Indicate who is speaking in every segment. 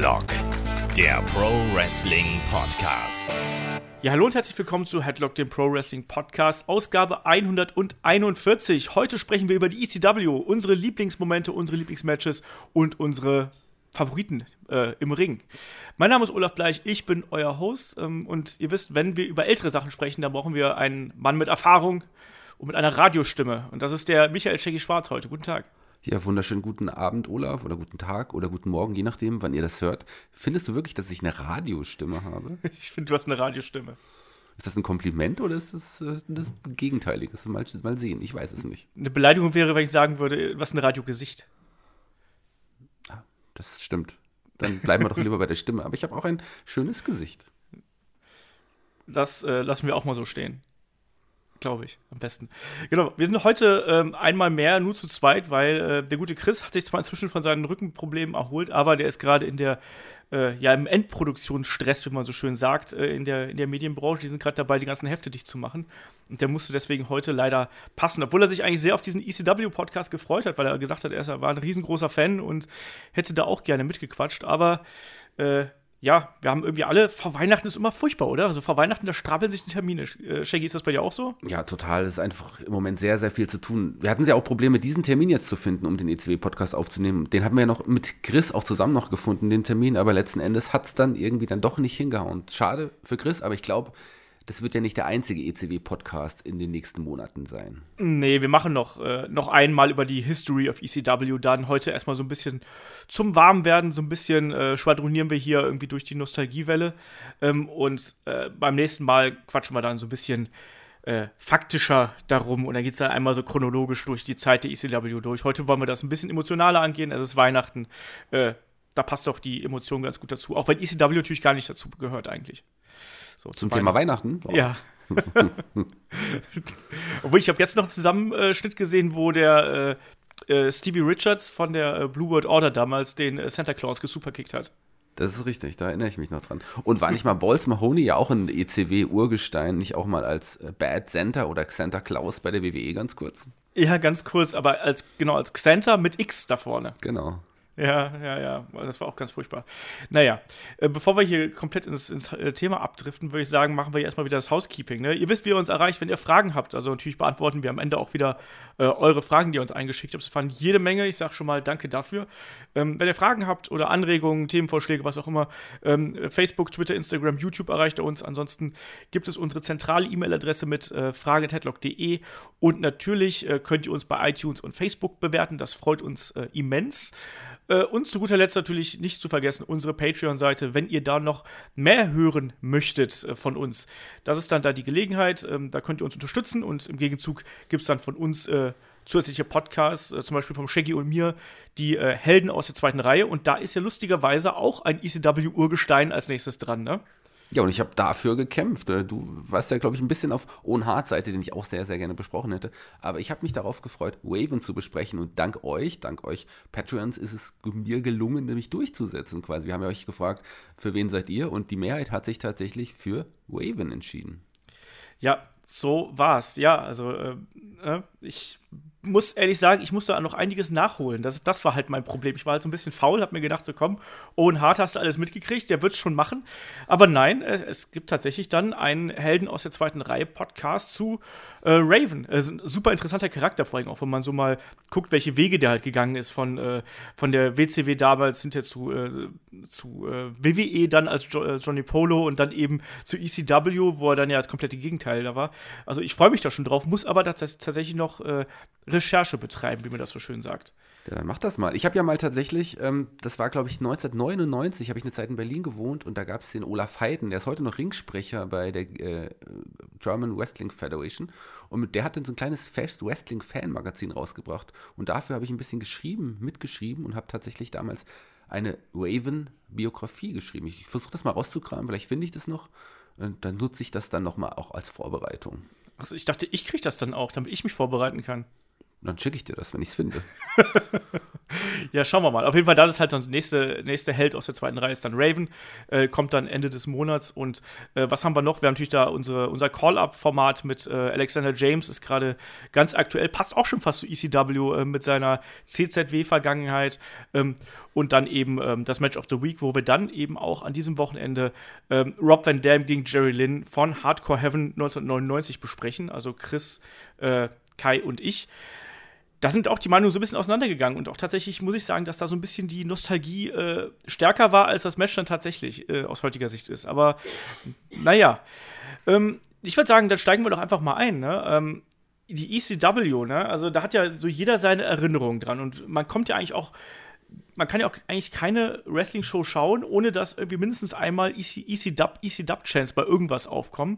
Speaker 1: Headlock, der Pro Wrestling Podcast.
Speaker 2: Ja, hallo und herzlich willkommen zu Headlock, dem Pro Wrestling Podcast, Ausgabe 141. Heute sprechen wir über die ECW, unsere Lieblingsmomente, unsere Lieblingsmatches und unsere Favoriten im Ring. Mein Name ist Olaf Bleich, ich bin euer Host und ihr wisst, wenn wir über ältere Sachen sprechen, dann brauchen wir einen Mann mit Erfahrung und mit einer Radiostimme. Und das ist der Michael Shaggy Schwarz heute. Guten Tag.
Speaker 3: Ja, wunderschönen guten Abend, Olaf, oder guten Tag oder guten Morgen, je nachdem, wann ihr das hört. Findest du wirklich, dass ich eine Radiostimme habe?
Speaker 2: Ich finde, du hast eine Radiostimme.
Speaker 3: Ist das ein Kompliment oder ist das das Gegenteiliges? Mal sehen, ich weiß es nicht.
Speaker 2: Eine Beleidigung wäre, wenn ich sagen würde, was ein Radiogesicht.
Speaker 3: Das stimmt. Dann bleiben wir doch lieber bei der Stimme. Aber ich habe auch ein schönes Gesicht.
Speaker 2: Das lassen wir auch mal so stehen. Glaube ich, am besten. Genau, wir sind heute einmal mehr nur zu zweit, weil der gute Chris hat sich zwar inzwischen von seinen Rückenproblemen erholt, aber der ist gerade in der im Endproduktionsstress, wie man so schön sagt, in der Medienbranche. Die sind gerade dabei, die ganzen Hefte dicht zu machen. Und der musste deswegen heute leider passen, obwohl er sich eigentlich sehr auf diesen ECW-Podcast gefreut hat, weil er gesagt hat, er war ein riesengroßer Fan und hätte da auch gerne mitgequatscht. Aber ja, wir haben irgendwie alle, vor Weihnachten ist immer furchtbar, oder? Also vor Weihnachten, da stapeln sich die Termine. Shaggy, ist das bei dir auch so?
Speaker 3: Ja, total. Es ist einfach im Moment sehr, sehr viel zu tun. Wir hatten ja auch Probleme, diesen Termin jetzt zu finden, um den ECW-Podcast aufzunehmen. Den hatten wir ja noch mit Chris auch zusammen noch gefunden, den Termin. Aber letzten Endes hat es dann irgendwie dann doch nicht hingehauen. Schade für Chris, aber ich glaube, das wird ja nicht der einzige ECW-Podcast in den nächsten Monaten sein.
Speaker 2: Nee, wir machen noch einmal über die History of ECW, dann heute erstmal so ein bisschen zum Warmwerden, so ein bisschen schwadronieren wir hier irgendwie durch die Nostalgiewelle und beim nächsten Mal quatschen wir dann so ein bisschen faktischer darum und dann geht es dann einmal so chronologisch durch die Zeit der ECW durch. Heute wollen wir das ein bisschen emotionaler angehen, es ist Weihnachten, da passt doch die Emotion ganz gut dazu, auch wenn ECW natürlich gar nicht dazu gehört eigentlich. So,
Speaker 3: zum Thema Weihnachten?
Speaker 2: Oh. Ja. Obwohl, ich habe jetzt noch einen Zusammenschnitt gesehen, wo der Stevie Richards von der Blue World Order damals den Santa Claus gesuperkickt hat.
Speaker 3: Das ist richtig, da erinnere ich mich noch dran. Und war nicht mal Balls Mahoney ja auch ein ECW-Urgestein, nicht auch mal als Bad Santa oder Santa Claus bei der WWE ganz kurz?
Speaker 2: Ja, ganz kurz, aber als Xanta mit X da vorne.
Speaker 3: Genau.
Speaker 2: Ja, das war auch ganz furchtbar. Naja, bevor wir hier komplett ins Thema abdriften, würde ich sagen, machen wir hier erstmal wieder das Housekeeping. Ne? Ihr wisst, wie ihr uns erreicht, wenn ihr Fragen habt. Also natürlich beantworten wir am Ende auch wieder eure Fragen, die ihr uns eingeschickt habt. Es waren jede Menge. Ich sage schon mal danke dafür. Wenn ihr Fragen habt oder Anregungen, Themenvorschläge, was auch immer, Facebook, Twitter, Instagram, YouTube erreicht ihr uns. Ansonsten gibt es unsere zentrale E-Mail-Adresse mit fragen@headlock.de und natürlich könnt ihr uns bei iTunes und Facebook bewerten. Das freut uns immens. Und zu guter Letzt natürlich nicht zu vergessen, unsere Patreon-Seite, wenn ihr da noch mehr hören möchtet von uns. Das ist dann da die Gelegenheit, da könnt ihr uns unterstützen und im Gegenzug gibt es dann von uns zusätzliche Podcasts, zum Beispiel vom Shaggy und mir, die Helden aus der zweiten Reihe. Und da ist ja lustigerweise auch ein ECW-Urgestein als nächstes dran, ne?
Speaker 3: Ja, und ich habe dafür gekämpft. Du warst ja, glaube ich, ein bisschen auf Owen Hart-Seite, den ich auch sehr, sehr gerne besprochen hätte. Aber ich habe mich darauf gefreut, Raven zu besprechen. Und dank euch Patreons, ist es mir gelungen, mich durchzusetzen quasi. Wir haben ja euch gefragt, für wen seid ihr? Und die Mehrheit hat sich tatsächlich für Raven entschieden.
Speaker 2: Ja, so war's. Ja, also ich muss ehrlich sagen, ich musste noch einiges nachholen. Das war halt mein Problem. Ich war halt so ein bisschen faul, hab mir gedacht, so komm, Owen Hart hast du alles mitgekriegt, der wird's schon machen. Aber nein, es gibt tatsächlich dann einen Helden aus der zweiten Reihe Podcast zu Raven. Ein super interessanter Charakter, vor allem auch, wenn man so mal guckt, welche Wege der halt gegangen ist von der WCW damals hinter zu WWE dann als Johnny Polo und dann eben zu ECW, wo er dann ja das komplette Gegenteil da war. Also ich freue mich da schon drauf, muss aber tatsächlich noch Recherche betreiben, wie man das so schön sagt.
Speaker 3: Ja, dann mach das mal. Ich habe ja mal tatsächlich, das war glaube ich 1999, habe ich eine Zeit in Berlin gewohnt und da gab es den Olaf Heiden, der ist heute noch Ringsprecher bei der German Wrestling Federation und der hat dann so ein kleines Fast Wrestling Fan-Magazin rausgebracht und dafür habe ich ein bisschen mitgeschrieben und habe tatsächlich damals eine Raven-Biografie geschrieben. Ich versuche das mal rauszukramen, vielleicht finde ich das noch und dann nutze ich das dann nochmal auch als Vorbereitung.
Speaker 2: Also ich dachte, ich kriege das dann auch, damit ich mich vorbereiten kann.
Speaker 3: Dann schicke ich dir das, wenn ich es finde.
Speaker 2: Ja, schauen wir mal. Auf jeden Fall, das ist halt der nächste Held aus der zweiten Reihe, ist dann Raven. Kommt dann Ende des Monats. Und was haben wir noch? Wir haben natürlich da unser Call-Up-Format mit Alexander James, ist gerade ganz aktuell, passt auch schon fast zu ECW mit seiner CZW-Vergangenheit. Und dann eben das Match of the Week, wo wir dann eben auch an diesem Wochenende Rob Van Dam gegen Jerry Lynn von Hardcore Heaven 1999 besprechen. Also Chris, Kai und ich. Da sind auch die Meinungen so ein bisschen auseinandergegangen. Und auch tatsächlich muss ich sagen, dass da so ein bisschen die Nostalgie stärker war, als das Match dann tatsächlich aus heutiger Sicht ist. Aber naja, ich würde sagen, dann steigen wir doch einfach mal ein. Ne? Die ECW, ne? Also da hat ja so jeder seine Erinnerungen dran. Und man kann ja auch eigentlich keine Wrestling-Show schauen, ohne dass irgendwie mindestens einmal ECW-Chants bei irgendwas aufkommen.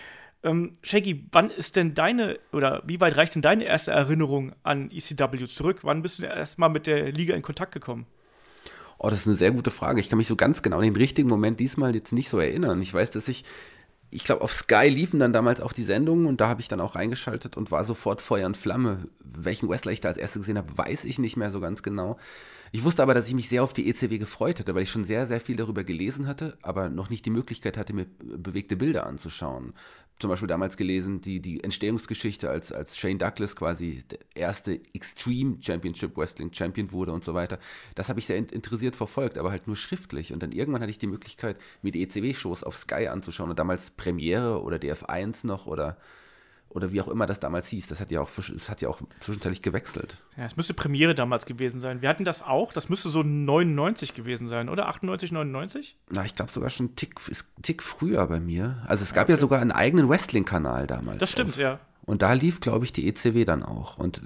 Speaker 2: Shaggy, wann ist denn wie weit reicht denn deine erste Erinnerung an ECW zurück? Wann bist du denn erstmal mit der Liga in Kontakt gekommen?
Speaker 3: Oh, das ist eine sehr gute Frage. Ich kann mich so ganz genau an den richtigen Moment diesmal jetzt nicht so erinnern. Ich weiß, dass ich glaube, auf Sky liefen dann damals auch die Sendungen und da habe ich dann auch reingeschaltet und war sofort Feuer und Flamme. Welchen Wrestler ich da als Erste gesehen habe, weiß ich nicht mehr so ganz genau. Ich wusste aber, dass ich mich sehr auf die ECW gefreut hatte, weil ich schon sehr, sehr viel darüber gelesen hatte, aber noch nicht die Möglichkeit hatte, mir bewegte Bilder anzuschauen. Zum Beispiel damals gelesen, die Entstehungsgeschichte, als Shane Douglas quasi der erste Extreme Championship Wrestling Champion wurde und so weiter. Das habe ich sehr interessiert verfolgt, aber halt nur schriftlich. Und dann irgendwann hatte ich die Möglichkeit, mir die ECW-Shows auf Sky anzuschauen und damals Premiere oder DF1 noch oder wie auch immer das damals hieß. Das hat ja auch zwischenzeitlich gewechselt.
Speaker 2: Ja, es müsste Premiere damals gewesen sein. Wir hatten das auch. Das müsste so 99 gewesen sein, oder? 98, 99?
Speaker 3: Na, ich glaube sogar schon einen Tick früher bei mir. Also es gab ja sogar einen eigenen Wrestling-Kanal damals.
Speaker 2: Das stimmt, ja.
Speaker 3: Und da lief, glaube ich, die ECW dann auch. Und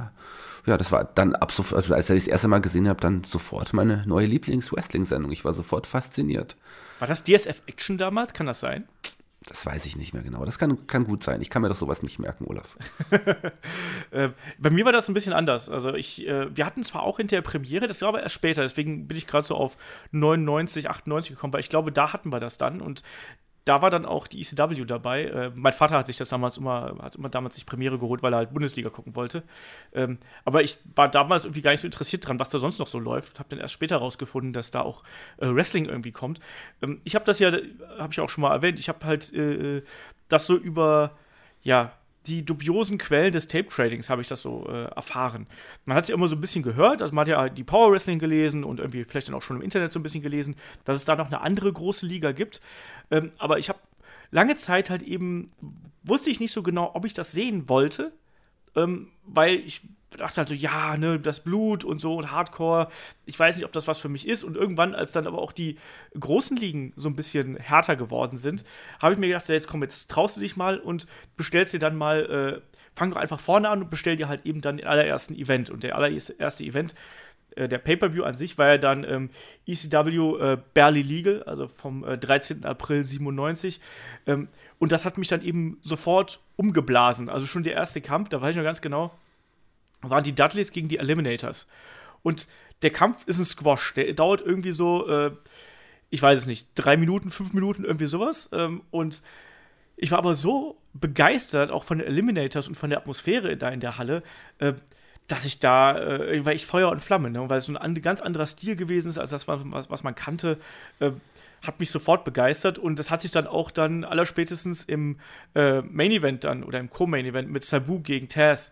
Speaker 3: das war dann also als ich das erste Mal gesehen habe, dann sofort meine neue Lieblings-Wrestling-Sendung. Ich war sofort fasziniert.
Speaker 2: War das DSF Action damals? Kann das sein?
Speaker 3: Das weiß ich nicht mehr genau. Das kann gut sein. Ich kann mir doch sowas nicht merken, Olaf.
Speaker 2: Bei mir war das ein bisschen anders. Also wir hatten zwar auch hinterher Premiere, das war aber erst später. Deswegen bin ich gerade so auf 99, 98 gekommen, weil ich glaube, da hatten wir das dann. Und da war dann auch die ECW dabei. Mein Vater hat sich das damals immer sich Premiere geholt, weil er halt Bundesliga gucken wollte. Aber ich war damals irgendwie gar nicht so interessiert dran, was da sonst noch so läuft. Habe dann erst später rausgefunden, dass da auch Wrestling irgendwie kommt. Ich habe das ja, habe ich auch schon mal erwähnt, ich habe halt das so über, die dubiosen Quellen des Tape-Tradings habe ich das so erfahren. Man hat es ja immer so ein bisschen gehört, also man hat ja die Power Wrestling gelesen und irgendwie vielleicht dann auch schon im Internet so ein bisschen gelesen, dass es da noch eine andere große Liga gibt. Aber ich habe lange Zeit halt eben, wusste ich nicht so genau, ob ich das sehen wollte, weil ich dachte halt so, ja, ne, das Blut und so und Hardcore, ich weiß nicht, ob das was für mich ist. Und irgendwann, als dann aber auch die großen Ligen so ein bisschen härter geworden sind, habe ich mir gedacht, jetzt traust du dich mal und bestellst dir dann mal, fang doch einfach vorne an und bestell dir halt eben dann den allerersten Event. Und der allererste Event, der Pay-Per-View an sich, war ja dann ECW Barely Legal, also vom 13. April 97. Und das hat mich dann eben sofort umgeblasen. Also schon der erste Kampf, da weiß ich noch ganz genau, waren die Dudleys gegen die Eliminators. Und der Kampf ist ein Squash. Der dauert irgendwie so, ich weiß es nicht, 3 Minuten, 5 Minuten, irgendwie sowas. Und ich war aber so begeistert, auch von den Eliminators und von der Atmosphäre da in der Halle, dass ich da, weil ich Feuer und Flamme, ne? Weil es so ein ganz anderer Stil gewesen ist, als das, was man kannte, hat mich sofort begeistert. Und das hat sich dann auch allerspätestens im Main Event dann, oder im Co-Main Event mit Sabu gegen Taz,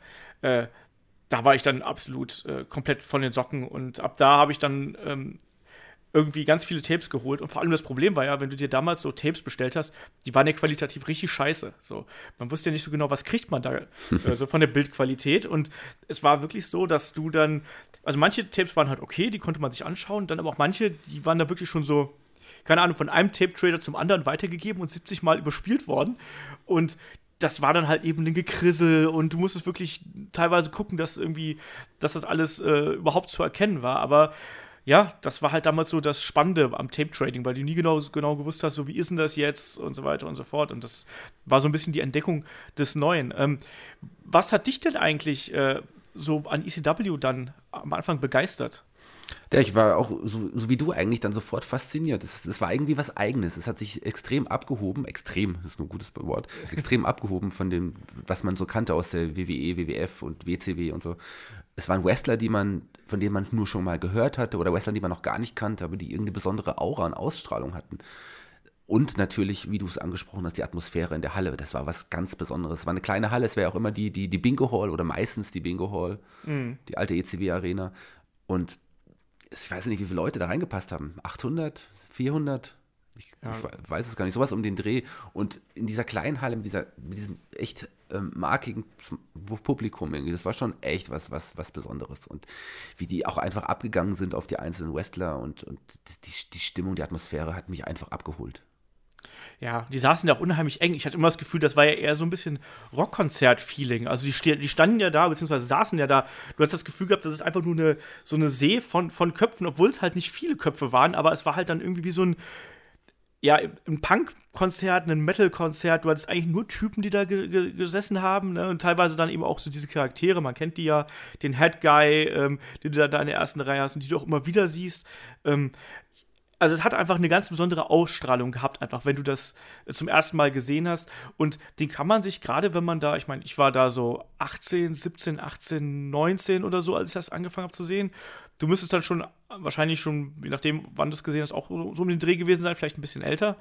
Speaker 2: da war ich dann absolut komplett von den Socken. Und ab da habe ich dann irgendwie ganz viele Tapes geholt. Und vor allem das Problem war ja, wenn du dir damals so Tapes bestellt hast, die waren ja qualitativ richtig scheiße. So, man wusste ja nicht so genau, was kriegt man da so von der Bildqualität. Und es war wirklich so, dass du dann, also manche Tapes waren halt okay, die konnte man sich anschauen, dann aber auch manche, die waren da wirklich schon so, keine Ahnung, von einem Tape-Trader zum anderen weitergegeben und 70 Mal überspielt worden. Und das war dann halt eben ein Gekrissel und du musstest wirklich teilweise gucken, dass das alles überhaupt zu erkennen war. Aber ja, das war halt damals so das Spannende am Tape-Trading, weil du nie genau gewusst hast, so wie ist denn das jetzt und so weiter und so fort. Und das war so ein bisschen die Entdeckung des Neuen. Was hat dich denn eigentlich so an ECW dann am Anfang begeistert?
Speaker 3: Ja, ich war auch so wie du eigentlich dann sofort fasziniert. Es war irgendwie was Eigenes. Es hat sich extrem abgehoben, extrem, das ist nur ein gutes Wort, extrem abgehoben von dem, was man so kannte aus der WWE, WWF und WCW und so. Es waren Wrestler, von denen man nur schon mal gehört hatte oder Wrestler, die man noch gar nicht kannte, aber die irgendeine besondere Aura und Ausstrahlung hatten. Und natürlich, wie du es angesprochen hast, die Atmosphäre in der Halle, das war was ganz Besonderes. Es war eine kleine Halle, es wäre auch immer die Bingo Hall oder meistens die Bingo Hall, die alte ECW-Arena. Und ich weiß nicht, wie viele Leute da reingepasst haben. 800, 400? Ich weiß es gar nicht. Sowas um den Dreh. Und in dieser kleinen Halle mit diesem echt markigen Publikum irgendwie, das war schon echt was Besonderes. Und wie die auch einfach abgegangen sind auf die einzelnen Wrestler und die Stimmung, die Atmosphäre hat mich einfach abgeholt.
Speaker 2: Ja, die saßen ja auch unheimlich eng. Ich hatte immer das Gefühl, das war ja eher so ein bisschen Rockkonzert-Feeling. Also die standen ja da, beziehungsweise saßen ja da. Du hast das Gefühl gehabt, das ist einfach nur so eine See von Köpfen, obwohl es halt nicht viele Köpfe waren, aber es war halt dann irgendwie wie so ein Punk-Konzert, ein Metal-Konzert. Du hattest eigentlich nur Typen, die da gesessen haben, ne? Und teilweise dann eben auch so diese Charaktere. Man kennt die ja, den Head Guy, den du da in der ersten Reihe hast und die du auch immer wieder siehst. Also es hat einfach eine ganz besondere Ausstrahlung gehabt, einfach wenn du das zum ersten Mal gesehen hast. Und den kann man sich, gerade wenn man da, ich meine, ich war da so 18, 17, 18, 19 oder so, als ich das angefangen habe zu sehen. Du müsstest dann schon, wahrscheinlich schon, je nachdem, wann du es gesehen hast, auch so um den Dreh gewesen sein, vielleicht ein bisschen älter.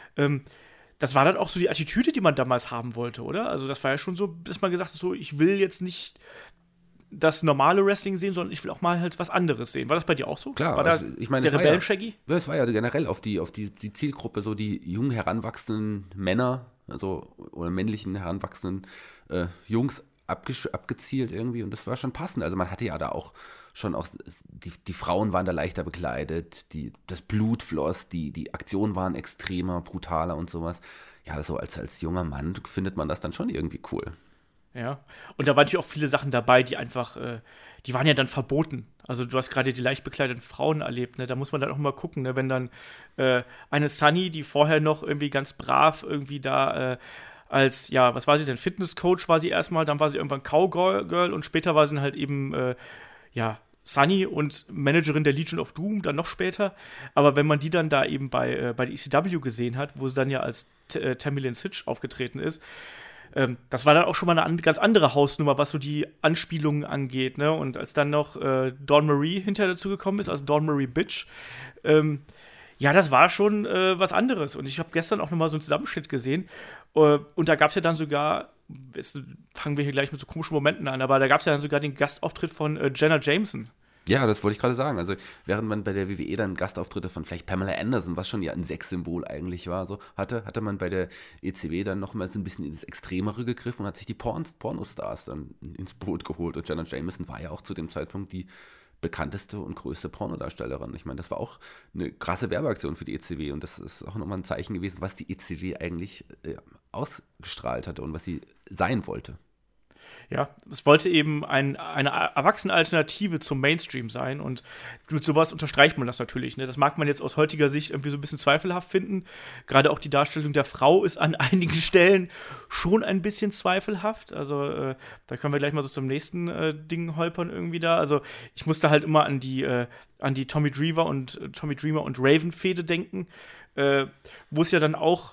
Speaker 2: Das war dann auch so die Attitüde, die man damals haben wollte, oder? Also das war ja schon so, dass man gesagt hat, so, ich will jetzt nicht das normale Wrestling sehen, sondern ich will auch mal halt was anderes sehen. War das bei dir auch so?
Speaker 3: Klar,
Speaker 2: war da
Speaker 3: also, ich meine,
Speaker 2: der Rebellen-Shaggy?
Speaker 3: Ja, es war ja generell auf die Zielgruppe, so die jungen heranwachsenden Männer, also oder männlichen heranwachsenden Jungs abgezielt irgendwie und das war schon passend. Also man hatte ja da auch schon die Frauen waren da leichter bekleidet, das Blut floss, die Aktionen waren extremer, brutaler und sowas. Ja, so als junger Mann findet man das dann schon irgendwie cool.
Speaker 2: Ja, und da waren natürlich auch viele Sachen dabei, die einfach, die waren ja dann verboten. Also du hast gerade die leicht bekleideten Frauen erlebt, ne? Da muss man dann auch mal gucken, ne? Wenn dann eine Sunny, die vorher noch irgendwie ganz brav irgendwie da als, ja, was war sie denn, Fitnesscoach war sie erstmal, dann war sie irgendwann Cowgirl und später war sie dann halt eben, ja, Sunny und Managerin der Legion of Doom, dann noch später. Aber wenn man die dann da eben bei der ECW gesehen hat, wo sie dann ja als Tammy Lynn Sitch aufgetreten ist, das war dann auch schon mal eine ganz andere Hausnummer, was so die Anspielungen angeht, ne? Und als dann noch Dawn Marie hinterher dazu gekommen ist, also Dawn Marie Bitch, ja, das war schon was anderes. Und ich habe gestern auch noch mal so einen Zusammenschnitt gesehen. Und da gab es ja dann sogar, jetzt fangen wir hier gleich mit so komischen Momenten an, aber da gab es ja dann sogar den Gastauftritt von Jenna Jameson.
Speaker 3: Ja, das wollte ich gerade sagen. Also während man bei der WWE dann Gastauftritte von vielleicht Pamela Anderson, was schon ja ein Sexsymbol eigentlich war, so hatte man bei der ECW dann nochmals ein bisschen ins Extremere gegriffen und hat sich die Pornostars dann ins Boot geholt. Und Jenna Jameson war ja auch zu dem Zeitpunkt die bekannteste und größte Pornodarstellerin. Ich meine, das war auch eine krasse Werbeaktion für die ECW und das ist auch nochmal ein Zeichen gewesen, was die ECW eigentlich ausgestrahlt hatte und was sie sein wollte.
Speaker 2: Ja, es wollte eben eine erwachsene Alternative zum Mainstream sein und mit sowas unterstreicht man das natürlich. Ne? Das mag man jetzt aus heutiger Sicht irgendwie so ein bisschen zweifelhaft finden. Gerade auch die Darstellung der Frau ist an einigen Stellen schon ein bisschen zweifelhaft. Also da können wir gleich mal so zum nächsten Ding holpern irgendwie da. Also ich musste halt immer an die Tommy Dreamer und Raven-Fehde denken, wo es ja dann auch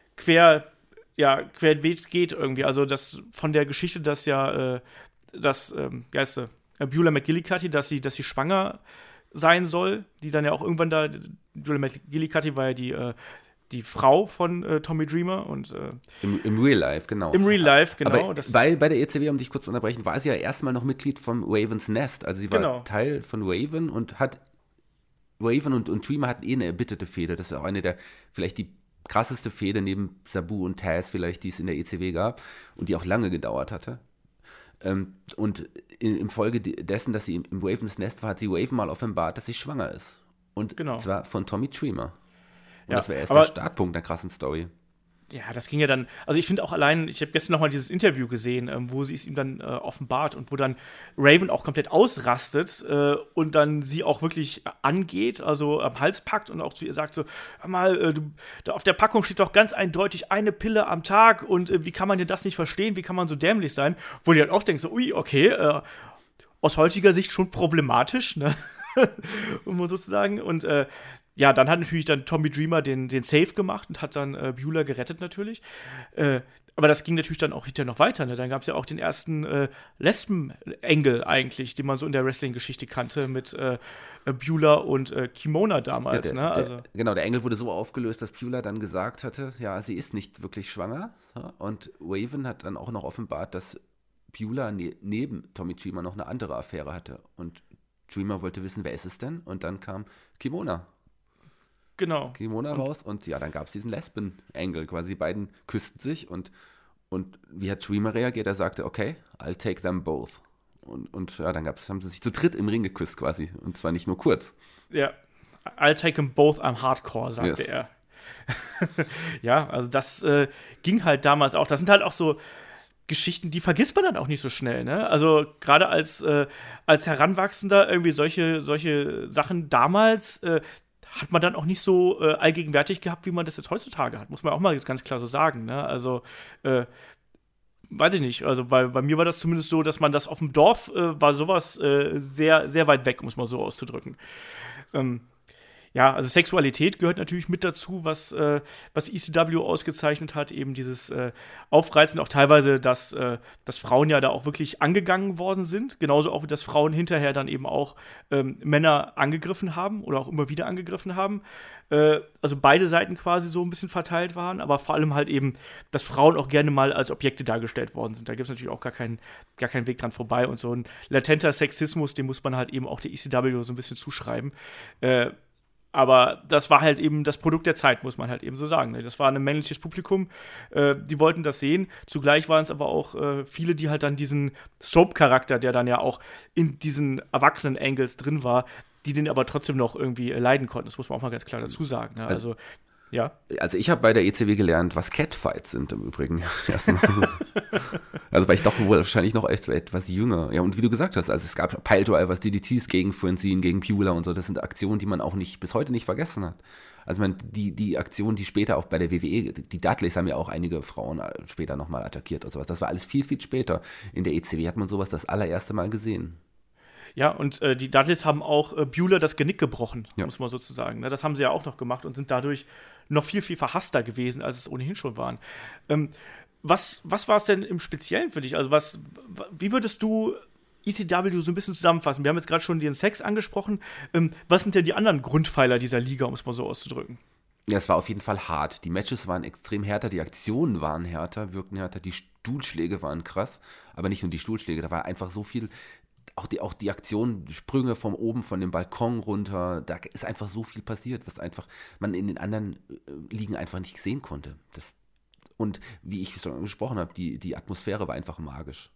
Speaker 2: querbeet geht irgendwie. Also das von der Geschichte, dass ja, wie heißt sie, Beulah McGillicuddy, dass sie schwanger sein soll, die dann ja auch irgendwann da, Beulah McGillicuddy war ja die Frau von Tommy Dreamer und
Speaker 3: Im Real Life, genau.
Speaker 2: Im Real Life, genau.
Speaker 3: Aber bei der ECW, um dich kurz zu unterbrechen, war sie ja erstmal noch Mitglied vom Ravens Nest. Also sie war Teil von Raven und Raven und Dreamer hatten eine erbitterte Fehde. Das ist auch eine der, vielleicht die krasseste Fehde neben Sabu und Taz vielleicht, die es in der ECW gab und die auch lange gedauert hatte. Und im Folge dessen, dass sie im Ravens Nest war, hat sie Raven mal offenbart, dass sie schwanger ist. Und zwar von Tommy Dreamer. Und das war erst der Startpunkt der krassen Story.
Speaker 2: Ja, das ging ja dann, also ich finde auch allein, ich habe gestern noch mal dieses Interview gesehen, wo sie es ihm dann offenbart und wo dann Raven auch komplett ausrastet und dann sie auch wirklich angeht, also am Hals packt und auch zu ihr sagt so, hör mal, da auf der Packung steht doch ganz eindeutig eine Pille am Tag und wie kann man denn das nicht verstehen, wie kann man so dämlich sein, wo die dann auch denkt so, ui, okay, aus heutiger Sicht schon problematisch, ne? um mal sozusagen. Und ja, dann hat natürlich dann Tommy Dreamer den Save gemacht und hat dann Beulah gerettet natürlich. Aber das ging natürlich dann auch hinterher noch weiter. Ne? Dann gab es ja auch den ersten Lesben-Engel eigentlich, den man so in der Wrestling-Geschichte kannte, mit Beulah und Kimona damals.
Speaker 3: Ja, genau, der Engel wurde so aufgelöst, dass Beulah dann gesagt hatte, ja, sie ist nicht wirklich schwanger. Ja? Und Raven hat dann auch noch offenbart, dass Beulah neben Tommy Dreamer noch eine andere Affäre hatte. Und Dreamer wollte wissen, wer ist es denn? Und dann kam Kimona.
Speaker 2: Genau.
Speaker 3: Kimona raus und ja, dann gab es diesen Lesben-Engel. Quasi die beiden küssten sich und wie hat Dreamer reagiert? Er sagte, okay, I'll take them both. Und ja, dann haben sie sich zu dritt im Ring geküsst quasi. Und zwar nicht nur kurz.
Speaker 2: Ja, I'll take them both, I'm hardcore, sagte er. Ja, also das ging halt damals auch. Das sind halt auch so Geschichten, die vergisst man dann auch nicht so schnell, ne? Also gerade als Heranwachsender irgendwie solche Sachen damals hat man dann auch nicht so allgegenwärtig gehabt, wie man das jetzt heutzutage hat. Muss man auch mal ganz klar so sagen, ne? Also weiß ich nicht. Also bei mir war das zumindest so, dass man das auf dem Dorf war sowas sehr, sehr weit weg, um es mal so auszudrücken. Ja, also Sexualität gehört natürlich mit dazu, was ECW ausgezeichnet hat, eben dieses Aufreizen, auch teilweise, dass Frauen ja da auch wirklich angegangen worden sind, genauso auch wie dass Frauen hinterher dann eben auch Männer angegriffen haben oder auch immer wieder angegriffen haben. Also beide Seiten quasi so ein bisschen verteilt waren, aber vor allem halt eben, dass Frauen auch gerne mal als Objekte dargestellt worden sind. Da gibt es natürlich auch gar keinen Weg dran vorbei und so ein latenter Sexismus, den muss man halt eben auch der ECW so ein bisschen zuschreiben. Aber das war halt eben das Produkt der Zeit, muss man halt eben so sagen. Das war ein männliches Publikum, die wollten das sehen. Zugleich waren es aber auch viele, die halt dann diesen Soap-Charakter, der dann ja auch in diesen Erwachsenen-Angles drin war, die den aber trotzdem noch irgendwie leiden konnten. Das muss man auch mal ganz klar dazu sagen. Ne? Also, ja.
Speaker 3: Also ich habe bei der ECW gelernt, was Catfights sind im Übrigen. Also war ich doch wohl wahrscheinlich noch etwas jünger. Ja, und wie du gesagt hast, also es gab Piledrivers, DDTs gegen Francine, gegen Beulah und so. Das sind Aktionen, die man auch bis heute nicht vergessen hat. Also die Aktionen, die später auch bei der WWE, die Dudleys haben ja auch einige Frauen später nochmal attackiert und sowas. Das war alles viel, viel später. In der ECW hat man sowas das allererste Mal gesehen.
Speaker 2: Ja, und die Dudleys haben auch Beulah das Genick gebrochen, muss man sozusagen. Ne? Das haben sie ja auch noch gemacht und sind dadurch noch viel, viel verhasster gewesen, als es ohnehin schon waren. Was war es denn im Speziellen für dich? Also wie würdest du ECW so ein bisschen zusammenfassen? Wir haben jetzt gerade schon den Sex angesprochen. Was sind denn die anderen Grundpfeiler dieser Liga, um es mal so auszudrücken?
Speaker 3: Ja, es war auf jeden Fall hart. Die Matches waren extrem härter, die Aktionen waren härter, wirkten härter, die Stuhlschläge waren krass. Aber nicht nur die Stuhlschläge, da war einfach so viel. Auch die Aktionen, Sprünge von oben, von dem Balkon runter, da ist einfach so viel passiert, was einfach man in den anderen Ligen einfach nicht sehen konnte. Und wie ich schon gesprochen habe, die Atmosphäre war einfach magisch.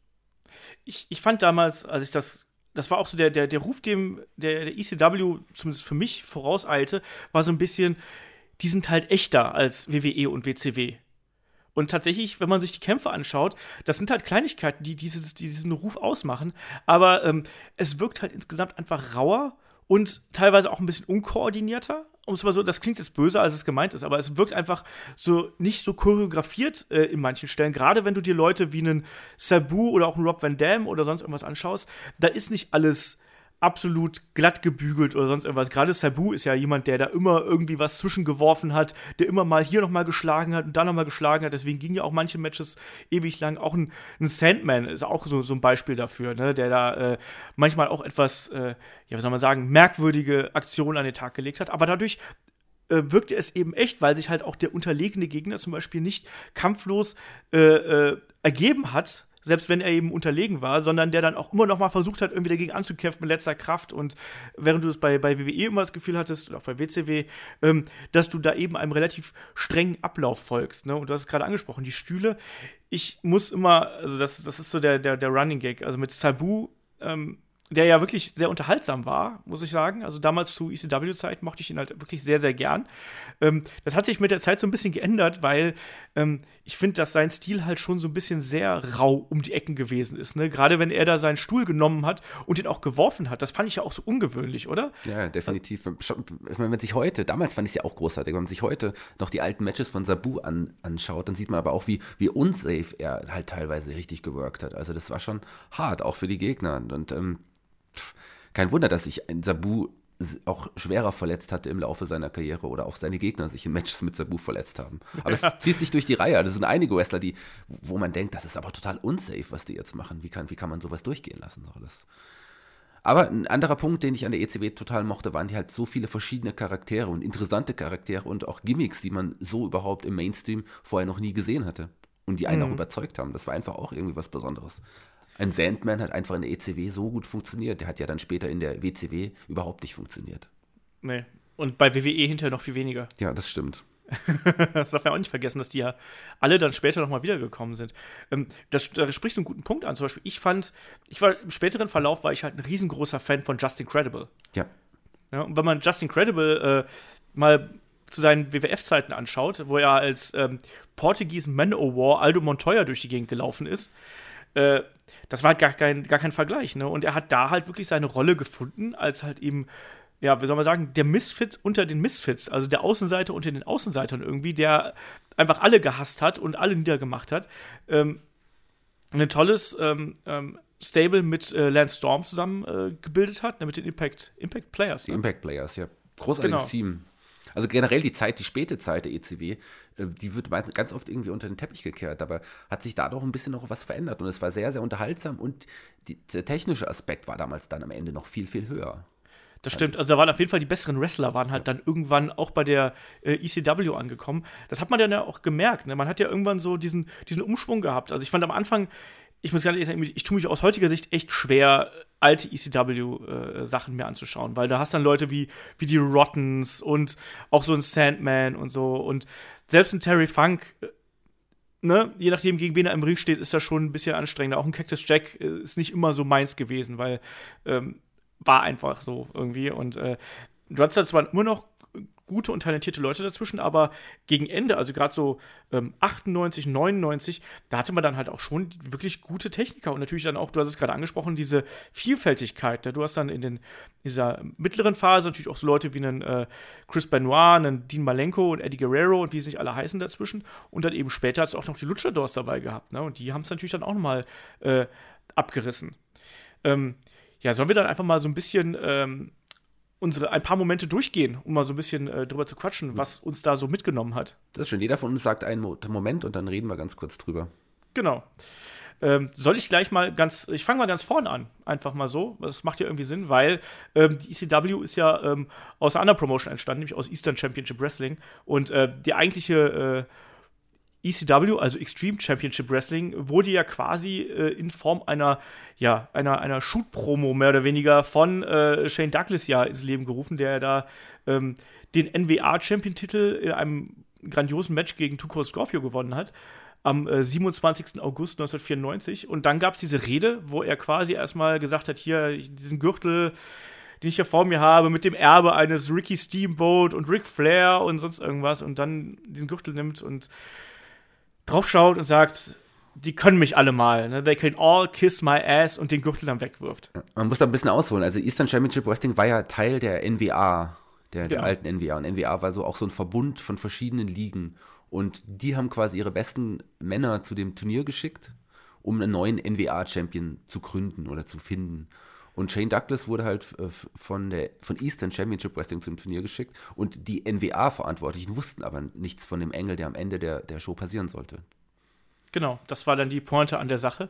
Speaker 2: Ich fand damals, als ich das war auch so der Ruf, dem der ECW zumindest für mich vorauseilte, war so ein bisschen, die sind halt echter als WWE und WCW. Und tatsächlich, wenn man sich die Kämpfe anschaut, das sind halt Kleinigkeiten, die diesen Ruf ausmachen. Aber es wirkt halt insgesamt einfach rauer und teilweise auch ein bisschen unkoordinierter. Um es mal so, das klingt jetzt böser, als es gemeint ist, aber es wirkt einfach so nicht so choreografiert in manchen Stellen. Gerade wenn du dir Leute wie einen Sabu oder auch einen Rob Van Dam oder sonst irgendwas anschaust, da ist nicht alles absolut glatt gebügelt oder sonst irgendwas. Gerade Sabu ist ja jemand, der da immer irgendwie was zwischengeworfen hat, der immer mal hier noch mal geschlagen hat und da noch mal geschlagen hat. Deswegen gingen ja auch manche Matches ewig lang. Auch ein Sandman ist auch so ein Beispiel dafür, ne? Der da manchmal auch etwas, wie soll man sagen, merkwürdige Aktionen an den Tag gelegt hat. Aber dadurch wirkte es eben echt, weil sich halt auch der unterlegene Gegner zum Beispiel nicht kampflos ergeben hat, selbst wenn er eben unterlegen war, sondern der dann auch immer noch mal versucht hat, irgendwie dagegen anzukämpfen mit letzter Kraft. Und während du es bei WWE immer das Gefühl hattest, oder auch bei WCW, dass du da eben einem relativ strengen Ablauf folgst. Ne? Und du hast es gerade angesprochen, die Stühle. Ich muss immer, also das ist so der Running Gag, also mit Sabu, der ja wirklich sehr unterhaltsam war, muss ich sagen. Also damals zu ECW-Zeit mochte ich ihn halt wirklich sehr, sehr gern. Das hat sich mit der Zeit so ein bisschen geändert, weil ich finde, dass sein Stil halt schon so ein bisschen sehr rau um die Ecken gewesen ist. Ne? Gerade wenn er da seinen Stuhl genommen hat und den auch geworfen hat. Das fand ich ja auch so ungewöhnlich, oder?
Speaker 3: Ja, definitiv. Wenn man sich heute, damals fand ich es ja auch großartig, wenn man sich heute noch die alten Matches von Sabu anschaut, dann sieht man aber auch, wie unsafe er halt teilweise richtig geworkt hat. Also das war schon hart, auch für die Gegner. Und Kein Wunder, dass sich ein Sabu auch schwerer verletzt hatte im Laufe seiner Karriere oder auch seine Gegner sich in Matches mit Sabu verletzt haben. Aber es zieht sich durch die Reihe. Das sind einige Wrestler, wo man denkt, das ist aber total unsafe, was die jetzt machen. Wie kann man sowas durchgehen lassen? Aber ein anderer Punkt, den ich an der ECW total mochte, waren die halt so viele verschiedene Charaktere und interessante Charaktere und auch Gimmicks, die man so überhaupt im Mainstream vorher noch nie gesehen hatte und die einen auch überzeugt haben. Das war einfach auch irgendwie was Besonderes. Ein Sandman hat einfach in der ECW so gut funktioniert. Der hat ja dann später in der WCW überhaupt nicht funktioniert.
Speaker 2: Nee. Und bei WWE hinterher noch viel weniger.
Speaker 3: Ja, das stimmt.
Speaker 2: Das darf man auch nicht vergessen, dass die ja alle dann später nochmal wiedergekommen sind. Da sprichst du einen guten Punkt an. Zum Beispiel, im späteren Verlauf war ich halt ein riesengroßer Fan von Justin Credible.
Speaker 3: Ja.
Speaker 2: Ja, und wenn man Justin Credible mal zu seinen WWF-Zeiten anschaut, wo er als Portuguese Man o' War Aldo Montoya durch die Gegend gelaufen ist, das war halt gar kein Vergleich. Ne? Und er hat da halt wirklich seine Rolle gefunden, als halt eben, ja, wie soll man sagen, der Misfit unter den Misfits, also der Außenseiter unter den Außenseitern irgendwie, der einfach alle gehasst hat und alle niedergemacht hat. Ein tolles Stable mit Lance Storm zusammen gebildet hat, mit den Impact Players.
Speaker 3: Die Impact Players, ja. Großartiges Team. Also generell die späte Zeit der ECW, die wird ganz oft irgendwie unter den Teppich gekehrt, aber hat sich dadurch ein bisschen noch was verändert und es war sehr, sehr unterhaltsam und der technische Aspekt war damals dann am Ende noch viel, viel höher.
Speaker 2: Das stimmt, also da waren auf jeden Fall die besseren Wrestler, waren halt dann irgendwann auch bei der ECW angekommen. Das hat man dann ja auch gemerkt, ne? Man hat ja irgendwann so diesen Umschwung gehabt. Also ich fand am Anfang, ich muss ganz ehrlich sagen, ich tue mich aus heutiger Sicht echt schwer, alte ECW-Sachen mir anzuschauen, weil da hast dann Leute wie die Rottens und auch so ein Sandman und so und selbst ein Terry Funk, ne, je nachdem, gegen wen er im Ring steht, ist das schon ein bisschen anstrengender. Auch ein Cactus Jack ist nicht immer so meins gewesen, weil war einfach so irgendwie und du hattest da zwar immer noch gute und talentierte Leute dazwischen, aber gegen Ende, also gerade so 98, 99, da hatte man dann halt auch schon wirklich gute Techniker und natürlich dann auch, du hast es gerade angesprochen, diese Vielfältigkeit. Ne? Du hast dann in dieser mittleren Phase natürlich auch so Leute wie einen Chris Benoit, einen Dean Malenko und Eddie Guerrero und wie sie nicht alle heißen dazwischen und dann eben später hast du auch noch die Luchadors dabei gehabt, ne? Und die haben es natürlich dann auch nochmal abgerissen. Ja, sollen wir dann einfach mal so ein bisschen ein paar Momente durchgehen, um mal so ein bisschen drüber zu quatschen, was uns da so mitgenommen hat.
Speaker 3: Das ist schön. Jeder von uns sagt einen Moment und dann reden wir ganz kurz drüber.
Speaker 2: Genau. Soll ich gleich mal ich fange mal ganz vorne an, einfach mal so. Das macht ja irgendwie Sinn, weil die ECW ist ja aus einer anderen Promotion entstanden, nämlich aus Eastern Championship Wrestling. Und die eigentliche ECW, also Extreme Championship Wrestling, wurde ja quasi in Form einer Shoot-Promo mehr oder weniger von Shane Douglas ja ins Leben gerufen, der da den NWA-Champion-Titel in einem grandiosen Match gegen Tuco Scorpio gewonnen hat, am 27. August 1994. Und dann gab es diese Rede, wo er quasi erstmal gesagt hat, hier, diesen Gürtel, den ich hier vor mir habe, mit dem Erbe eines Ricky Steamboat und Ric Flair und sonst irgendwas und dann diesen Gürtel nimmt und draufschaut und sagt, die können mich alle mal, ne? They can all kiss my ass und den Gürtel dann wegwirft.
Speaker 3: Man muss da ein bisschen ausholen. Also Eastern Championship Wrestling war ja Teil der NWA, der alten NWA. Und NWA war so auch so ein Verbund von verschiedenen Ligen. Und die haben quasi ihre besten Männer zu dem Turnier geschickt, um einen neuen NWA-Champion zu gründen oder zu finden. Und Shane Douglas wurde halt von Eastern Championship Wrestling zum Turnier geschickt. Und die NWA-Verantwortlichen wussten aber nichts von dem Engel, der am Ende der Show passieren sollte.
Speaker 2: Genau, das war dann die Pointe an der Sache.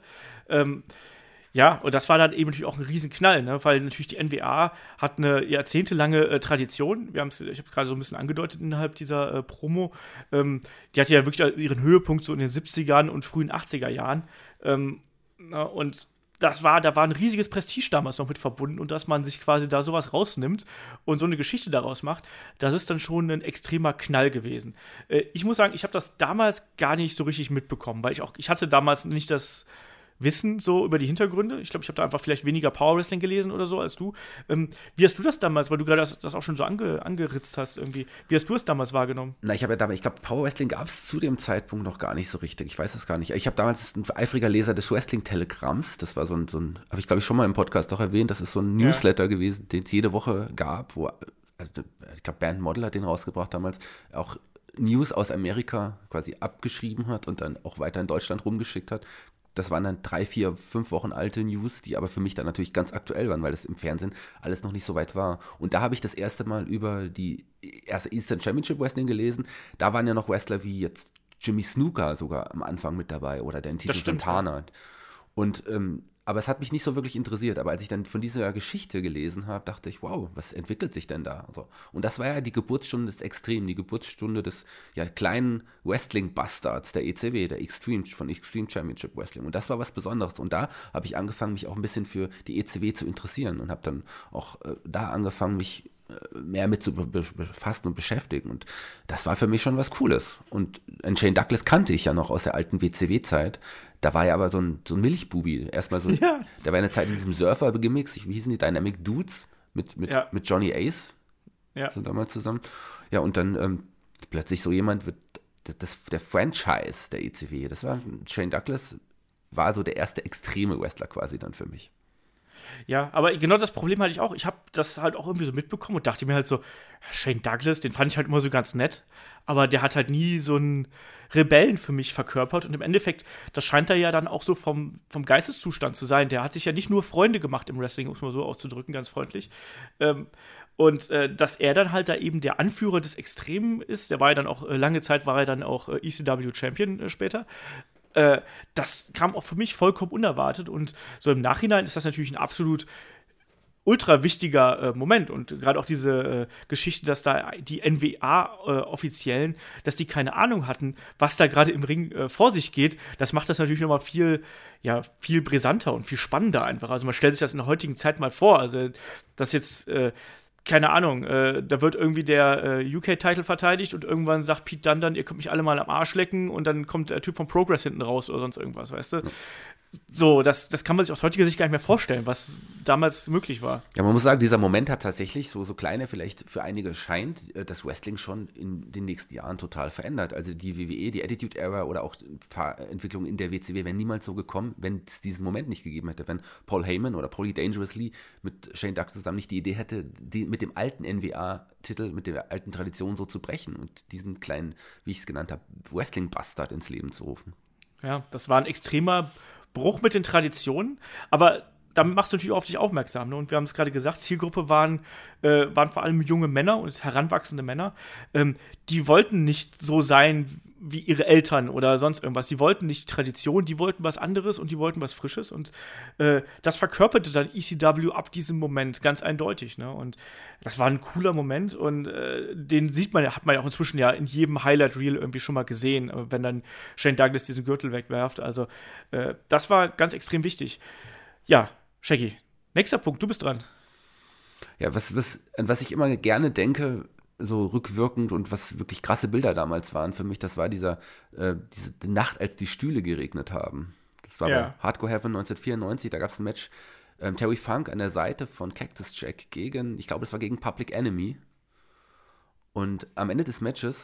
Speaker 2: Ja, und das war dann eben natürlich auch ein Riesenknall, ne? Weil natürlich die NWA hat eine jahrzehntelange Tradition. Ich habe es gerade so ein bisschen angedeutet innerhalb dieser Promo. Die hatte ja wirklich ihren Höhepunkt so in den 70ern und frühen 80er Jahren. Und da war ein riesiges Prestige damals noch mit verbunden und dass man sich quasi da sowas rausnimmt und so eine Geschichte daraus macht, das ist dann schon ein extremer Knall gewesen. Ich muss sagen, ich habe das damals gar nicht so richtig mitbekommen, weil ich hatte damals nicht das Wissen so über die Hintergründe. Ich glaube, ich habe da einfach vielleicht weniger Power Wrestling gelesen oder so als du. Wie hast du das damals, weil du gerade das auch schon so angeritzt hast irgendwie, wie hast du es damals wahrgenommen?
Speaker 3: Na, ich glaube, Power Wrestling gab es zu dem Zeitpunkt noch gar nicht so richtig. Ich weiß es gar nicht. Ich habe damals ein eifriger Leser des Wrestling-Telegramms. Das war so ein habe ich glaube ich schon mal im Podcast auch erwähnt, das ist so ein Newsletter gewesen, den es jede Woche gab, wo, ich glaube, Bernd Model hat den rausgebracht damals, auch News aus Amerika quasi abgeschrieben hat und dann auch weiter in Deutschland rumgeschickt hat. Das waren dann 3, 4, 5 Wochen alte News, die aber für mich dann natürlich ganz aktuell waren, weil das im Fernsehen alles noch nicht so weit war. Und da habe ich das erste Mal über die erste Eastern Championship Wrestling gelesen. Da waren ja noch Wrestler wie jetzt Jimmy Snuka sogar am Anfang mit dabei oder der Tito Santana. Ja. Und aber es hat mich nicht so wirklich interessiert. Aber als ich dann von dieser Geschichte gelesen habe, dachte ich, wow, was entwickelt sich denn da? Also, und das war ja die Geburtsstunde des Extrem, die Geburtsstunde des kleinen Wrestling-Bastards der ECW, der von Extreme Championship Wrestling. Und das war was Besonderes. Und da habe ich angefangen, mich auch ein bisschen für die ECW zu interessieren und habe dann auch da angefangen, mich mehr mit zu befassen und beschäftigen. Und das war für mich schon was Cooles. Und Shane Douglas kannte ich ja noch aus der alten WCW-Zeit. Da war ja aber so ein Milchbubi. Erstmal so, da war eine Zeit in diesem Surfer-Gimmicks, wie hießen die, Dynamic Dudes mit Johnny Ace. Ja. Sind damals zusammen. Ja, und dann plötzlich so jemand wird der Franchise der ECW. Das war Shane Douglas, war so der erste extreme Wrestler quasi dann für mich.
Speaker 2: Ja, aber genau das Problem hatte ich auch. Ich habe das halt auch irgendwie so mitbekommen und dachte mir halt so, Shane Douglas, den fand ich halt immer so ganz nett, aber der hat halt nie so einen Rebellen für mich verkörpert und im Endeffekt, das scheint er ja dann auch so vom Geisteszustand zu sein. Der hat sich ja nicht nur Freunde gemacht im Wrestling, um es mal so auszudrücken, ganz freundlich. Dass er dann halt da eben der Anführer des Extremen ist, der war ja dann auch, lange Zeit war er dann auch ECW-Champion später. Das kam auch für mich vollkommen unerwartet und so im Nachhinein ist das natürlich ein absolut ultra wichtiger Moment und gerade auch diese Geschichte, dass da die NWA-Offiziellen, dass die keine Ahnung hatten, was da gerade im Ring vor sich geht, das macht das natürlich nochmal viel brisanter und viel spannender einfach. Also man stellt sich das in der heutigen Zeit mal vor, also dass jetzt keine Ahnung, da wird irgendwie der UK-Title verteidigt und irgendwann sagt Pete Dunne, ihr könnt mich alle mal am Arsch lecken und dann kommt der Typ von Progress hinten raus oder sonst irgendwas, weißt du? Ja. So, das kann man sich aus heutiger Sicht gar nicht mehr vorstellen, was damals möglich war.
Speaker 3: Ja, man muss sagen, dieser Moment hat tatsächlich, so kleine vielleicht für einige scheint, das Wrestling schon in den nächsten Jahren total verändert. Also die WWE, die Attitude Era oder auch ein paar Entwicklungen in der WCW wären niemals so gekommen, wenn es diesen Moment nicht gegeben hätte. Wenn Paul Heyman oder Paulie Dangerously mit Shane Douglas zusammen nicht die Idee hätte, mit dem alten NWA-Titel, mit der alten Tradition so zu brechen und diesen kleinen, wie ich es genannt habe, Wrestling-Bastard ins Leben zu rufen.
Speaker 2: Ja, das war ein extremer Bruch mit den Traditionen, aber damit machst du natürlich auch auf dich aufmerksam. Ne? Und wir haben es gerade gesagt, Zielgruppe waren vor allem junge Männer und heranwachsende Männer. Die wollten nicht so sein wie ihre Eltern oder sonst irgendwas. Die wollten nicht Tradition, die wollten was anderes und die wollten was Frisches. Und das verkörperte dann ECW ab diesem Moment ganz eindeutig. Ne? Und das war ein cooler Moment und den hat man ja auch inzwischen ja in jedem Highlight-Reel irgendwie schon mal gesehen, wenn dann Shane Douglas diesen Gürtel wegwerft. Also das war ganz extrem wichtig. Ja, Shaggy, nächster Punkt, du bist dran.
Speaker 3: Ja, an was ich immer gerne denke, so rückwirkend und was wirklich krasse Bilder damals waren für mich, das war diese Nacht, als die Stühle geregnet haben. Das war bei Hardcore Heaven 1994, da gab es ein Match, Terry Funk an der Seite von Cactus Jack gegen Public Enemy. Und am Ende des Matches,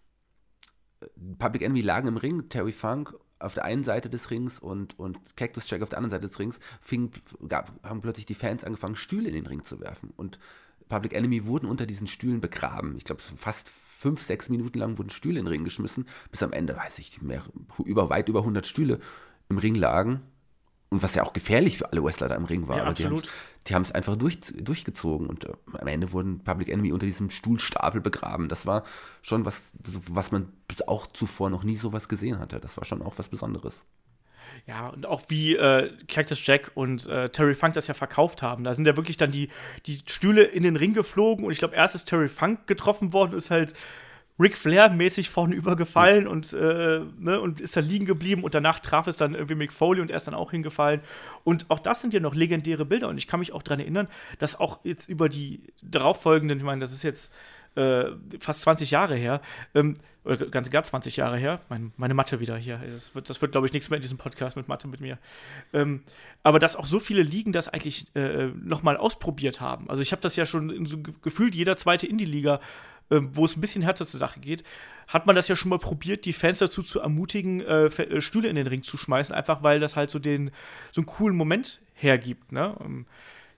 Speaker 3: Public Enemy lagen im Ring, Terry Funk auf der einen Seite des Rings und Cactus Jack auf der anderen Seite des Rings, haben plötzlich die Fans angefangen, Stühle in den Ring zu werfen. Und Public Enemy wurden unter diesen Stühlen begraben. Ich glaube, fast 5, 6 Minuten lang wurden Stühle in den Ring geschmissen, bis am Ende, weiß ich nicht mehr, weit über 100 Stühle im Ring lagen. Und was ja auch gefährlich für alle Wrestler da im Ring war.
Speaker 2: Ja,
Speaker 3: aber
Speaker 2: absolut.
Speaker 3: Die haben es einfach durchgezogen. Und am Ende wurden Public Enemy unter diesem Stuhlstapel begraben. Das war schon was man auch zuvor noch nie sowas gesehen hatte. Das war schon auch was Besonderes.
Speaker 2: Ja, und auch wie Cactus Jack und Terry Funk das ja verkauft haben. Da sind ja wirklich dann die Stühle in den Ring geflogen. Und ich glaube, erst ist Terry Funk getroffen worden, ist halt Ric Flair-mäßig vorne übergefallen und ist dann liegen geblieben und danach traf es dann irgendwie Mick Foley und er ist dann auch hingefallen. Und auch das sind ja noch legendäre Bilder und ich kann mich auch daran erinnern, dass auch jetzt über die darauffolgenden, ich meine, das ist jetzt fast 20 Jahre her, oder ganz gar 20 Jahre her, meine Mathe wieder hier, das wird glaube ich, nichts mehr in diesem Podcast mit Mathe mit mir. Aber dass auch so viele Ligen das eigentlich nochmal ausprobiert haben. Also ich habe das ja schon in so gefühlt jeder zweite Indie-Liga, wo es ein bisschen härter zur Sache geht, hat man das ja schon mal probiert, die Fans dazu zu ermutigen, Stühle in den Ring zu schmeißen, einfach weil das halt so einen coolen Moment hergibt. Ne?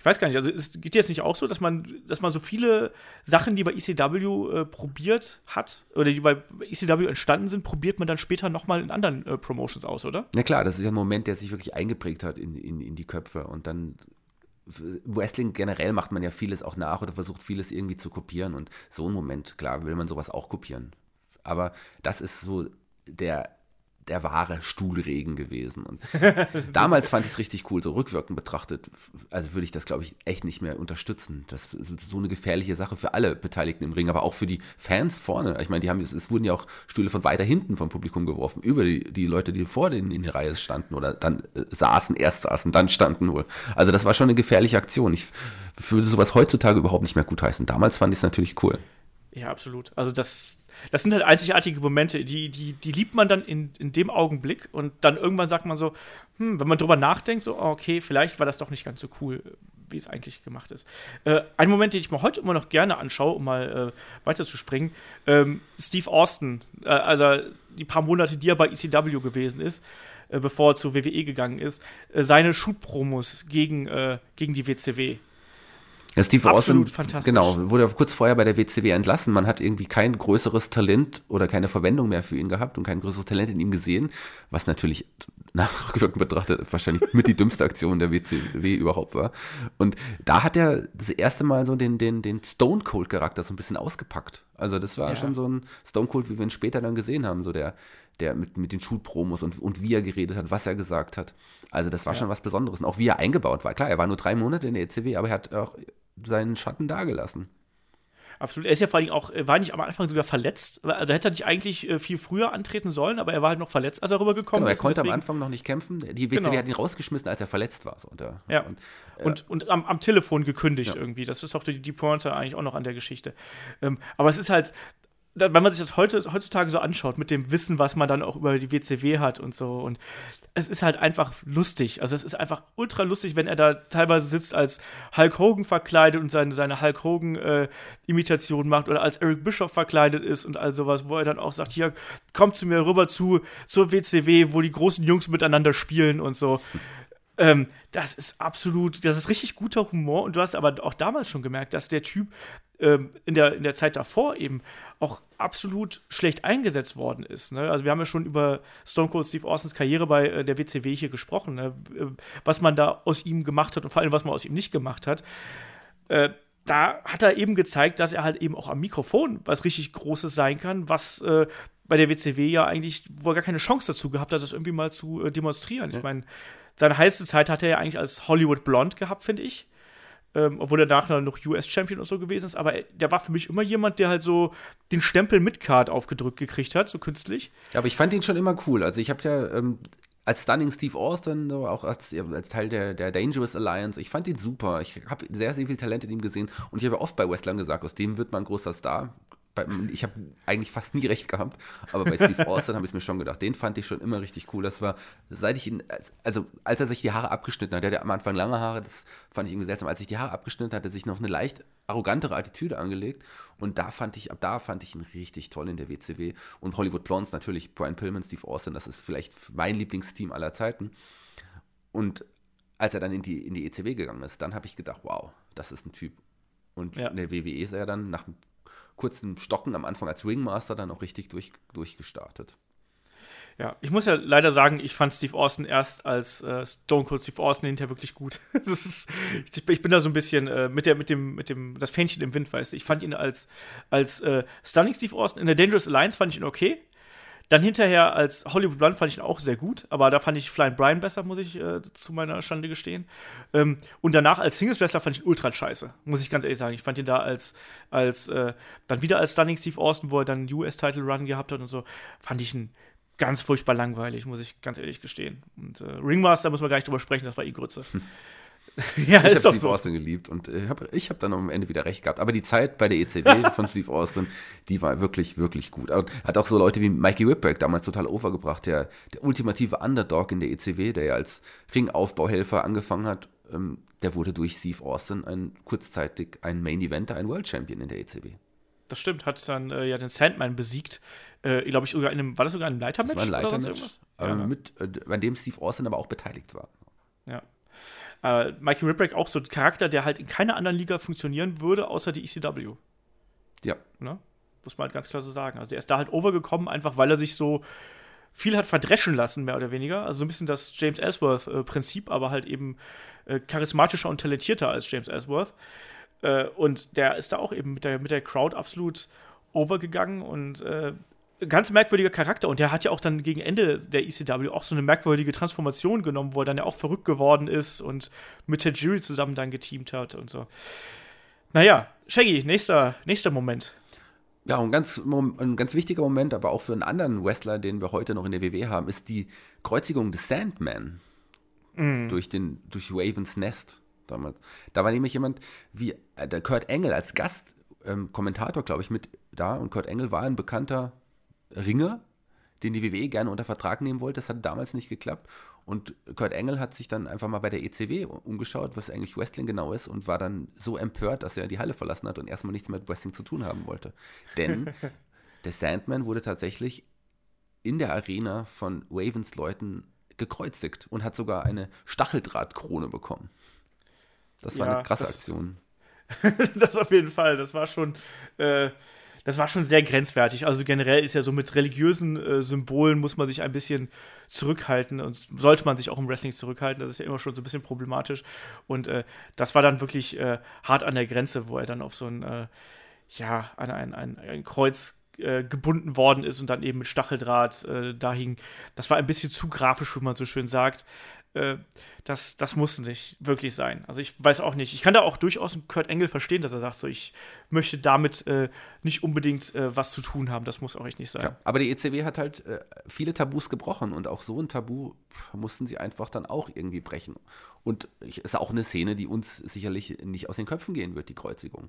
Speaker 2: ich weiß gar nicht, also es geht jetzt nicht auch so, dass man so viele Sachen, die bei ECW probiert hat, oder die bei ECW entstanden sind, probiert man dann später nochmal in anderen Promotions aus, oder?
Speaker 3: Ja klar, das ist ja ein Moment, der sich wirklich eingeprägt hat in die Köpfe. Und dann Wrestling generell macht man ja vieles auch nach oder versucht vieles irgendwie zu kopieren. Und so ein Moment, klar, will man sowas auch kopieren. Aber das ist so der wahre Stuhlregen gewesen. Und damals fand ich es richtig cool, so rückwirkend betrachtet. Also würde ich das, glaube ich, echt nicht mehr unterstützen. Das ist so eine gefährliche Sache für alle Beteiligten im Ring, aber auch für die Fans vorne. Ich meine, es wurden ja auch Stühle von weiter hinten vom Publikum geworfen, über die Leute, die vor denen in der Reihe standen oder dann erst saßen, dann standen wohl. Also das war schon eine gefährliche Aktion. Ich würde sowas heutzutage überhaupt nicht mehr gutheißen. Damals fand ich es natürlich cool.
Speaker 2: Ja, absolut. Also das sind halt einzigartige Momente, die liebt man dann in dem Augenblick und dann irgendwann sagt man so, wenn man drüber nachdenkt, so, okay, vielleicht war das doch nicht ganz so cool, wie es eigentlich gemacht ist. Ein Moment, den ich mir heute immer noch gerne anschaue, um mal weiterzuspringen, Steve Austin, also die paar Monate, die er bei ECW gewesen ist, bevor er zur WWE gegangen ist, seine Shoot-Promos gegen die WCW.
Speaker 3: Ja, Steve
Speaker 2: Absolut
Speaker 3: Austin,
Speaker 2: fantastisch.
Speaker 3: genau, wurde kurz vorher bei der WCW entlassen. Man hat irgendwie kein größeres Talent oder keine Verwendung mehr für ihn gehabt und kein größeres Talent in ihm gesehen, was natürlich nachrückend betrachtet wahrscheinlich mit die dümmste Aktion der WCW überhaupt war. Und da hat er das erste Mal so den Stone Cold Charakter so ein bisschen ausgepackt. Also das war schon so ein Stone Cold, wie wir ihn später dann gesehen haben, so der mit den Shoot-Promos und wie er geredet hat, was er gesagt hat. Also das war schon was Besonderes. Und auch wie er eingebaut war. Klar, er war nur 3 Monate in der ECW, aber er hat auch seinen Schatten dagelassen.
Speaker 2: Absolut. Er ist ja vor allem auch, war nicht am Anfang sogar verletzt. Also hätte er nicht eigentlich viel früher antreten sollen, aber er war halt noch verletzt, als er rübergekommen ist.
Speaker 3: Er konnte am Anfang noch nicht kämpfen. Die WCW hat ihn rausgeschmissen, als er verletzt war. So.
Speaker 2: Und am Telefon gekündigt irgendwie. Das ist auch die Pointe eigentlich auch noch an der Geschichte. Aber es ist halt, wenn man sich das heutzutage so anschaut, mit dem Wissen, was man dann auch über die WCW hat und so, und es ist halt einfach lustig. Also es ist einfach ultra lustig, wenn er da teilweise sitzt als Hulk Hogan verkleidet und seine Hulk Hogan-Imitation macht oder als Eric Bischoff verkleidet ist und all sowas, wo er dann auch sagt, hier, kommt zu mir rüber zur WCW, wo die großen Jungs miteinander spielen und so. Das ist richtig guter Humor und du hast aber auch damals schon gemerkt, dass der Typ in der Zeit davor eben auch absolut schlecht eingesetzt worden ist. Ne? Also wir haben ja schon über Stone Cold Steve Austins Karriere bei der WCW hier gesprochen, ne? Was man da aus ihm gemacht hat und vor allem, was man aus ihm nicht gemacht hat. Da hat er eben gezeigt, dass er halt eben auch am Mikrofon was richtig Großes sein kann, was bei der WCW ja eigentlich, wo er gar keine Chance dazu gehabt hat, das irgendwie mal zu demonstrieren. Ich meine, seine heiße Zeit hat er ja eigentlich als Hollywood Blonde gehabt, finde ich. Obwohl er danach noch US-Champion und so gewesen ist. Aber der war für mich immer jemand, der halt so den Stempel Midcard aufgedrückt gekriegt hat, so künstlich.
Speaker 3: Ja, aber ich fand ihn schon immer cool. Also ich habe ja als Stunning Steve Austin, auch als Teil der Dangerous Alliance, ich fand ihn super. Ich habe sehr, sehr viel Talent in ihm gesehen. Und ich habe ja oft bei Wrestlern gesagt, aus dem wird man ein großer Star. Ich habe eigentlich fast nie recht gehabt, aber bei Steve Austin habe ich es mir schon gedacht. Den fand ich schon immer richtig cool. Das war, seit ich ihn, also als er sich die Haare abgeschnitten hat, der hatte am Anfang lange Haare, das fand ich irgendwie seltsam. Als sich die Haare abgeschnitten hat, hat er sich noch eine leicht arrogantere Attitüde angelegt und ab da fand ich ihn richtig toll in der WCW. Und Hollywood Blondes natürlich, Brian Pillman, Steve Austin, das ist vielleicht mein Lieblingsteam aller Zeiten. Und als er dann in die ECW gegangen ist, dann habe ich gedacht, wow, das ist ein Typ. Und in der WWE ist er dann nach kurzen Stocken am Anfang als Ringmaster dann auch richtig durchgestartet.
Speaker 2: Ja, ich muss ja leider sagen, ich fand Steve Austin erst als Stone Cold Steve Austin hinterher wirklich gut. Ich bin da so ein bisschen mit dem das Fähnchen im Wind, weißt du. Ich fand ihn als Stunning Steve Austin in der Dangerous Alliance fand ich ihn okay. Dann hinterher als Hollywood Blonde fand ich ihn auch sehr gut, aber da fand ich Flying Brian besser, muss ich zu meiner Schande gestehen. Und danach als Singles Wrestler fand ich ihn ultra scheiße, muss ich ganz ehrlich sagen. Ich fand ihn da dann wieder als Stunning Steve Austin, wo er dann einen US-Title-Run gehabt hat und so, fand ich ihn ganz furchtbar langweilig, muss ich ganz ehrlich gestehen. Und Ringmaster muss man gar nicht drüber sprechen, das war Grütze. Ja,
Speaker 3: ich
Speaker 2: ist
Speaker 3: habe
Speaker 2: doch
Speaker 3: Steve
Speaker 2: so.
Speaker 3: Austin geliebt und ich habe dann am Ende wieder recht gehabt. Aber die Zeit bei der ECW von Steve Austin, die war wirklich, wirklich gut. Und hat auch so Leute wie Mikey Whipwreck damals total overgebracht, der ultimative Underdog in der ECW, der ja als Ringaufbauhelfer angefangen hat. Der wurde durch Steve Austin kurzzeitig ein Main Eventer, ein World Champion in der ECW.
Speaker 2: Das stimmt, hat dann ja den Sandman besiegt. Glaube ich, war das sogar ein Leitermatch?
Speaker 3: Das war ein Leitermatch,
Speaker 2: oder sonst irgendwas?
Speaker 3: an dem Steve Austin aber auch beteiligt war.
Speaker 2: Ja. Mikey Whipwreck auch so ein Charakter, der halt in keiner anderen Liga funktionieren würde, außer die ECW.
Speaker 3: Ja.
Speaker 2: Ne? Muss man halt ganz klar so sagen. Also der ist da halt overgekommen, einfach weil er sich so viel hat verdreschen lassen, mehr oder weniger. Also so ein bisschen das James Ellsworth-Prinzip, aber halt eben charismatischer und talentierter als James Ellsworth. Und der ist da auch eben mit der Crowd absolut overgegangen und ganz merkwürdiger Charakter. Und der hat ja auch dann gegen Ende der ECW auch so eine merkwürdige Transformation genommen, wo er dann ja auch verrückt geworden ist und mit Tajiri zusammen dann geteamt hat und so. Naja, Shaggy, nächster Moment.
Speaker 3: Ja, ein ganz wichtiger Moment, aber auch für einen anderen Wrestler, den wir heute noch in der WWE haben, ist die Kreuzigung des Sandman durch Ravens Nest damals. Da war nämlich jemand wie der Kurt Angle als Gastkommentator, glaube ich, mit da. Und Kurt Angle war ein bekannter Ringer, den die WWE gerne unter Vertrag nehmen wollte. Das hat damals nicht geklappt. Und Kurt Angle hat sich dann einfach mal bei der ECW umgeschaut, was eigentlich Wrestling genau ist, und war dann so empört, dass er die Halle verlassen hat und erstmal nichts mehr mit Wrestling zu tun haben wollte. Denn der Sandman wurde tatsächlich in der Arena von Ravens Leuten gekreuzigt und hat sogar eine Stacheldrahtkrone bekommen. Das war eine krasse Aktion.
Speaker 2: Das auf jeden Fall. Das war schon sehr grenzwertig. Also generell ist ja so mit religiösen Symbolen muss man sich ein bisschen zurückhalten und sollte man sich auch im Wrestling zurückhalten. Das ist ja immer schon so ein bisschen problematisch. Und das war dann wirklich hart an der Grenze, wo er dann auf so ein Kreuz gebunden worden ist und dann eben mit Stacheldraht da hing. Das war ein bisschen zu grafisch, wie man so schön sagt. Das muss nicht wirklich sein. Also ich weiß auch nicht. Ich kann da auch durchaus einen Kurt Angle verstehen, dass er sagt, so, ich möchte damit nicht unbedingt was zu tun haben. Das muss auch echt nicht sein.
Speaker 3: Ja, aber die ECW hat halt viele Tabus gebrochen und auch so ein Tabu mussten sie einfach dann auch irgendwie brechen. Und ist auch eine Szene, die uns sicherlich nicht aus den Köpfen gehen wird, die Kreuzigung.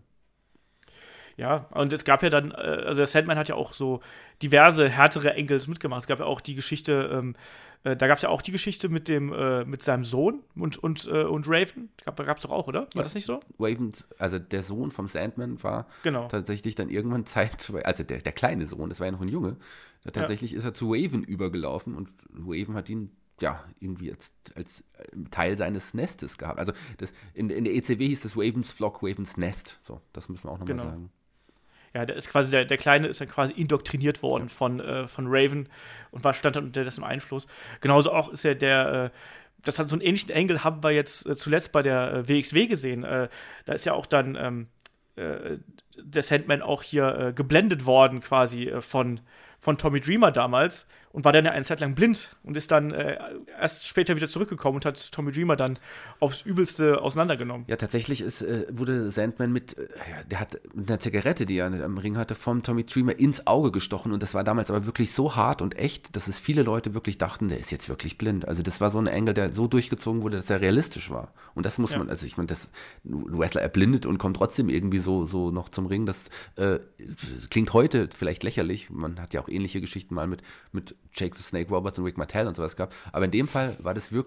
Speaker 2: Ja, und es gab ja dann, also der Sandman hat ja auch so diverse härtere Angles mitgemacht. Es gab ja auch die Geschichte, da gab es ja auch die Geschichte mit seinem Sohn und Raven. Gab's doch auch, oder? War das nicht so?
Speaker 3: Raven, also der Sohn vom Sandman war tatsächlich dann irgendwann also der kleine Sohn, das war ja noch ein Junge, tatsächlich ist er zu Raven übergelaufen und Raven hat ihn irgendwie als Teil seines Nestes gehabt. Also in der ECW hieß das Ravens Flock, Ravens Nest. So, das müssen wir auch nochmal sagen.
Speaker 2: Ja, der ist quasi, der Kleine ist dann quasi indoktriniert worden von Raven und stand dann unter dessen Einfluss. Genauso auch ist ja das hat so einen ähnlichen Angle, haben wir jetzt zuletzt bei der WXW gesehen. Da ist ja auch dann der Sandman auch hier geblendet worden quasi von Tommy Dreamer damals und war dann ja eine Zeit lang blind und ist dann erst später wieder zurückgekommen und hat Tommy Dreamer dann aufs Übelste auseinandergenommen.
Speaker 3: Ja, tatsächlich wurde Sandman der hat mit einer Zigarette, die er am Ring hatte, vom Tommy Dreamer ins Auge gestochen und das war damals aber wirklich so hart und echt, dass es viele Leute wirklich dachten, der ist jetzt wirklich blind. Also das war so ein Angle, der so durchgezogen wurde, dass er realistisch war. Und das muss man, also ich meine, ein Wrestler erblindet und kommt trotzdem irgendwie so noch zum Ring, das klingt heute vielleicht lächerlich, man hat ja auch ähnliche Geschichten mal mit Jake the Snake Roberts und Rick Martel und sowas gehabt, aber in dem Fall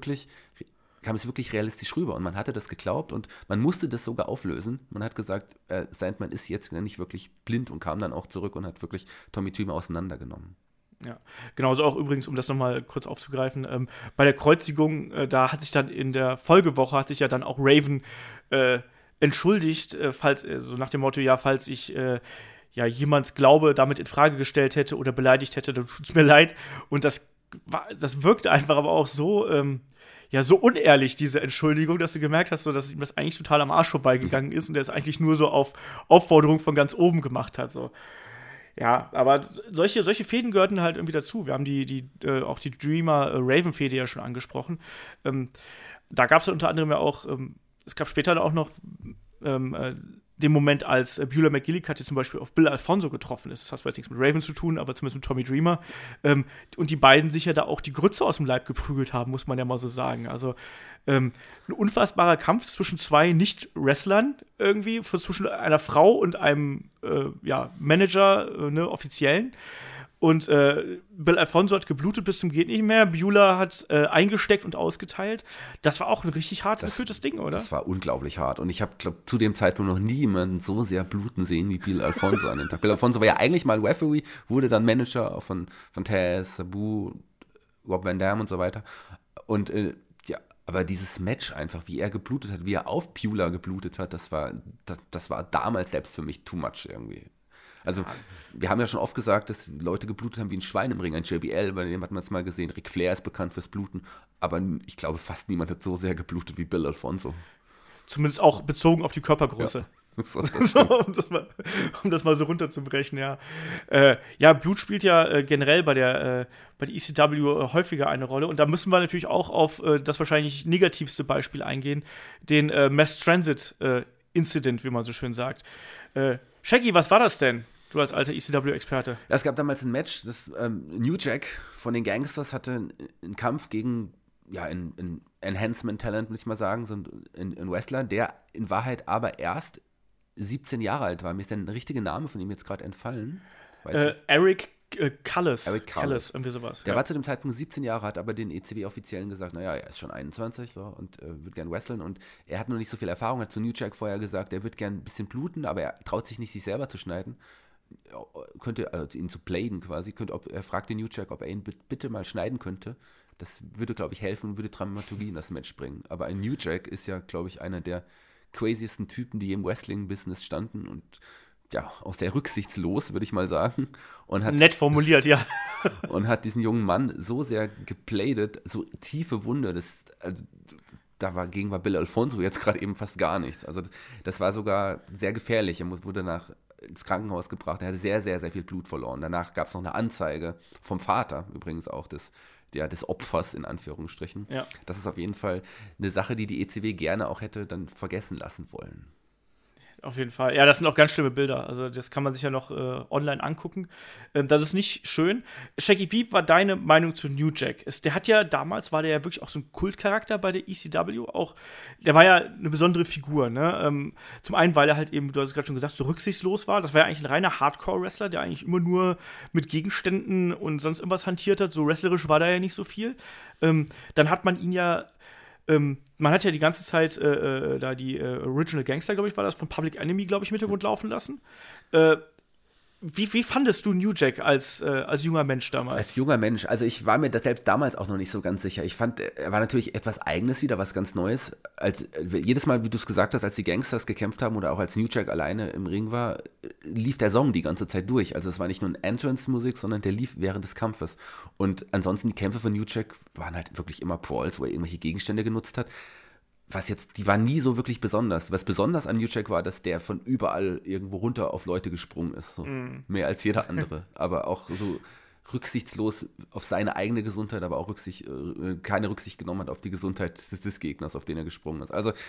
Speaker 3: kam es wirklich realistisch rüber und man hatte das geglaubt und man musste das sogar auflösen. Man hat gesagt, Sandman ist jetzt nicht wirklich blind und kam dann auch zurück und hat wirklich Tommy Dreamer auseinandergenommen.
Speaker 2: Ja, genauso auch übrigens, um das nochmal kurz aufzugreifen, bei der Kreuzigung, da hat sich dann in der Folgewoche, hat sich ja dann auch Raven entschuldigt, falls, so nach dem Motto, falls ich jemands Glaube damit in Frage gestellt hätte oder beleidigt hätte, dann tut's mir leid. Und das wirkte einfach aber auch so, so unehrlich, diese Entschuldigung, dass du gemerkt hast, so, dass ihm das eigentlich total am Arsch vorbeigegangen ist und er es eigentlich nur so auf Aufforderung von ganz oben gemacht hat. So. Ja, aber solche Fäden gehörten halt irgendwie dazu. Wir haben auch die Dreamer-Raven-Fäde ja schon angesprochen. Da gab es unter anderem ja auch, es gab später auch noch den Moment, als Beulah McGillicuddy zum Beispiel auf Bill Alfonso getroffen ist. Das hat zwar jetzt nichts mit Raven zu tun, aber zumindest mit Tommy Dreamer. Und die beiden sich ja da auch die Grütze aus dem Leib geprügelt haben, muss man ja mal so sagen. Also ein unfassbarer Kampf zwischen zwei Nicht-Wrestlern irgendwie, zwischen einer Frau und einem Manager, Offiziellen. Und Bill Alfonso hat geblutet bis zum geht nicht mehr. Beulah hat eingesteckt und ausgeteilt. Das war auch ein richtig hart geführtes Ding, oder?
Speaker 3: Das war unglaublich hart. Und ich habe, glaube zu dem Zeitpunkt noch nie jemanden so sehr bluten sehen wie Bill Alfonso an dem Tag. Bill Alfonso war ja eigentlich mal Referee, wurde dann Manager von Taz, Sabu, Rob Van Dam und so weiter. Und Aber dieses Match einfach, wie er geblutet hat, wie er auf Pula geblutet hat, das war damals selbst für mich too much irgendwie. Also, wir haben ja schon oft gesagt, dass Leute geblutet haben wie ein Schwein im Ring. Ein JBL, bei dem hat man es mal gesehen. Ric Flair ist bekannt fürs Bluten. Aber ich glaube, fast niemand hat so sehr geblutet wie Bill Alfonso.
Speaker 2: Zumindest auch bezogen auf die Körpergröße.
Speaker 3: Ja.
Speaker 2: Um das mal so runterzubrechen, ja. Ja, Blut spielt ja generell bei der ECW häufiger eine Rolle. Und da müssen wir natürlich auch auf das wahrscheinlich negativste Beispiel eingehen, den Mass Transit Incident, wie man so schön sagt. Shaggy, was war das denn? Du als alter ECW-Experte.
Speaker 3: Ja, es gab damals ein Match, das New Jack von den Gangsters hatte einen Kampf gegen ein Enhancement-Talent, muss ich mal sagen, so ein Wrestler, der in Wahrheit aber erst 17 Jahre alt war. Mir ist der richtige Name von ihm jetzt gerade entfallen.
Speaker 2: Eric Callis.
Speaker 3: Eric Callis,
Speaker 2: irgendwie sowas.
Speaker 3: Der war zu dem Zeitpunkt 17 Jahre, hat aber den ECW-Offiziellen gesagt, naja, er ist schon 21 so, und wird gern wresteln. Und er hat noch nicht so viel Erfahrung, hat zu New Jack vorher gesagt, er wird gern ein bisschen bluten, aber er traut sich nicht, sich selber zu schneiden. Ihn zu playen quasi. Er fragte New Jack, ob er ihn bitte mal schneiden könnte. Das würde, glaube ich, helfen und würde Dramaturgie in das Match bringen. Aber ein New Jack ist ja, glaube ich, einer der craziesten Typen, die im Wrestling-Business standen und ja, auch sehr rücksichtslos, würde ich mal sagen. Und hat,
Speaker 2: nett formuliert, ja.
Speaker 3: Und hat diesen jungen Mann so sehr geplatet, so tiefe Wunde, dagegen war Bill Alfonso jetzt gerade eben fast gar nichts. Also das war sogar sehr gefährlich. Er wurde ins Krankenhaus gebracht. Er hatte sehr, sehr, sehr viel Blut verloren. Danach gab es noch eine Anzeige vom Vater, übrigens auch des Opfers in Anführungsstrichen.
Speaker 2: Ja.
Speaker 3: Das ist auf jeden Fall eine Sache, die ECW gerne auch hätte dann vergessen lassen wollen.
Speaker 2: Auf jeden Fall. Ja, das sind auch ganz schlimme Bilder. Also das kann man sich ja noch online angucken. Das ist nicht schön. Shaggy, wie war deine Meinung zu New Jack? Damals war der ja wirklich auch so ein Kultcharakter bei der ECW. Der war ja eine besondere Figur, ne? Zum einen, weil er halt eben, du hast es gerade schon gesagt, so rücksichtslos war. Das war ja eigentlich ein reiner Hardcore-Wrestler, der eigentlich immer nur mit Gegenständen und sonst irgendwas hantiert hat. So wrestlerisch war da ja nicht so viel. Dann hat man ihn ja man hat ja die ganze Zeit da die Original Gangster, glaube ich, war das, von Public Enemy, glaube ich, im Hintergrund laufen lassen. Wie fandest du New Jack als junger Mensch damals?
Speaker 3: Als junger Mensch, also ich war mir das selbst damals auch noch nicht so ganz sicher. Ich fand, er war natürlich etwas Eigenes wieder, was ganz Neues. Jedes Mal, wie du es gesagt hast, als die Gangsters gekämpft haben oder auch als New Jack alleine im Ring war, lief der Song die ganze Zeit durch. Also es war nicht nur ein Entrance-Musik, sondern der lief während des Kampfes. Und ansonsten die Kämpfe von New Jack waren halt wirklich immer Brawls, wo er irgendwelche Gegenstände genutzt hat. Die waren nie so wirklich besonders. Was besonders an New Jack war, dass der von überall irgendwo runter auf Leute gesprungen ist. So. Mehr als jeder andere. Aber auch so rücksichtslos auf seine eigene Gesundheit, aber auch keine Rücksicht genommen hat auf die Gesundheit des Gegners, auf den er gesprungen ist. Also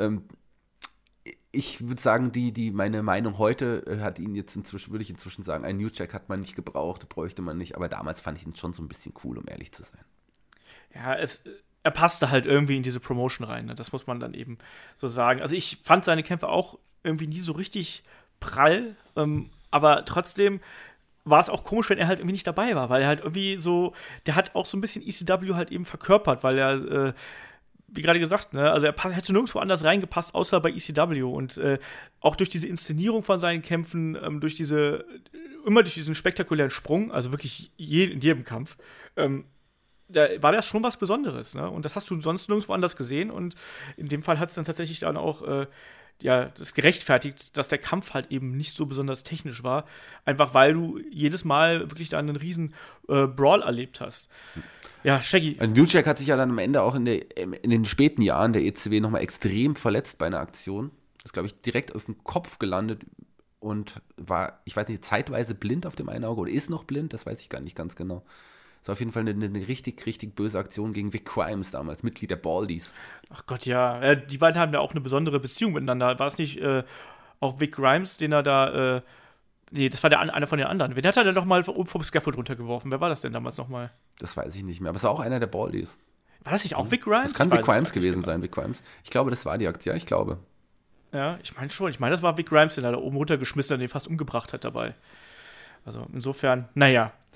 Speaker 3: ich würde sagen, meine Meinung heute würde ich inzwischen sagen, ein New Jack hat man nicht gebraucht, bräuchte man nicht. Aber damals fand ich ihn schon so ein bisschen cool, um ehrlich zu sein.
Speaker 2: Ja, er passte halt irgendwie in diese Promotion rein, ne? Das muss man dann eben so sagen. Also ich fand seine Kämpfe auch irgendwie nie so richtig prall, aber trotzdem war es auch komisch, wenn er halt irgendwie nicht dabei war, weil er halt irgendwie so, der hat auch so ein bisschen ECW halt eben verkörpert, weil er, wie gerade gesagt, ne, also er hätte nirgendwo anders reingepasst, außer bei ECW und auch durch diese Inszenierung von seinen Kämpfen, durch diesen spektakulären Sprung, also wirklich in jedem Kampf, da war das schon was Besonderes, ne? Und das hast du sonst nirgendwo anders gesehen. Und in dem Fall hat es dann tatsächlich dann auch das gerechtfertigt, dass der Kampf halt eben nicht so besonders technisch war. Einfach weil du jedes Mal wirklich da einen riesen Brawl erlebt hast. Ja, Shaggy.
Speaker 3: New Jack hat sich ja dann am Ende auch in den späten Jahren der ECW nochmal extrem verletzt bei einer Aktion. Ist, glaube ich, direkt auf dem Kopf gelandet und war, ich weiß nicht, zeitweise blind auf dem einen Auge oder ist noch blind, das weiß ich gar nicht ganz genau. Das war auf jeden Fall eine richtig, richtig böse Aktion gegen Vic Grimes damals, Mitglied der Baldies.
Speaker 2: Ach Gott, ja. Die beiden haben ja auch eine besondere Beziehung miteinander. War es nicht auch Vic Grimes, den er da nee, das war einer von den anderen. Wen hat er denn noch mal vom Scaffold runtergeworfen? Wer war das denn damals noch mal?
Speaker 3: Das weiß ich nicht mehr, aber es war auch einer der Baldies.
Speaker 2: War das nicht auch Vic Grimes?
Speaker 3: Das kann Vic Grimes gewesen sein, Vic Grimes. Ich glaube, das war die Aktion, ja, ich glaube.
Speaker 2: Ja, ich meine schon. Ich meine, das war Vic Grimes, den er da oben runtergeschmissen hat, den fast umgebracht hat dabei. Also insofern, naja.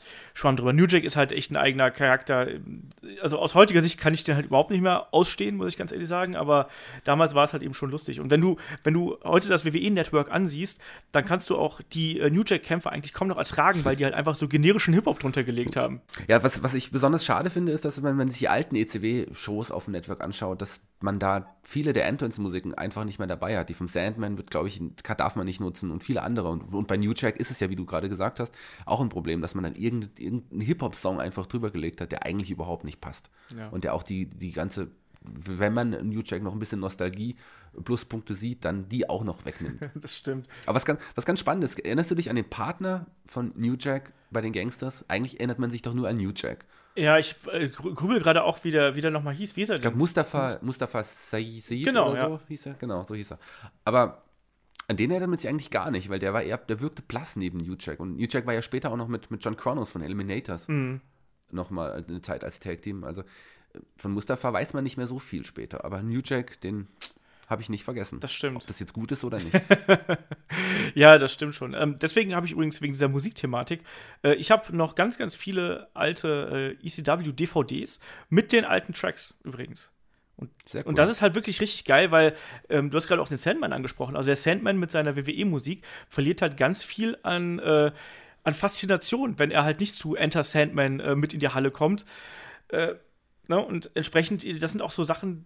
Speaker 2: Schwamm drüber. New Jack ist halt echt ein eigener Charakter. Also aus heutiger Sicht kann ich den halt überhaupt nicht mehr ausstehen, muss ich ganz ehrlich sagen, aber damals war es halt eben schon lustig. Und wenn du heute das WWE-Network ansiehst, dann kannst du auch die New Jack-Kämpfe eigentlich kaum noch ertragen, weil die halt einfach so generischen Hip-Hop drunter gelegt haben.
Speaker 3: Ja, was ich besonders schade finde, ist, dass wenn man sich die alten ECW-Shows auf dem Network anschaut, dass man da viele der Entrance-Musiken einfach nicht mehr dabei hat. Die vom Sandman wird, glaube ich, darf man nicht nutzen und viele andere. Und bei New Jack ist es ja, wie du gerade gesagt hast, auch ein Problem, dass man dann irgendeinen Hip-Hop-Song einfach drüber gelegt hat, der eigentlich überhaupt nicht passt.
Speaker 2: Ja.
Speaker 3: Und der auch die ganze, wenn man New Jack noch ein bisschen Nostalgie Pluspunkte sieht, dann die auch noch wegnimmt.
Speaker 2: Das stimmt.
Speaker 3: Aber was ganz Spannendes, erinnerst du dich an den Partner von New Jack bei den Gangsters? Eigentlich erinnert man sich doch nur an New Jack.
Speaker 2: Ja, ich grübel gerade auch, wie der nochmal hieß. Wie hieß er denn?
Speaker 3: Ich glaube, Mustafa Sayyid
Speaker 2: genau,
Speaker 3: oder so hieß er. Genau, so hieß er. Aber an den erinnert man sich eigentlich gar nicht, weil der wirkte blass neben New Jack. Und New Jack war ja später auch noch mit John Kronos von Eliminators nochmal eine Zeit als Tag-Team. Also von Mustafa weiß man nicht mehr so viel später. Aber New Jack, den habe ich nicht vergessen.
Speaker 2: Das stimmt.
Speaker 3: Ob das jetzt gut ist oder nicht.
Speaker 2: Ja, das stimmt schon. Deswegen habe ich übrigens wegen dieser Musikthematik, ich habe noch ganz, ganz viele alte ECW-DVDs mit den alten Tracks übrigens.
Speaker 3: Sehr cool.
Speaker 2: Und das ist halt wirklich richtig geil, weil du hast gerade auch den Sandman angesprochen. Also der Sandman mit seiner WWE-Musik verliert halt ganz viel an Faszination, wenn er halt nicht zu Enter Sandman mit in die Halle kommt. Und entsprechend, das sind auch so Sachen,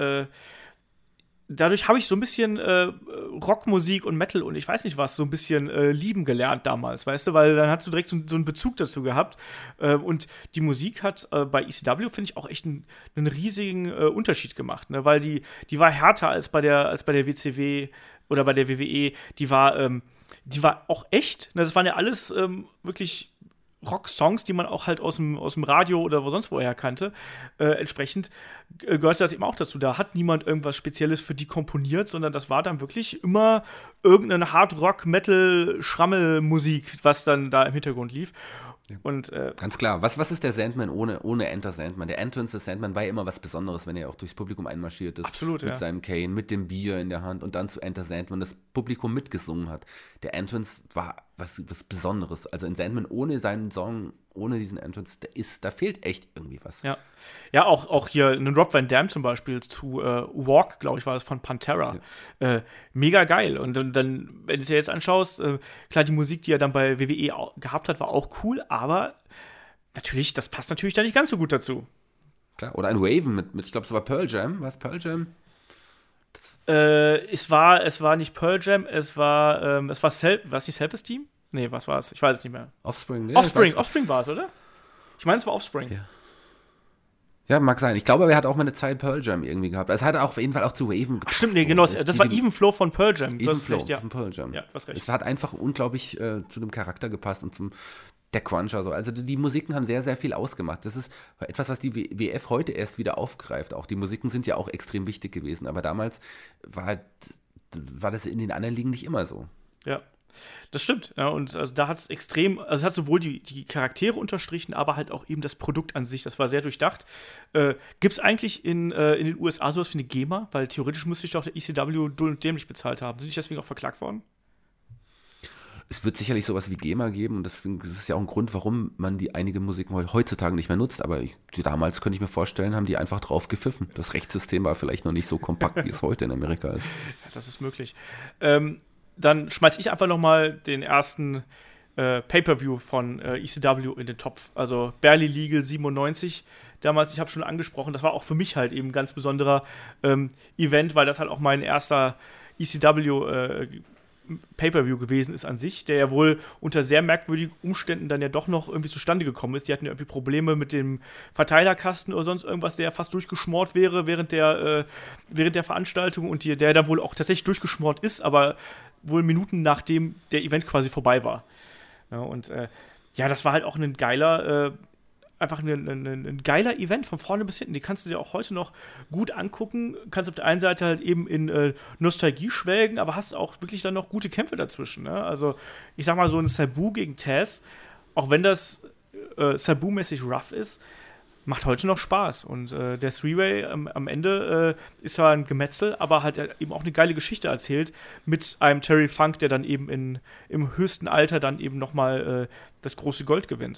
Speaker 2: dadurch habe ich so ein bisschen Rockmusik und Metal und ich weiß nicht was, so ein bisschen lieben gelernt damals, weißt du, weil dann hast du direkt so einen Bezug dazu gehabt. Und die Musik hat bei ECW, finde ich, auch echt einen riesigen Unterschied gemacht, ne? Weil die war härter als bei der WCW oder bei der WWE. Die war auch echt. Ne? Das waren ja alles wirklich Rock-Songs, die man auch halt aus dem Radio oder wo sonst woher kannte. Entsprechend gehört das eben auch dazu. Da hat niemand irgendwas Spezielles für die komponiert, sondern das war dann wirklich immer irgendeine Hard-Rock-Metal-Schrammel-Musik, was dann da im Hintergrund lief. Und,
Speaker 3: ganz klar. Was ist der Sandman ohne Enter Sandman? Der Entrance des Sandman war ja immer was Besonderes, wenn er auch durchs Publikum einmarschiert ist.
Speaker 2: Absolut,
Speaker 3: mit seinem Cane, mit dem Bier in der Hand und dann zu Enter Sandman das Publikum mitgesungen hat. Der Entrance war was Besonderes. Also in Sandman ohne seinen Song, ohne diesen Entrance, da fehlt echt irgendwie was.
Speaker 2: Ja, ja, auch hier einen Rob Van Dam zum Beispiel zu Walk, glaube ich, war das von Pantera. Ja. Mega geil. Und dann, wenn du es dir jetzt anschaust, klar, die Musik, die er dann bei WWE gehabt hat, war auch cool, aber natürlich, das passt natürlich da nicht ganz so gut dazu.
Speaker 3: Klar, oder ein Raven mit ich glaube, es war Pearl Jam. War es Pearl Jam?
Speaker 2: Es war nicht Pearl Jam, es war die Self-Esteem? Nee, was war es? Ich weiß es nicht mehr.
Speaker 3: Offspring, ne?
Speaker 2: Offspring war es, oder? Ich meine, es war Offspring.
Speaker 3: Ja, mag sein. Ich glaube, er hat auch mal eine Zeit Pearl Jam irgendwie gehabt. Also hat er auf jeden Fall auch zu Raven gepasst.
Speaker 2: Stimmt, nee, genau. Das war Even Flow von Pearl Jam.
Speaker 3: Even Flow von Pearl Jam.
Speaker 2: Ja, was recht.
Speaker 3: Es hat einfach unglaublich zu dem Charakter gepasst und zum der Cruncher. So. Also die Musiken haben sehr, sehr viel ausgemacht. Das ist etwas, was die WF heute erst wieder aufgreift. Auch die Musiken sind ja auch extrem wichtig gewesen. Aber damals war das in den anderen Ligen nicht immer so.
Speaker 2: Ja. Das stimmt, ja, und also da hat es extrem, also es hat sowohl die Charaktere unterstrichen, aber halt auch eben das Produkt an sich, das war sehr durchdacht. Gibt es eigentlich in den USA sowas wie eine GEMA? Weil theoretisch müsste ich doch der ECW dull und dämlich bezahlt haben. Sind die deswegen auch verklagt worden?
Speaker 3: Es wird sicherlich sowas wie GEMA geben und deswegen ist es ja auch ein Grund, warum man einige Musiken heutzutage nicht mehr nutzt, aber damals könnte ich mir vorstellen, haben die einfach drauf gepfiffen. Das Rechtssystem war vielleicht noch nicht so kompakt, wie es heute in Amerika ist.
Speaker 2: Ja, das ist möglich. Dann schmeiß ich einfach noch mal den ersten Pay-Per-View von ECW in den Topf. Also Barely Legal 97 damals, ich habe schon angesprochen, das war auch für mich halt eben ein ganz besonderer Event, weil das halt auch mein erster ECW Pay-Per-View gewesen ist an sich, der ja wohl unter sehr merkwürdigen Umständen dann ja doch noch irgendwie zustande gekommen ist. Die hatten ja irgendwie Probleme mit dem Verteilerkasten oder sonst irgendwas, der ja fast durchgeschmort wäre während der Veranstaltung und der dann wohl auch tatsächlich durchgeschmort ist, aber wohl Minuten nachdem der Event quasi vorbei war. Ja, und das war halt auch ein geiler Event von vorne bis hinten. Die kannst du dir auch heute noch gut angucken. Kannst auf der einen Seite halt eben in Nostalgie schwelgen, aber hast auch wirklich dann noch gute Kämpfe dazwischen. Ne? Also ich sag mal so ein Sabu gegen Taz, auch wenn das Sabu-mäßig rough ist, macht heute noch Spaß. Und der Three-Way am Ende ist zwar ein Gemetzel, aber hat eben auch eine geile Geschichte erzählt mit einem Terry Funk, der dann eben im höchsten Alter dann eben nochmal das große Gold gewinnt.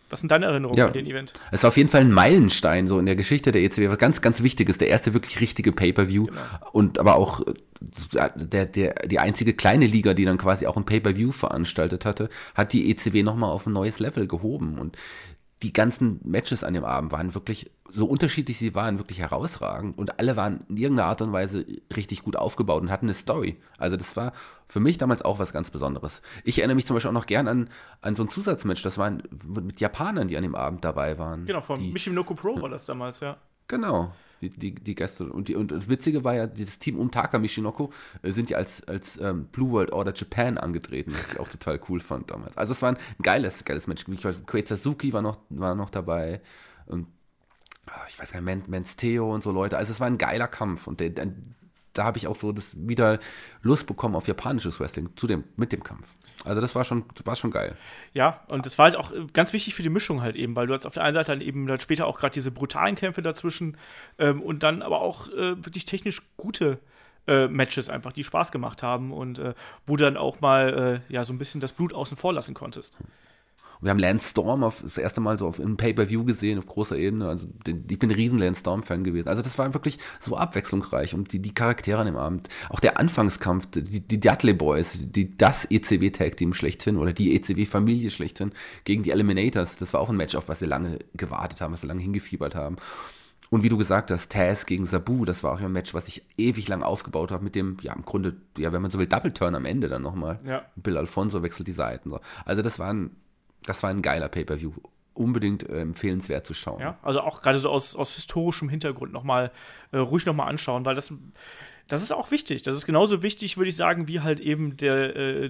Speaker 2: Was sind deine Erinnerungen an den Event?
Speaker 3: Es war auf jeden Fall ein Meilenstein so in der Geschichte der ECW, was ganz, ganz wichtig ist. Der erste wirklich richtige Pay-Per-View und aber auch die einzige kleine Liga, die dann quasi auch ein Pay-Per-View veranstaltet hatte, hat die ECW nochmal auf ein neues Level gehoben. Und die ganzen Matches an dem Abend waren wirklich, so unterschiedlich sie waren, wirklich herausragend und alle waren in irgendeiner Art und Weise richtig gut aufgebaut und hatten eine Story. Also das war für mich damals auch was ganz Besonderes. Ich erinnere mich zum Beispiel auch noch gern an so ein Zusatzmatch, das waren mit Japanern, die an dem Abend dabei waren.
Speaker 2: Genau, von Michinoku Pro war das damals, ja.
Speaker 3: Genau. Die Gäste. Und das Witzige war ja, dieses Team um Taka Michinoku sind ja als Blue World Order Japan angetreten, was ich auch total cool fand damals. Also es war ein geiles Match. Koei Suzuki war noch dabei. Und ich weiß gar nicht, Mans Theo und so Leute. Also es war ein geiler Kampf. Und da habe ich auch so wieder Lust bekommen auf japanisches Wrestling mit dem Kampf. Also das war schon geil.
Speaker 2: Ja, und das war halt auch ganz wichtig für die Mischung halt eben, weil du hast auf der einen Seite dann eben dann später auch gerade diese brutalen Kämpfe dazwischen und dann aber auch wirklich technisch gute Matches einfach, die Spaß gemacht haben und wo du dann auch mal so ein bisschen das Blut außen vor lassen konntest.
Speaker 3: Wir haben Lance Storm das erste Mal so auf einem Pay-Per-View gesehen, auf großer Ebene. Also ich bin ein riesen Lance Storm-Fan gewesen. Also das war wirklich so abwechslungsreich und die Charaktere an dem Abend. Auch der Anfangskampf, die Dudley Boys, das ECW-Tag-Team schlechthin oder die ECW-Familie schlechthin gegen die Eliminators. Das war auch ein Match, auf was wir lange gewartet haben, was wir lange hingefiebert haben. Und wie du gesagt hast, Taz gegen Sabu, das war auch ein Match, was ich ewig lang aufgebaut habe mit dem, im Grunde, wenn man so will, Double-Turn am Ende dann nochmal. Ja. Bill Alfonso wechselt die Seiten. So. Also das war ein geiler Pay-Per-View. Unbedingt empfehlenswert zu schauen. Ja,
Speaker 2: also auch gerade so aus historischem Hintergrund ruhig nochmal anschauen, weil das ist auch wichtig. Das ist genauso wichtig, würde ich sagen, wie halt eben der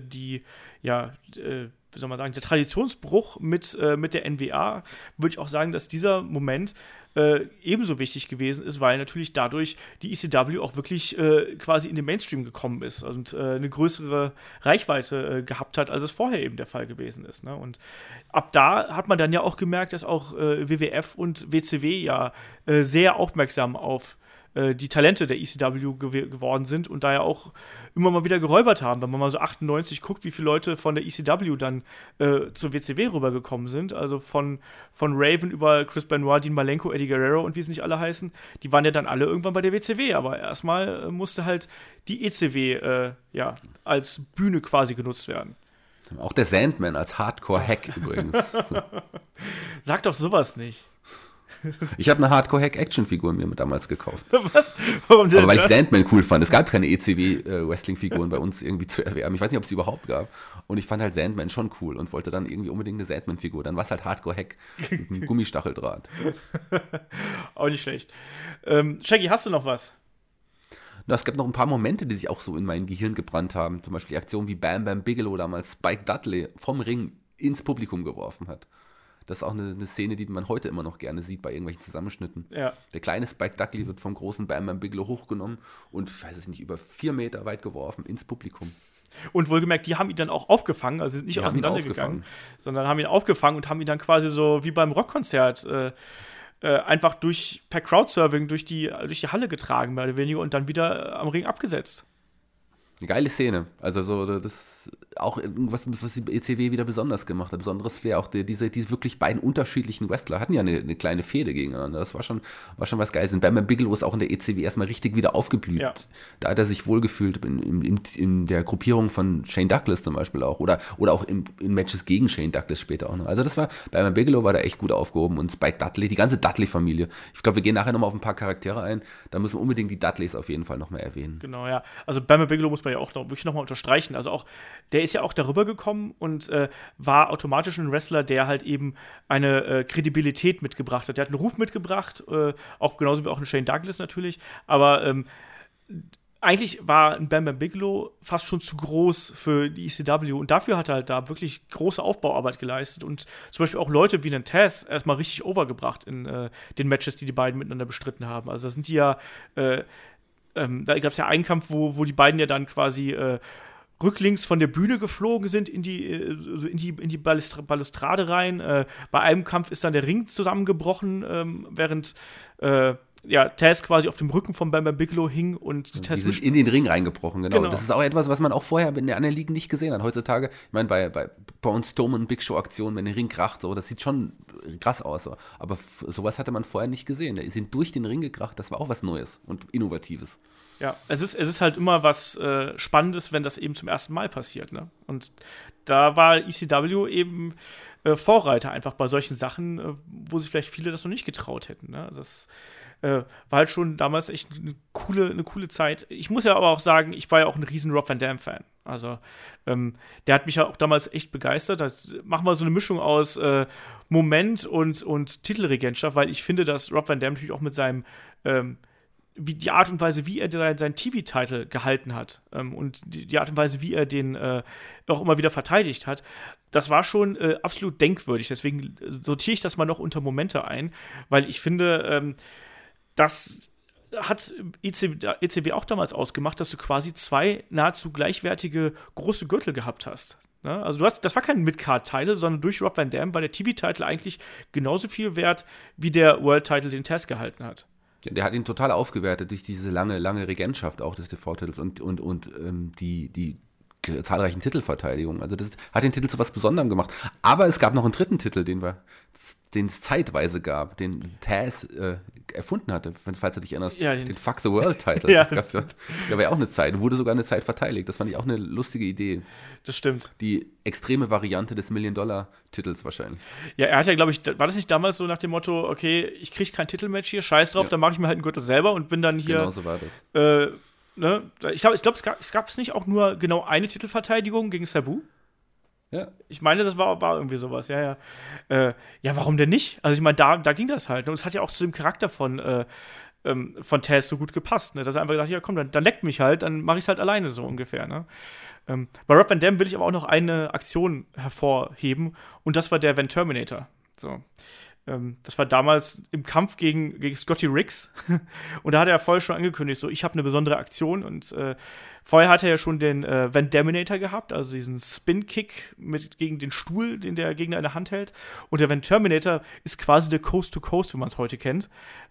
Speaker 2: Traditionsbruch mit der NWA, würde ich auch sagen, dass dieser Moment ebenso wichtig gewesen ist, weil natürlich dadurch die ECW auch wirklich quasi in den Mainstream gekommen ist und eine größere Reichweite gehabt hat, als es vorher eben der Fall gewesen ist. Ne? Und ab da hat man dann ja auch gemerkt, dass auch WWF und WCW ja sehr aufmerksam auf die Talente der ECW geworden sind und da ja auch immer mal wieder geräubert haben. Wenn man mal so 98 guckt, wie viele Leute von der ECW dann zur WCW rübergekommen sind, also von Raven über Chris Benoit, Dean Malenko, Eddie Guerrero und wie es nicht alle heißen, die waren ja dann alle irgendwann bei der WCW, aber erstmal musste halt die ECW als Bühne quasi genutzt werden.
Speaker 3: Auch der Sandman als Hardcore-Hack übrigens. So.
Speaker 2: Sag doch sowas nicht.
Speaker 3: Ich habe eine Hardcore-Hack-Action-Figur mir damals gekauft.
Speaker 2: Was? Warum denn?
Speaker 3: Aber weil ich Sandman cool fand. Es gab keine ECW-Wrestling-Figuren bei uns irgendwie zu erwerben. Ich weiß nicht, ob es die überhaupt gab. Und ich fand halt Sandman schon cool und wollte dann irgendwie unbedingt eine Sandman-Figur. Dann war es halt Hardcore-Hack mit einem Gummistacheldraht.
Speaker 2: Auch nicht schlecht. Shaggy, hast du noch was?
Speaker 3: Na, es gab noch ein paar Momente, die sich auch so in mein Gehirn gebrannt haben. Zum Beispiel die Aktion, wie Bam Bam Bigelow damals Spike Dudley vom Ring ins Publikum geworfen hat. Das ist auch eine Szene, die man heute immer noch gerne sieht bei irgendwelchen Zusammenschnitten. Ja. Der kleine Spike Dudley wird vom großen Bam Bam Bigelow hochgenommen und, ich weiß es nicht, über 4 Meter weit geworfen ins Publikum.
Speaker 2: Und wohlgemerkt, die haben ihn dann auch aufgefangen, also sind nicht auseinandergegangen, sondern haben ihn aufgefangen und haben ihn dann quasi so wie beim Rockkonzert einfach per Crowdsurfing durch die Halle getragen, mehr oder weniger, und dann wieder am Ring abgesetzt.
Speaker 3: Eine geile Szene. Also so, das auch irgendwas, was die ECW wieder besonders gemacht hat. Besonderes Flair. Auch diese wirklich beiden unterschiedlichen Wrestler hatten ja eine kleine Fehde gegeneinander. Das war schon was Geiles. Und Bam Bam Bigelow ist auch in der ECW erstmal richtig wieder aufgeblüht. Ja. Da hat er sich wohlgefühlt in der Gruppierung von Shane Douglas zum Beispiel auch. Oder auch in Matches gegen Shane Douglas später auch noch. Also das war, Bam Bam Bigelow war da echt gut aufgehoben. Und Spike Dudley, die ganze Dudley-Familie. Ich glaube, wir gehen nachher nochmal auf ein paar Charaktere ein. Da müssen wir unbedingt die Dudleys auf jeden Fall nochmal erwähnen.
Speaker 2: Genau, ja. Also Bam Bam Bigelow muss man ja auch wirklich nochmal unterstreichen. Also auch, der ist ja auch darüber gekommen und war automatisch ein Wrestler, der halt eben eine Kredibilität mitgebracht hat. Der hat einen Ruf mitgebracht, auch genauso wie auch ein Shane Douglas natürlich, aber eigentlich war ein Bam Bam Bigelow fast schon zu groß für die ECW und dafür hat er halt da wirklich große Aufbauarbeit geleistet und zum Beispiel auch Leute wie den Taz erstmal richtig overgebracht in den Matches, die beiden miteinander bestritten haben. Also da sind die ja da gab es ja einen Kampf, wo die beiden ja dann quasi rücklings von der Bühne geflogen sind in die Balustrade rein. Bei einem Kampf ist dann der Ring zusammengebrochen, während Taz quasi auf dem Rücken von Bam Bam Bigelow hing und die Taz
Speaker 3: sind in den Ring reingebrochen, genau. Das ist auch etwas, was man auch vorher in der anderen Ligen nicht gesehen hat. Heutzutage, ich meine, bei Braun Strowman Big Show Aktionen, wenn der Ring kracht, so, das sieht schon krass aus. So. Aber sowas hatte man vorher nicht gesehen. Die sind durch den Ring gekracht, das war auch was Neues und Innovatives.
Speaker 2: Ja, es ist halt immer was Spannendes, wenn das eben zum ersten Mal passiert, ne? Und da war ECW eben Vorreiter einfach bei solchen Sachen, wo sich vielleicht viele das noch nicht getraut hätten, ne? Also das war halt schon damals echt eine coole Zeit. Ich muss ja aber auch sagen, ich war ja auch ein riesen Rob Van Dam-Fan. Also, der hat mich ja auch damals echt begeistert. Das machen wir so eine Mischung aus Moment und Titelregentschaft, weil ich finde, dass Rob Van Dam natürlich auch mit seinem wie die Art und Weise, wie er seinen TV-Titel gehalten hat und die Art und Weise, wie er den auch immer wieder verteidigt hat, das war schon absolut denkwürdig. Deswegen sortiere ich das mal noch unter Momente ein, weil ich finde, das hat ECW auch damals ausgemacht, dass du quasi zwei nahezu gleichwertige große Gürtel gehabt hast. Ne? Also das war kein Mid-Card-Title, sondern durch Rob Van Dam war der TV-Titel eigentlich genauso viel wert, wie der World-Title, den Taz gehalten hat.
Speaker 3: Der hat ihn total aufgewertet durch diese lange Regentschaft auch des TV-Titels und die zahlreichen Titelverteidigungen. Also das hat den Titel zu was Besonderem gemacht. Aber es gab noch einen dritten Titel, den es zeitweise gab, den Taz erfunden hatte, falls du dich erinnerst. Ja, den Fuck the World-Titel. Ja, der war ja auch eine Zeit, wurde sogar eine Zeit verteidigt. Das fand ich auch eine lustige Idee.
Speaker 2: Das stimmt.
Speaker 3: Die extreme Variante des $1-Million-Titels wahrscheinlich.
Speaker 2: Ja, er hat ja, glaube ich, war das nicht damals so nach dem Motto, okay, ich kriege kein Titelmatch hier, scheiß drauf, dann mache ich mir halt einen Gürtel selber und bin dann hier.
Speaker 3: Genau so war das.
Speaker 2: Ne? Ich glaube, es gab nicht auch nur genau eine Titelverteidigung gegen Sabu?
Speaker 3: Ja.
Speaker 2: Ich meine, das war irgendwie sowas, ja. Ja, warum denn nicht? Also ich meine, da ging das halt. Und es hat ja auch zu dem Charakter von Taz so gut gepasst, ne? Dass er einfach gesagt hat, ja komm, dann leckt mich halt, dann mache ich es halt alleine so ungefähr, ne? Bei Rob Van Dam will ich aber auch noch eine Aktion hervorheben und das war der Van Terminator. So. Das war damals im Kampf gegen Scotty Riggs. Und da hat er vorher schon angekündigt, so, ich habe eine besondere Aktion. Und vorher hat er ja schon den Van Daminator gehabt, also diesen Spin-Kick gegen den Stuhl, den der Gegner in der Hand hält. Und der Van Terminator ist quasi der Coast-to-Coast, wie man es heute kennt.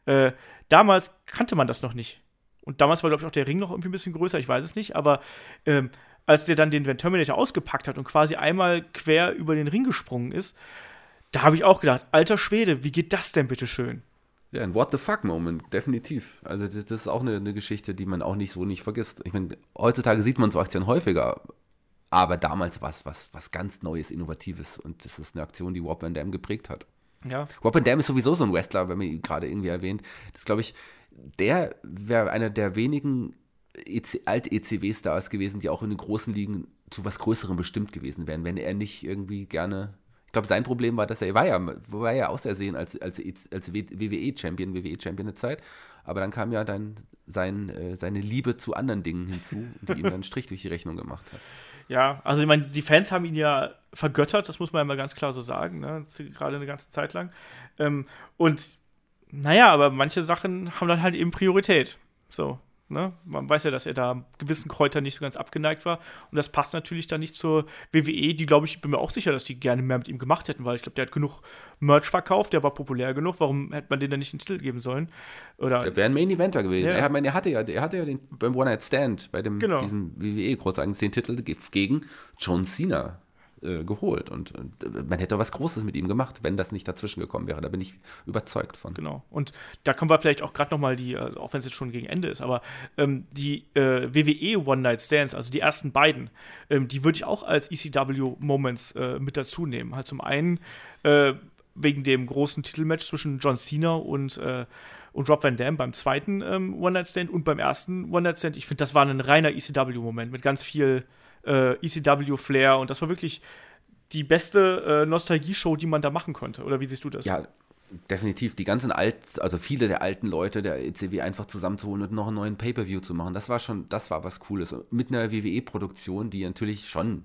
Speaker 2: Damals kannte man das noch nicht. Und damals war, glaube ich, auch der Ring noch irgendwie ein bisschen größer, ich weiß es nicht. Aber als der dann den Van Terminator ausgepackt hat und quasi einmal quer über den Ring gesprungen ist, da habe ich auch gedacht, alter Schwede, wie geht das denn bitte schön?
Speaker 3: Ja, ein What the fuck-Moment, definitiv. Also das ist auch eine Geschichte, die man auch nicht vergisst. Ich meine, heutzutage sieht man so Aktionen häufiger, aber damals war es was ganz Neues, Innovatives und das ist eine Aktion, die Rob Van Dam geprägt hat.
Speaker 2: Ja.
Speaker 3: Rob Van Dam ist sowieso so ein Wrestler, wenn man ihn gerade irgendwie erwähnt. Das glaube ich, der wäre einer der wenigen Alt-ECW-Stars gewesen, die auch in den großen Ligen zu was Größerem bestimmt gewesen wären, wenn er nicht irgendwie gerne. Ich glaube, sein Problem war, dass er war ja ausersehen als WWE-Champion eine Zeit, aber dann kam ja dann seine Liebe zu anderen Dingen hinzu, die ihm dann einen Strich durch die Rechnung gemacht hat.
Speaker 2: Ja, also ich meine, die Fans haben ihn ja vergöttert, das muss man ja mal ganz klar so sagen, ne? Gerade eine ganze Zeit lang. Und naja, aber manche Sachen haben dann halt eben Priorität. So. Ne? Man weiß ja, dass er da gewissen Kräutern nicht so ganz abgeneigt war. Und das passt natürlich dann nicht zur WWE, die, glaube ich, bin mir auch sicher, dass die gerne mehr mit ihm gemacht hätten, weil ich glaube, der hat genug Merch verkauft, der war populär genug. Warum hätte man den dann nicht einen Titel geben sollen? Oder
Speaker 3: der wäre ein Main-Eventer gewesen.
Speaker 2: Ja.
Speaker 3: Er hatte ja den beim One-Night-Stand, bei diesem WWE-Großeigens den Titel gegen John Cena geholt. Und man hätte was Großes mit ihm gemacht, wenn das nicht dazwischen gekommen wäre. Da bin ich überzeugt von.
Speaker 2: Genau. Und da kommen wir vielleicht auch gerade noch mal auch wenn es jetzt schon gegen Ende ist, aber die WWE One-Night-Stands, also die ersten beiden, die würde ich auch als ECW-Moments mit dazu nehmen. Halt zum einen wegen dem großen Titelmatch zwischen John Cena und Rob Van Dam beim zweiten One-Night-Stand und beim ersten One-Night-Stand. Ich finde, das war ein reiner ECW-Moment mit ganz viel ECW-Flair und das war wirklich die beste Nostalgie-Show, die man da machen konnte. Oder wie siehst du das?
Speaker 3: Ja, definitiv. Die ganzen also viele der alten Leute der ECW einfach zusammenzuholen und noch einen neuen Pay-Per-View zu machen, das war was Cooles. Mit einer WWE-Produktion, die natürlich schon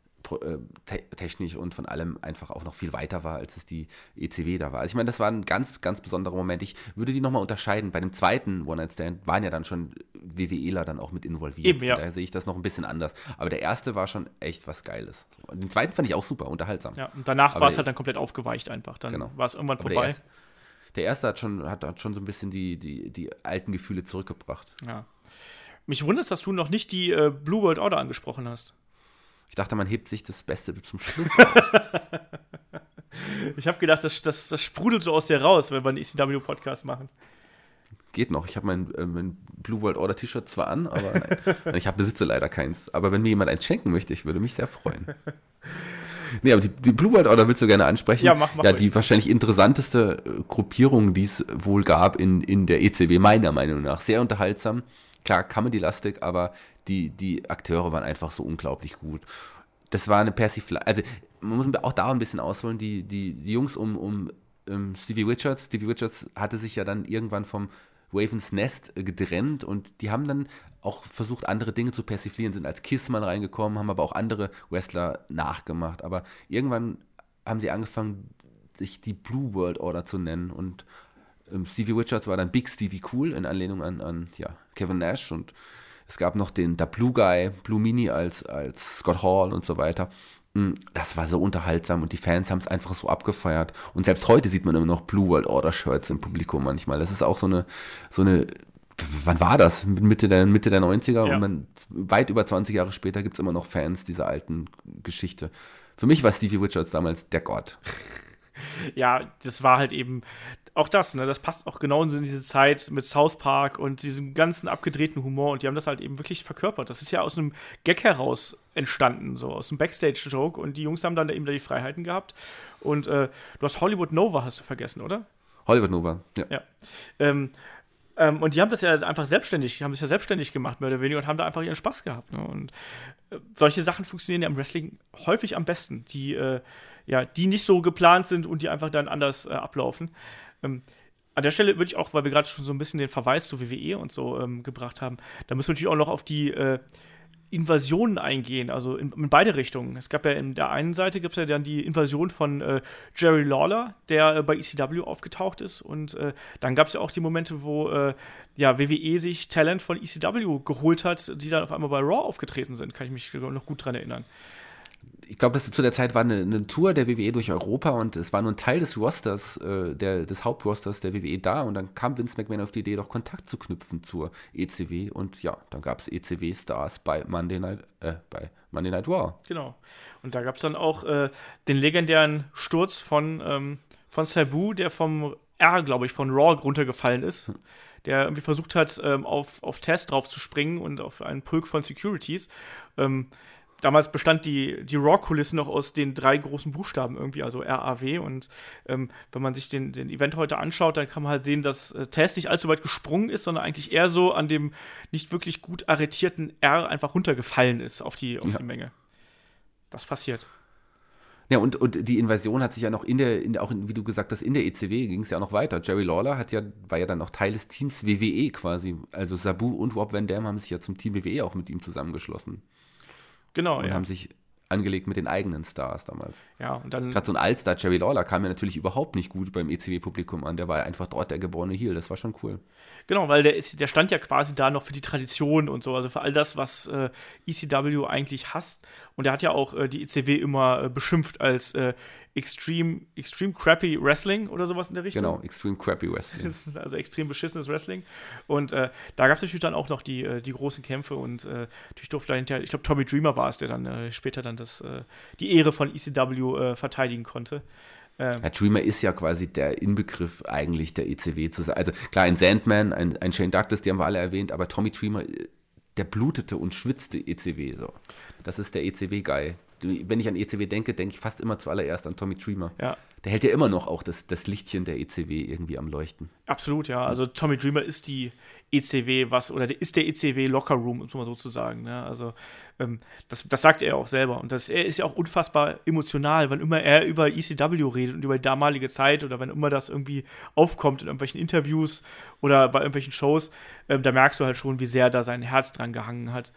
Speaker 3: technisch und von allem einfach auch noch viel weiter war, als es die ECW da war. Also ich meine, das war ein ganz, ganz besonderer Moment. Ich würde die nochmal unterscheiden. Bei dem zweiten One-Night-Stand waren ja dann schon WWEler dann auch mit involviert.
Speaker 2: Eben, ja.
Speaker 3: Daher sehe ich das noch ein bisschen anders. Aber der erste war schon echt was Geiles. Und den zweiten fand ich auch super, unterhaltsam.
Speaker 2: Ja, und danach war es halt dann komplett aufgeweicht einfach. Dann war es irgendwann vorbei.
Speaker 3: der erste hat schon so ein bisschen die alten Gefühle zurückgebracht.
Speaker 2: Ja. Mich wundert es, dass du noch nicht die Blue World Order angesprochen hast.
Speaker 3: Ich dachte, man hebt sich das Beste zum Schluss.
Speaker 2: Ich habe gedacht, das sprudelt so aus dir raus, wenn wir einen ECW-Podcast machen.
Speaker 3: Geht noch. Ich habe mein Blue World Order T-Shirt zwar an, aber ich besitze leider keins. Aber wenn mir jemand eins schenken möchte, ich würde mich sehr freuen. Nee, aber die Blue World Order willst du gerne ansprechen?
Speaker 2: Ja, mach
Speaker 3: ja, die wahrscheinlich interessanteste Gruppierung, die es wohl gab in der ECW, meiner Meinung nach. Sehr unterhaltsam. Klar, Comedy-lastig, aber die Akteure waren einfach so unglaublich gut. Das war eine Persiflage. Also, man muss auch da ein bisschen ausholen. Die Jungs um Stevie Richards. Stevie Richards hatte sich ja dann irgendwann vom Ravens Nest getrennt und die haben dann auch versucht, andere Dinge zu persiflieren, sind als Kiss mal reingekommen, haben aber auch andere Wrestler nachgemacht. Aber irgendwann haben sie angefangen, sich die Blue World Order zu nennen und Stevie Richards war dann Big Stevie Cool in Anlehnung an Kevin Nash und es gab noch den Blue Guy, Blue Meanie als Scott Hall und so weiter. Das war so unterhaltsam und die Fans haben es einfach so abgefeiert. Und selbst heute sieht man immer noch Blue World Order Shirts im Publikum manchmal. Das ist auch so eine wann war das? Mitte der 90er
Speaker 2: Ja.
Speaker 3: und weit über 20 Jahre später gibt es immer noch Fans dieser alten Geschichte. Für mich war Stevie Richards damals der Gott.
Speaker 2: Ja, das war halt eben auch das, ne? Das passt auch genau in diese Zeit mit South Park und diesem ganzen abgedrehten Humor und die haben das halt eben wirklich verkörpert. Das ist ja aus einem Gag heraus entstanden, so aus einem Backstage-Joke und die Jungs haben dann eben da die Freiheiten gehabt und du hast Hollywood Nova, hast du vergessen, oder?
Speaker 3: Hollywood Nova, ja.
Speaker 2: Ja. Und die haben das ja einfach selbstständig gemacht, mehr oder weniger, und haben da einfach ihren Spaß gehabt. Ne? Und solche Sachen funktionieren ja im Wrestling häufig am besten, die nicht so geplant sind und die einfach dann anders ablaufen. An der Stelle würde ich auch, weil wir gerade schon so ein bisschen den Verweis zu WWE und so gebracht haben, da müssen wir natürlich auch noch auf die Invasionen eingehen, also in beide Richtungen. Es gab ja in der einen Seite gibt's ja dann die Invasion von Jerry Lawler, der bei ECW aufgetaucht ist und dann gab es ja auch die Momente, wo WWE sich Talent von ECW geholt hat, die dann auf einmal bei Raw aufgetreten sind, kann ich mich noch gut dran erinnern.
Speaker 3: Ich glaube, zu der Zeit war eine Tour der WWE durch Europa und es war nur ein Teil des Rosters, des Hauptrosters der WWE da und dann kam Vince McMahon auf die Idee, doch Kontakt zu knüpfen zur ECW und ja, dann gab es ECW-Stars bei Monday Night Raw.
Speaker 2: Genau. Und da gab es dann auch den legendären Sturz von Sabu, der vom glaube ich, von Raw runtergefallen ist. Der irgendwie versucht hat, auf Taz drauf zu springen und auf einen Pulk von Securities. Damals bestand die Raw-Kulisse noch aus den 3 großen Buchstaben irgendwie, also RAW. Und wenn man sich den Event heute anschaut, dann kann man halt sehen, dass Taz nicht allzu weit gesprungen ist, sondern eigentlich eher so an dem nicht wirklich gut arretierten R einfach runtergefallen ist auf die Menge. Das passiert.
Speaker 3: Ja, und die Invasion hat sich ja noch auch wie du gesagt hast, in der ECW ging es ja auch noch weiter. Jerry Lawler war ja dann auch Teil des Teams WWE quasi. Also Sabu und Rob Van Dam haben sich ja zum Team WWE auch mit ihm zusammengeschlossen.
Speaker 2: Genau,
Speaker 3: und haben sich angelegt mit den eigenen Stars damals.
Speaker 2: Ja, und dann.
Speaker 3: Gerade so ein Allstar, Jerry Lawler, kam ja natürlich überhaupt nicht gut beim ECW-Publikum an. Der war ja einfach dort der geborene Heel. Das war schon cool.
Speaker 2: Genau, weil der stand ja quasi da noch für die Tradition und so, also für all das, was ECW eigentlich hasst. Und er hat ja auch die ECW immer beschimpft als extreme crappy Wrestling oder sowas in der Richtung.
Speaker 3: Genau, extreme crappy Wrestling.
Speaker 2: Das ist also extrem beschissenes Wrestling. Und da gab es natürlich dann auch noch die großen Kämpfe und natürlich durfte dahinter, ich glaube, Tommy Dreamer war es, der dann später dann die Ehre von ECW verteidigen konnte.
Speaker 3: Ja, Dreamer ist ja quasi der Inbegriff eigentlich der ECW zu sein. Also klar, ein Sandman, ein Shane Douglas, die haben wir alle erwähnt, aber Tommy Dreamer, der blutete und schwitzte ECW. So. Das ist der ECW-Guy. Wenn ich an ECW denke, denke ich fast immer zuallererst an Tommy Dreamer. Ja. Der hält ja immer noch auch das Lichtchen der ECW irgendwie am Leuchten.
Speaker 2: Absolut, ja. Also Tommy Dreamer ist die ECW ist der ECW Locker Room, um es mal so zu sagen. Ne? Also das sagt er auch selber. Und er ist ja auch unfassbar emotional, wann immer er über ECW redet und über die damalige Zeit oder wenn immer das irgendwie aufkommt in irgendwelchen Interviews oder bei irgendwelchen Shows, da merkst du halt schon, wie sehr da sein Herz dran gehangen hat.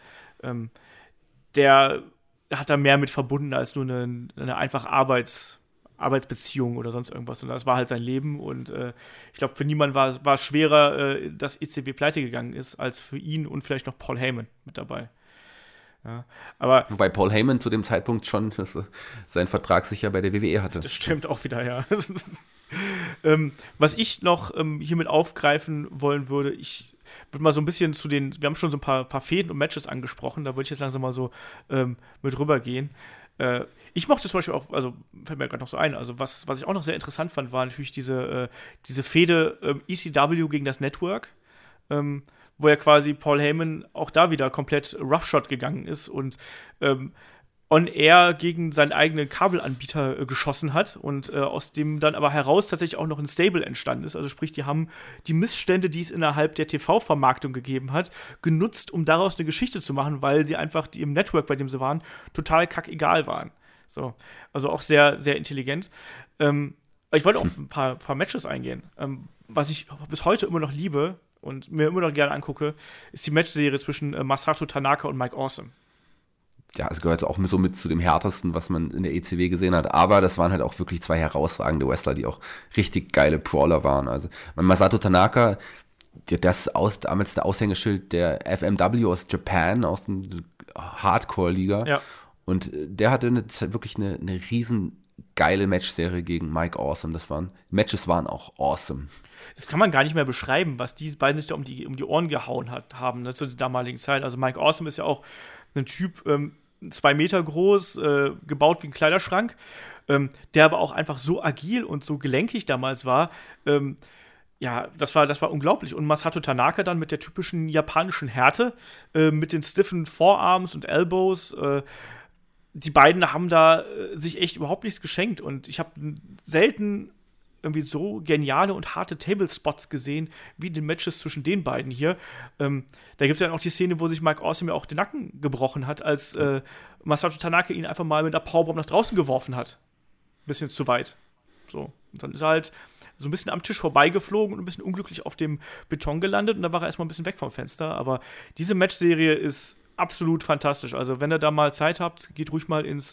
Speaker 2: Der hat da mehr mit verbunden als nur eine einfache Arbeitsbeziehung oder sonst irgendwas. Und das war halt sein Leben. Und ich glaube, für niemanden war es schwerer, dass ECW pleite gegangen ist, als für ihn und vielleicht noch Paul Heyman mit dabei. Ja, aber
Speaker 3: wobei Paul Heyman zu dem Zeitpunkt schon seinen Vertrag sicher bei der WWE hatte.
Speaker 2: das stimmt auch wieder, ja. Was ich noch hiermit aufgreifen wollen würde, ich würde mal so ein bisschen wir haben schon so ein paar Fäden und Matches angesprochen, da würde ich jetzt langsam mal so mit rübergehen. Ich mochte zum Beispiel auch, also fällt mir gerade noch so ein, also was ich auch noch sehr interessant fand, war natürlich diese Fehde ECW gegen das Network, wo ja quasi Paul Heyman auch da wieder komplett Roughshot gegangen ist und on-air gegen seinen eigenen Kabelanbieter geschossen hat und aus dem dann aber heraus tatsächlich auch noch ein Stable entstanden ist. Also sprich, die haben die Missstände, die es innerhalb der TV-Vermarktung gegeben hat, genutzt, um daraus eine Geschichte zu machen, weil sie einfach die im Network, bei dem sie waren, total kackegal waren. So, also auch sehr, sehr intelligent. Ich wollte auf ein paar Matches eingehen. Was ich bis heute immer noch liebe und mir immer noch gerne angucke, ist die Matchserie zwischen Masato Tanaka und Mike Awesome.
Speaker 3: Ja, es gehört auch so mit zu dem härtesten, was man in der ECW gesehen hat. Aber das waren halt auch wirklich zwei herausragende Wrestler, die auch richtig geile Brawler waren. Also Masato Tanaka, damals der Aushängeschild der FMW aus Japan, aus der Hardcore-Liga.
Speaker 2: Ja.
Speaker 3: Und der hatte wirklich eine riesen geile Matchserie gegen Mike Awesome. Matches waren auch awesome.
Speaker 2: Das kann man gar nicht mehr beschreiben, was die beiden sich da um die Ohren gehauen haben, ne, zu der damaligen Zeit. Also Mike Awesome ist ja auch ein Typ, 2 Meter groß, gebaut wie ein Kleiderschrank, der aber auch einfach so agil und so gelenkig damals war. Ja, das war unglaublich. Und Masato Tanaka dann mit der typischen japanischen Härte, mit den stiffen Forearms und Elbows. Die beiden haben da sich echt überhaupt nichts geschenkt. Und ich habe selten irgendwie so geniale und harte Table-Spots gesehen, wie in den Matches zwischen den beiden hier. Da gibt es ja auch die Szene, wo sich Mike Awesome ja auch den Nacken gebrochen hat, als Masato Tanaka ihn einfach mal mit einer Powerbomb nach draußen geworfen hat. Ein bisschen zu weit. So. Und dann ist er halt so ein bisschen am Tisch vorbeigeflogen und ein bisschen unglücklich auf dem Beton gelandet und dann war er erstmal ein bisschen weg vom Fenster. Aber diese Matchserie ist absolut fantastisch. Also, wenn ihr da mal Zeit habt, geht ruhig mal ins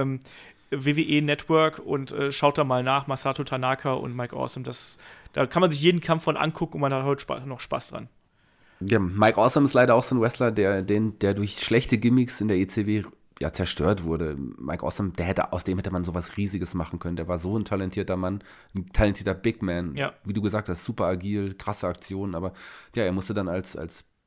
Speaker 2: WWE Network und schaut da mal nach, Masato Tanaka und Mike Awesome. Da kann man sich jeden Kampf von angucken und man hat heute noch Spaß dran.
Speaker 3: Ja, Mike Awesome ist leider auch so ein Wrestler, der durch schlechte Gimmicks in der ECW ja zerstört wurde. Mike Awesome, aus dem hätte man sowas Riesiges machen können. Der war so ein talentierter Mann, ein talentierter Big Man.
Speaker 2: Ja.
Speaker 3: Wie du gesagt hast, super agil, krasse Aktionen, aber ja, er musste dann als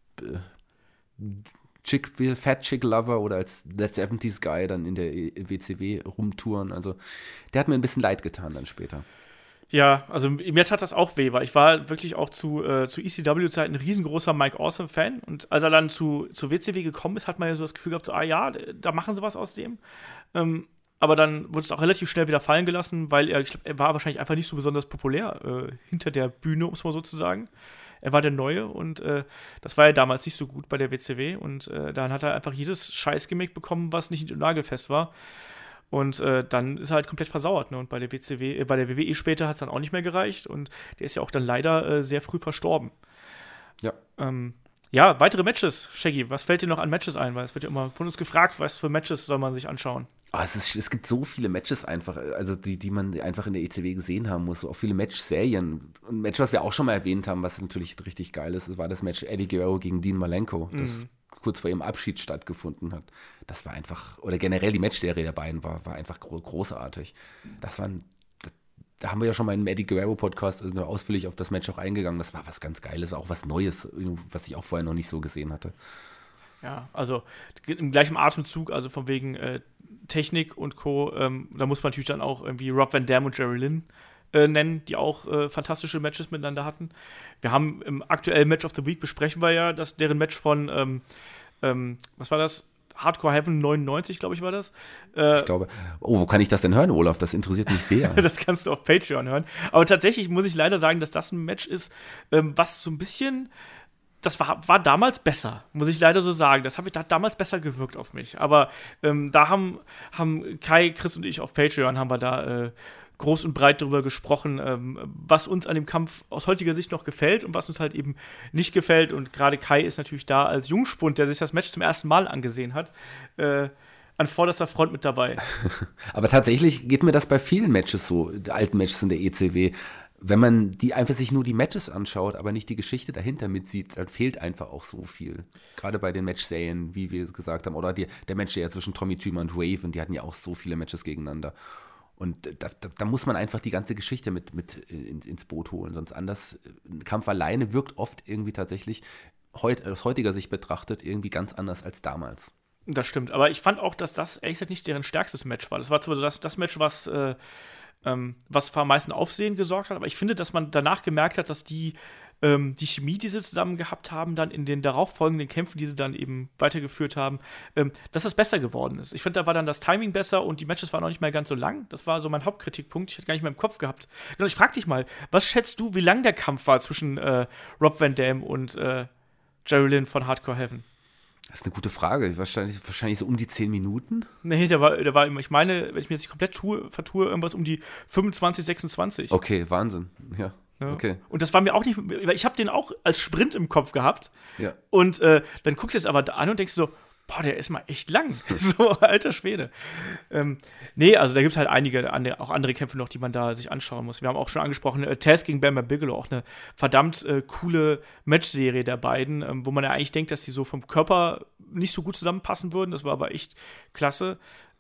Speaker 3: Fat Chick Lover oder als That 70s Guy dann in der WCW rumtouren. Also der hat mir ein bisschen leid getan dann später.
Speaker 2: Ja, also mir tat das auch weh, weil ich war wirklich auch zu ECW-Zeiten ein riesengroßer Mike Awesome-Fan und als er dann zu WCW gekommen ist, hat man ja so das Gefühl gehabt, so, ja, da machen sie was aus dem. Aber dann wurde es auch relativ schnell wieder fallen gelassen, weil er war wahrscheinlich einfach nicht so besonders populär hinter der Bühne, um es mal so zu sagen. Er war der Neue und das war ja damals nicht so gut bei der WCW und dann hat er einfach jedes Scheißgimmick bekommen, was nicht nagelfest war. Und dann ist er halt komplett versauert, ne? Und bei der WWE später hat es dann auch nicht mehr gereicht und der ist ja auch dann leider sehr früh verstorben.
Speaker 3: Ja.
Speaker 2: Ja, weitere Matches, Shaggy, was fällt dir noch an Matches ein? Weil es wird ja immer von uns gefragt, was für Matches soll man sich anschauen?
Speaker 3: Es gibt so viele Matches einfach, also die man einfach in der ECW gesehen haben muss, auch viele Matchserien. Ein Match, was wir auch schon mal erwähnt haben, was natürlich richtig geil ist, war das Match Eddie Guerrero gegen Dean Malenko, das kurz vor ihrem Abschied stattgefunden hat. Das war einfach, oder generell die Matchserie der beiden war einfach großartig. Da haben wir ja schon mal im Eddie Guerrero Podcast ausführlich auf das Match auch eingegangen. Das war was ganz Geiles, war auch was Neues, was ich auch vorher noch nicht so gesehen hatte.
Speaker 2: Ja, also im gleichen Atemzug, also von wegen Technik und Co., da muss man natürlich dann auch irgendwie Rob Van Dam und Jerry Lynn nennen, die auch fantastische Matches miteinander hatten. Wir haben im aktuellen Match of the Week besprechen wir ja, dass deren Match von, was war das? Hardcore Heaven 99, glaube ich, war das.
Speaker 3: Ich glaube, wo kann ich das denn hören, Olaf? Das interessiert mich sehr.
Speaker 2: Das kannst du auf Patreon hören. Aber tatsächlich muss ich leider sagen, dass das ein Match ist, was so ein bisschen, das war damals besser, muss ich leider so sagen. Das hat damals besser gewirkt auf mich. Aber da haben Kai, Chris und ich auf Patreon haben wir da groß und breit darüber gesprochen, was uns an dem Kampf aus heutiger Sicht noch gefällt und was uns halt eben nicht gefällt. Und gerade Kai ist natürlich da als Jungspund, der sich das Match zum ersten Mal angesehen hat, an vorderster Front mit dabei.
Speaker 3: Aber tatsächlich geht mir das bei vielen Matches so, alten Matches in der ECW. wenn man die einfach sich nur die Matches anschaut, aber nicht die Geschichte dahinter mitsieht, dann fehlt einfach auch so viel. Gerade bei den Match-Serien, wie wir es gesagt haben, oder der Match ja zwischen Tommy Dreamer und Raven, die hatten ja auch so viele Matches gegeneinander. Und da muss man einfach die ganze Geschichte mit ins Boot holen, sonst anders, ein Kampf alleine wirkt oft irgendwie tatsächlich, aus heutiger Sicht betrachtet, irgendwie ganz anders als damals.
Speaker 2: Das stimmt, aber ich fand auch, dass das ehrlich gesagt nicht deren stärkstes Match war. Das war zwar das Match, was für am meisten Aufsehen gesorgt hat, aber ich finde, dass man danach gemerkt hat, dass die Chemie, die sie zusammen gehabt haben, dann in den darauffolgenden Kämpfen, die sie dann eben weitergeführt haben, dass das besser geworden ist. Ich finde, da war dann das Timing besser und die Matches waren auch nicht mehr ganz so lang. Das war so mein Hauptkritikpunkt. Ich hatte gar nicht mehr im Kopf gehabt. Genau, ich frag dich mal, was schätzt du, wie lang der Kampf war zwischen Rob Van Dam und Jerry Lynn von Hardcore Heaven?
Speaker 3: Das ist eine gute Frage. Wahrscheinlich so um die 10 Minuten?
Speaker 2: Nee, der war immer, ich meine, wenn ich mir jetzt nicht komplett vertue, irgendwas um die 25, 26.
Speaker 3: Okay, Wahnsinn. Ja. Okay.
Speaker 2: Und das war mir auch nicht, weil ich habe den auch als Sprint im Kopf gehabt.
Speaker 3: Ja.
Speaker 2: Und dann guckst du jetzt aber an und denkst so, boah, der ist mal echt lang. So, alter Schwede. Nee, also da gibt es halt einige auch andere Kämpfe noch, die man da sich anschauen muss. Wir haben auch schon angesprochen, Taz gegen Bam Bam Bigelow, auch eine verdammt coole Matchserie der beiden, wo man ja eigentlich denkt, dass die so vom Körper nicht so gut zusammenpassen würden. Das war aber echt klasse.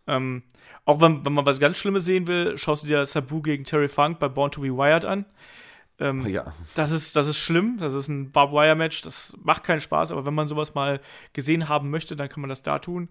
Speaker 2: Auch wenn man was ganz Schlimmes sehen will, schaust du dir Sabu gegen Terry Funk bei Born to be Wired an.
Speaker 3: Ja.
Speaker 2: Das ist schlimm, das ist ein Barbed-Wire-Match, das macht keinen Spaß, aber wenn man sowas mal gesehen haben möchte, dann kann man das da tun.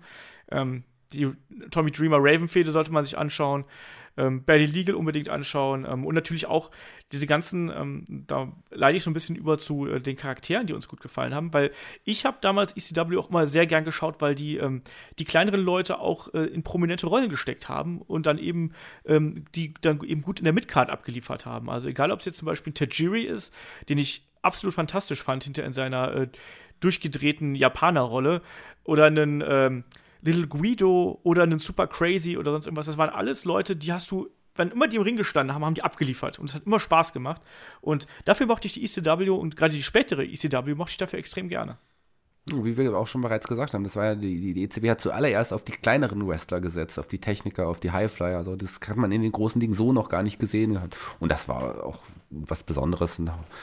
Speaker 2: Die Tommy Dreamer Raven-Fehde sollte man sich anschauen, Barely Legal unbedingt anschauen und natürlich auch diese ganzen, da leite ich so ein bisschen über zu den Charakteren, die uns gut gefallen haben, weil ich habe damals ECW auch immer sehr gern geschaut, weil die kleineren Leute auch in prominente Rollen gesteckt haben und dann eben die dann eben gut in der Midcard abgeliefert haben. Also egal, ob es jetzt zum Beispiel Tajiri ist, den ich absolut fantastisch fand hinter in seiner durchgedrehten Japaner-Rolle oder einen Little Guido oder einen Super Crazy oder sonst irgendwas. Das waren alles Leute, die hast du, wenn immer die im Ring gestanden haben, haben die abgeliefert. Und es hat immer Spaß gemacht. Und dafür mochte ich die ECW und gerade die spätere ECW mochte ich dafür extrem gerne.
Speaker 3: Wie wir auch schon bereits gesagt haben, das war ja die ECW hat zuallererst auf die kleineren Wrestler gesetzt, auf die Techniker, auf die Highflyer. Also das hat man in den großen Dingen so noch gar nicht gesehen gehabt. Und das war auch was Besonderes.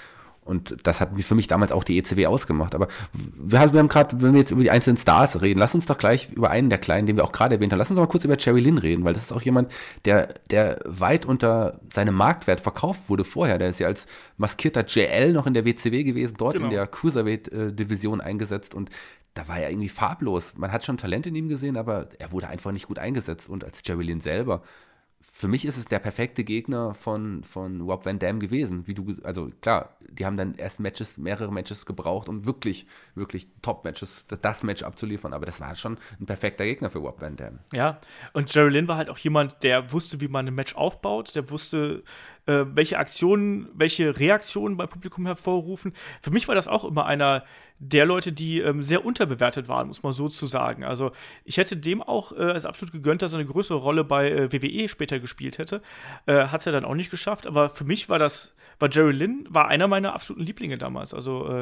Speaker 3: Und das hat für mich damals auch die ECW ausgemacht. Aber wir haben gerade, wenn wir jetzt über die einzelnen Stars reden, lass uns doch gleich über einen der Kleinen, den wir auch gerade erwähnt haben, lass uns doch mal kurz über Jerry Lynn reden, weil das ist auch jemand, der weit unter seinem Marktwert verkauft wurde vorher. Der ist ja als maskierter JL noch in der WCW gewesen, dort in der Cruiserweight-Division eingesetzt und da war er irgendwie farblos. Man hat schon Talent in ihm gesehen, aber er wurde einfach nicht gut eingesetzt. Und als Jerry Lynn selber, für mich ist es der perfekte Gegner von Rob Van Dam gewesen. Also klar, die haben dann erst mehrere Matches gebraucht, um wirklich, wirklich Top-Matches, das Match abzuliefern. Aber das war schon ein perfekter Gegner für Rob Van Dam.
Speaker 2: Ja, und Jerry Lynn war halt auch jemand, der wusste, wie man ein Match aufbaut, der wusste, welche Aktionen, welche Reaktionen beim Publikum hervorrufen. Für mich war das auch immer einer der Leute, die sehr unterbewertet waren, muss man so zu sagen. Also ich hätte dem auch es absolut gegönnt, dass er eine größere Rolle bei WWE später gespielt hätte. Hat er dann auch nicht geschafft, aber für mich war Jerry Lynn einer meiner absoluten Lieblinge damals. Also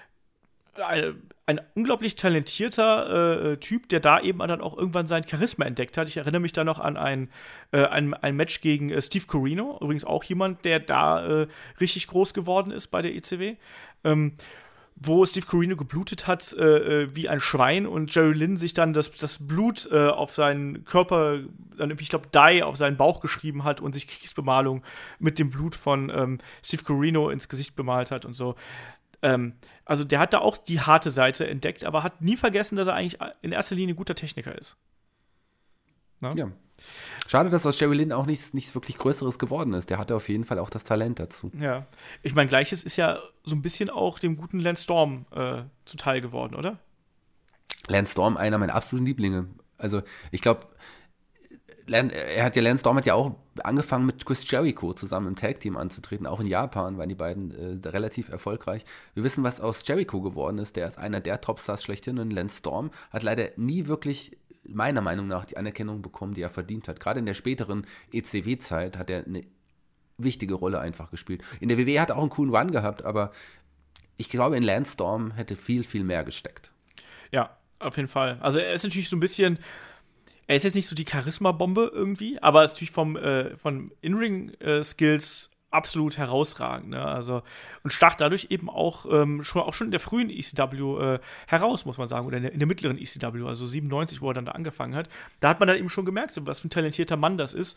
Speaker 2: ein unglaublich talentierter Typ, der da eben dann auch irgendwann sein Charisma entdeckt hat. Ich erinnere mich da noch an ein Match gegen Steve Corino, übrigens auch jemand, der da richtig groß geworden ist bei der ECW. Wo Steve Corino geblutet hat wie ein Schwein und Jerry Lynn sich dann das Blut auf seinen Körper, dann irgendwie, ich glaube, Die auf seinen Bauch geschrieben hat und sich Kriegsbemalung mit dem Blut von Steve Corino ins Gesicht bemalt hat und so. Also der hat da auch die harte Seite entdeckt, aber hat nie vergessen, dass er eigentlich in erster Linie ein guter Techniker ist. Na? Ja.
Speaker 3: Schade, dass aus Jerry Lynn auch nichts wirklich Größeres geworden ist. Der hatte auf jeden Fall auch das Talent dazu.
Speaker 2: Ja. Ich meine, Gleiches ist ja so ein bisschen auch dem guten Lance Storm zuteil geworden, oder?
Speaker 3: Lance Storm, einer meiner absoluten Lieblinge. Also, ich glaube, Lance Storm hat ja auch angefangen mit Chris Jericho zusammen im Tag-Team anzutreten. Auch in Japan waren die beiden relativ erfolgreich. Wir wissen, was aus Jericho geworden ist. Der ist einer der Topstars schlechthin. Und Lance Storm hat leider nie wirklich, meiner Meinung nach, die Anerkennung bekommen, die er verdient hat. Gerade in der späteren ECW-Zeit hat er eine wichtige Rolle einfach gespielt. In der WWE hat er auch einen coolen Run gehabt, aber ich glaube, in Lance Storm hätte viel, viel mehr gesteckt.
Speaker 2: Ja, auf jeden Fall. Also er ist natürlich so ein bisschen, er ist jetzt nicht so die Charisma-Bombe irgendwie, aber ist natürlich von In-Ring-Skills absolut herausragend. Ne? Also, und stach dadurch eben auch schon in der frühen ECW heraus, muss man sagen, oder in der mittleren ECW, also 97, wo er dann da angefangen hat. Da hat man dann eben schon gemerkt, so, was für ein talentierter Mann das ist.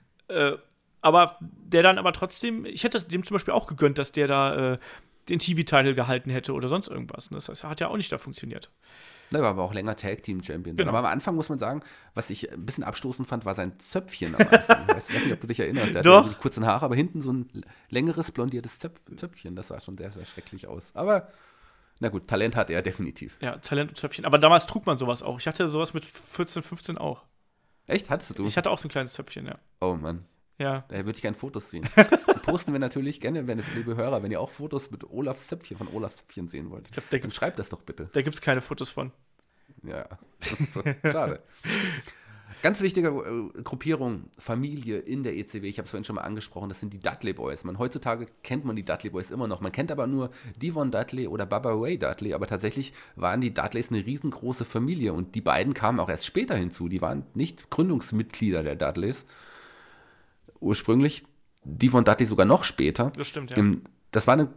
Speaker 2: Aber der dann aber trotzdem, ich hätte dem zum Beispiel auch gegönnt, dass der da den TV-Title gehalten hätte oder sonst irgendwas. Ne? Das heißt, hat ja auch nicht da funktioniert.
Speaker 3: Der war aber auch länger Tag-Team-Champion.
Speaker 2: Genau.
Speaker 3: Aber am Anfang muss man sagen, was ich ein bisschen abstoßend fand, war sein Zöpfchen am Anfang. Ich weiß nicht, ob du dich erinnerst. Der
Speaker 2: Doch.
Speaker 3: hatte die kurzen Haare, aber hinten so ein längeres, blondiertes Zöpfchen. Das sah schon sehr, sehr schrecklich aus. Aber, na gut, Talent hat er definitiv.
Speaker 2: Ja, Talent und Zöpfchen. Aber damals trug man sowas auch. Ich hatte sowas mit 14, 15 auch.
Speaker 3: Echt? Hattest du?
Speaker 2: Ich hatte auch so ein kleines Zöpfchen, ja.
Speaker 3: Oh Mann.
Speaker 2: Ja.
Speaker 3: Da würde ich gerne Fotos sehen. Die posten wir natürlich gerne, liebe Hörer, wenn ihr auch Fotos mit Olafs Zöpfchen sehen wollt.
Speaker 2: Ich glaub,
Speaker 3: dann schreibt das doch bitte.
Speaker 2: Da gibt es keine Fotos von.
Speaker 3: Ja, das ist so schade. Ganz wichtige Gruppierung, Familie in der ECW, ich habe es vorhin schon mal angesprochen, das sind die Dudley Boys. Heutzutage kennt man die Dudley Boys immer noch. Man kennt aber nur Devon Dudley oder Bubba Ray Dudley, aber tatsächlich waren die Dudleys eine riesengroße Familie und die beiden kamen auch erst später hinzu. Die waren nicht Gründungsmitglieder der Dudleys. Ursprünglich, Devon Dudley sogar noch später.
Speaker 2: Das stimmt, ja.
Speaker 3: Das war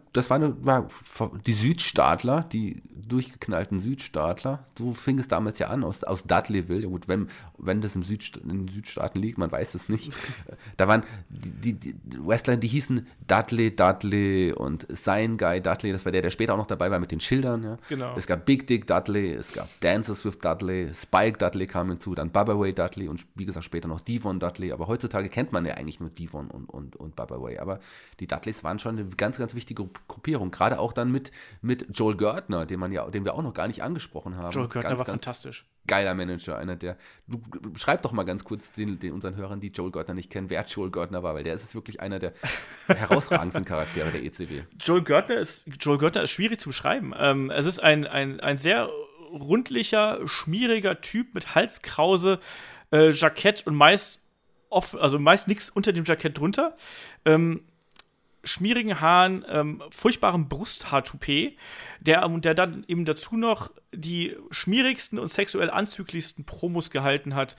Speaker 3: die Südstaatler, die durchgeknallten Südstaatler. So fing es damals ja an, aus Dudleyville. Ja gut, wenn das in den Südstaaten liegt, man weiß es nicht. Da waren die Wrestler, die hießen Dudley und Sign Guy Dudley. Das war der später auch noch dabei war mit den Schildern. Ja.
Speaker 2: Genau.
Speaker 3: Es gab Big Dick Dudley, es gab Dances with Dudley, Spike Dudley kam hinzu, dann Bubba Ray Dudley und wie gesagt später noch Devon Dudley. Aber heutzutage kennt man ja eigentlich nur Devon und Bubba Ray. Aber die Dudleys waren schon eine ganz wichtige Gruppierung. Gerade auch dann mit Joel Gertner, den wir auch noch gar nicht angesprochen haben.
Speaker 2: Joel Gertner war fantastisch.
Speaker 3: Geiler Manager, schreib doch mal ganz kurz unseren Hörern, die Joel Gertner nicht kennen, wer Joel Gertner war, weil der ist wirklich einer der herausragendsten Charaktere der ECW.
Speaker 2: Joel Gertner ist schwierig zu beschreiben. Es ist ein sehr rundlicher, schmieriger Typ mit Halskrause, Jackett und meist nichts unter dem Jackett drunter. Schmierigen Haaren, furchtbarem Brusthaar-Toupet, der dann eben dazu noch die schmierigsten und sexuell anzüglichsten Promos gehalten hat,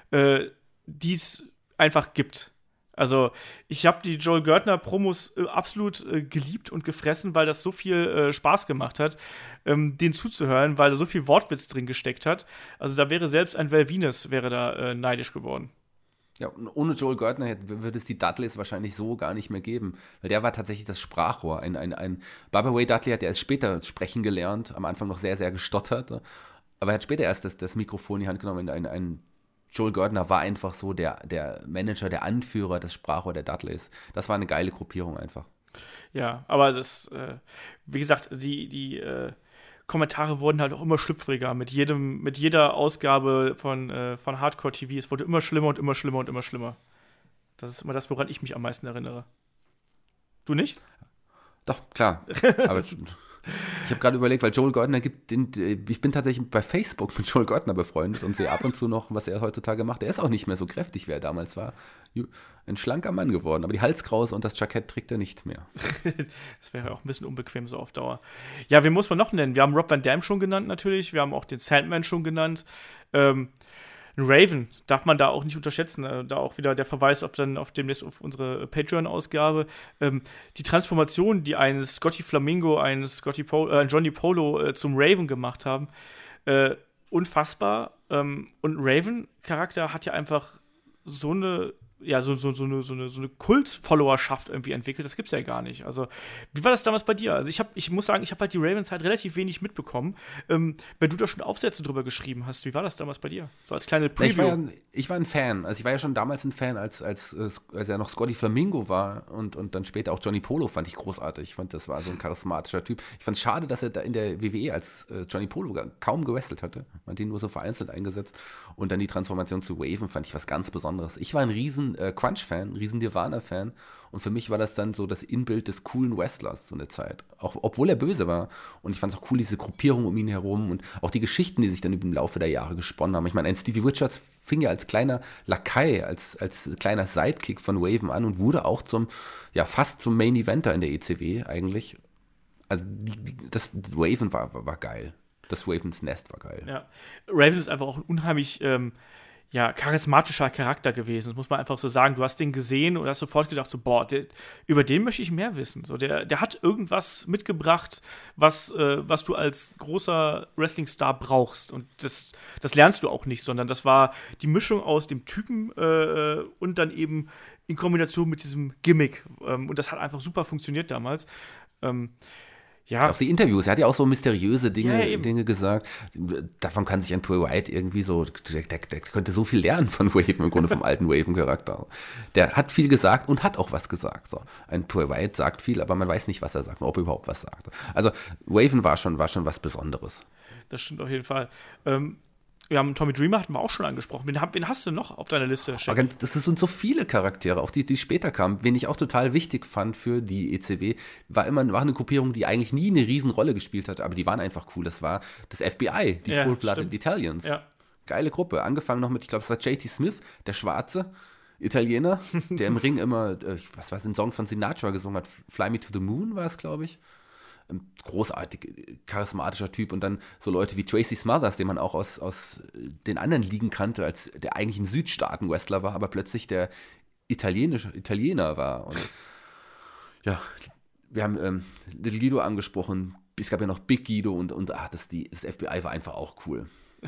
Speaker 2: die es einfach gibt. Also, ich habe die Joel Gertner Promos absolut geliebt und gefressen, weil das so viel Spaß gemacht hat, denen zuzuhören, weil da so viel Wortwitz drin gesteckt hat. Also, da wäre selbst ein Val Venis neidisch geworden.
Speaker 3: Ja, und ohne Joel Gertner würde es die Dudleys wahrscheinlich so gar nicht mehr geben, weil der war tatsächlich das Sprachrohr. Ein Bubba Ray Dudley hat erst später sprechen gelernt, am Anfang noch sehr, sehr gestottert, aber er hat später erst das Mikrofon in die Hand genommen. Ein Joel Gertner war einfach so der Manager, der Anführer, das Sprachrohr der Dudleys. Das war eine geile Gruppierung einfach.
Speaker 2: Ja, aber das, wie gesagt, die Kommentare wurden halt auch immer schlüpfriger mit jeder Ausgabe von Hardcore TV. Es wurde immer schlimmer und immer schlimmer und immer schlimmer. Das ist immer das, woran ich mich am meisten erinnere. Du nicht?
Speaker 3: Doch, klar. Aber ich habe gerade überlegt, weil Joel Gertner ich bin tatsächlich bei Facebook mit Joel Gertner befreundet und sehe ab und zu noch, was er heutzutage macht. Er ist auch nicht mehr so kräftig, wie er damals war. Ein schlanker Mann geworden, aber die Halskrause und das Jackett trägt er nicht mehr.
Speaker 2: Das wäre auch ein bisschen unbequem so auf Dauer. Ja, wen muss man noch nennen? Wir haben Rob Van Dam schon genannt natürlich, wir haben auch den Sandman schon genannt. Raven darf man da auch nicht unterschätzen. Da auch wieder der Verweis auf unsere Patreon-Ausgabe. Die Transformation, die einen Scotty Flamingo, einen Johnny Polo zum Raven gemacht haben, unfassbar. Und Raven-Charakter hat ja einfach so eine Kult-Followerschaft irgendwie entwickelt, das gibt's ja gar nicht. Also, wie war das damals bei dir? Also, ich muss sagen, ich habe halt die Ravens halt relativ wenig mitbekommen. Wenn du da schon Aufsätze drüber geschrieben hast, wie war das damals bei dir? So als kleine Preview.
Speaker 3: Ich war ein Fan. Also, ich war ja schon damals ein Fan, als er noch Scotty Flamingo war und dann später auch Johnny Polo fand ich großartig. Ich fand, das war so ein charismatischer Typ. Ich fand es schade, dass er da in der WWE als Johnny Polo kaum gewrestelt hatte. Man hat ihn nur so vereinzelt eingesetzt. Und dann die Transformation zu Raven fand ich was ganz Besonderes. Ich war ein riesen Crunch-Fan, riesen Nirvana-Fan und für mich war das dann so das Inbild des coolen Wrestlers so eine Zeit, auch obwohl er böse war und ich fand es auch cool, diese Gruppierung um ihn herum und auch die Geschichten, die sich dann im Laufe der Jahre gesponnen haben. Ich meine, ein Stevie Richards fing ja als kleiner Lakai, als kleiner Sidekick von Raven an und wurde auch fast zum Main-Eventer in der ECW eigentlich. Also das Raven war geil. Das Ravens Nest war geil.
Speaker 2: Ja, Raven ist einfach auch ein unheimlich ja, charismatischer Charakter gewesen. Das muss man einfach so sagen. Du hast den gesehen und hast sofort gedacht, so, boah, über den möchte ich mehr wissen. So, der hat irgendwas mitgebracht, was du als großer Wrestling-Star brauchst. Und das lernst du auch nicht, sondern das war die Mischung aus dem Typen und dann eben in Kombination mit diesem Gimmick. Und das hat einfach super funktioniert damals. Ja.
Speaker 3: Auch die Interviews, er hat ja auch so mysteriöse Dinge gesagt. Davon kann sich ein Bray Wyatt irgendwie so, der könnte so viel lernen von Raven, im Grunde vom alten Raven-Charakter. Der hat viel gesagt und hat auch was gesagt. So. Ein Bray Wyatt sagt viel, aber man weiß nicht, was er sagt, ob er überhaupt was sagt. Also Raven war schon was Besonderes.
Speaker 2: Das stimmt auf jeden Fall. Wir haben Tommy Dreamer, hatten wir auch schon angesprochen. Wen hast du noch auf deiner Liste, Chef?
Speaker 3: Das sind so viele Charaktere, auch die später kamen. Wen ich auch total wichtig fand für die ECW, war eine Gruppierung, die eigentlich nie eine Riesenrolle gespielt hat, aber die waren einfach cool. Das war das FBI, die Full-Blooded Italians. Ja. Geile Gruppe. Angefangen noch mit, ich glaube, es war JT Smith, der Schwarze Italiener, der im Ring immer, was war es, einen Song von Sinatra gesungen hat. Fly Me to the Moon war es, glaube ich. Großartig, charismatischer Typ. Und dann so Leute wie Tracy Smothers, den man auch aus den anderen Ligen kannte, als der eigentlich ein Südstaaten-Wrestler war, aber plötzlich der Italiener war. Und ja, wir haben Little Guido angesprochen, es gab ja noch Big Guido und das FBI war einfach auch cool.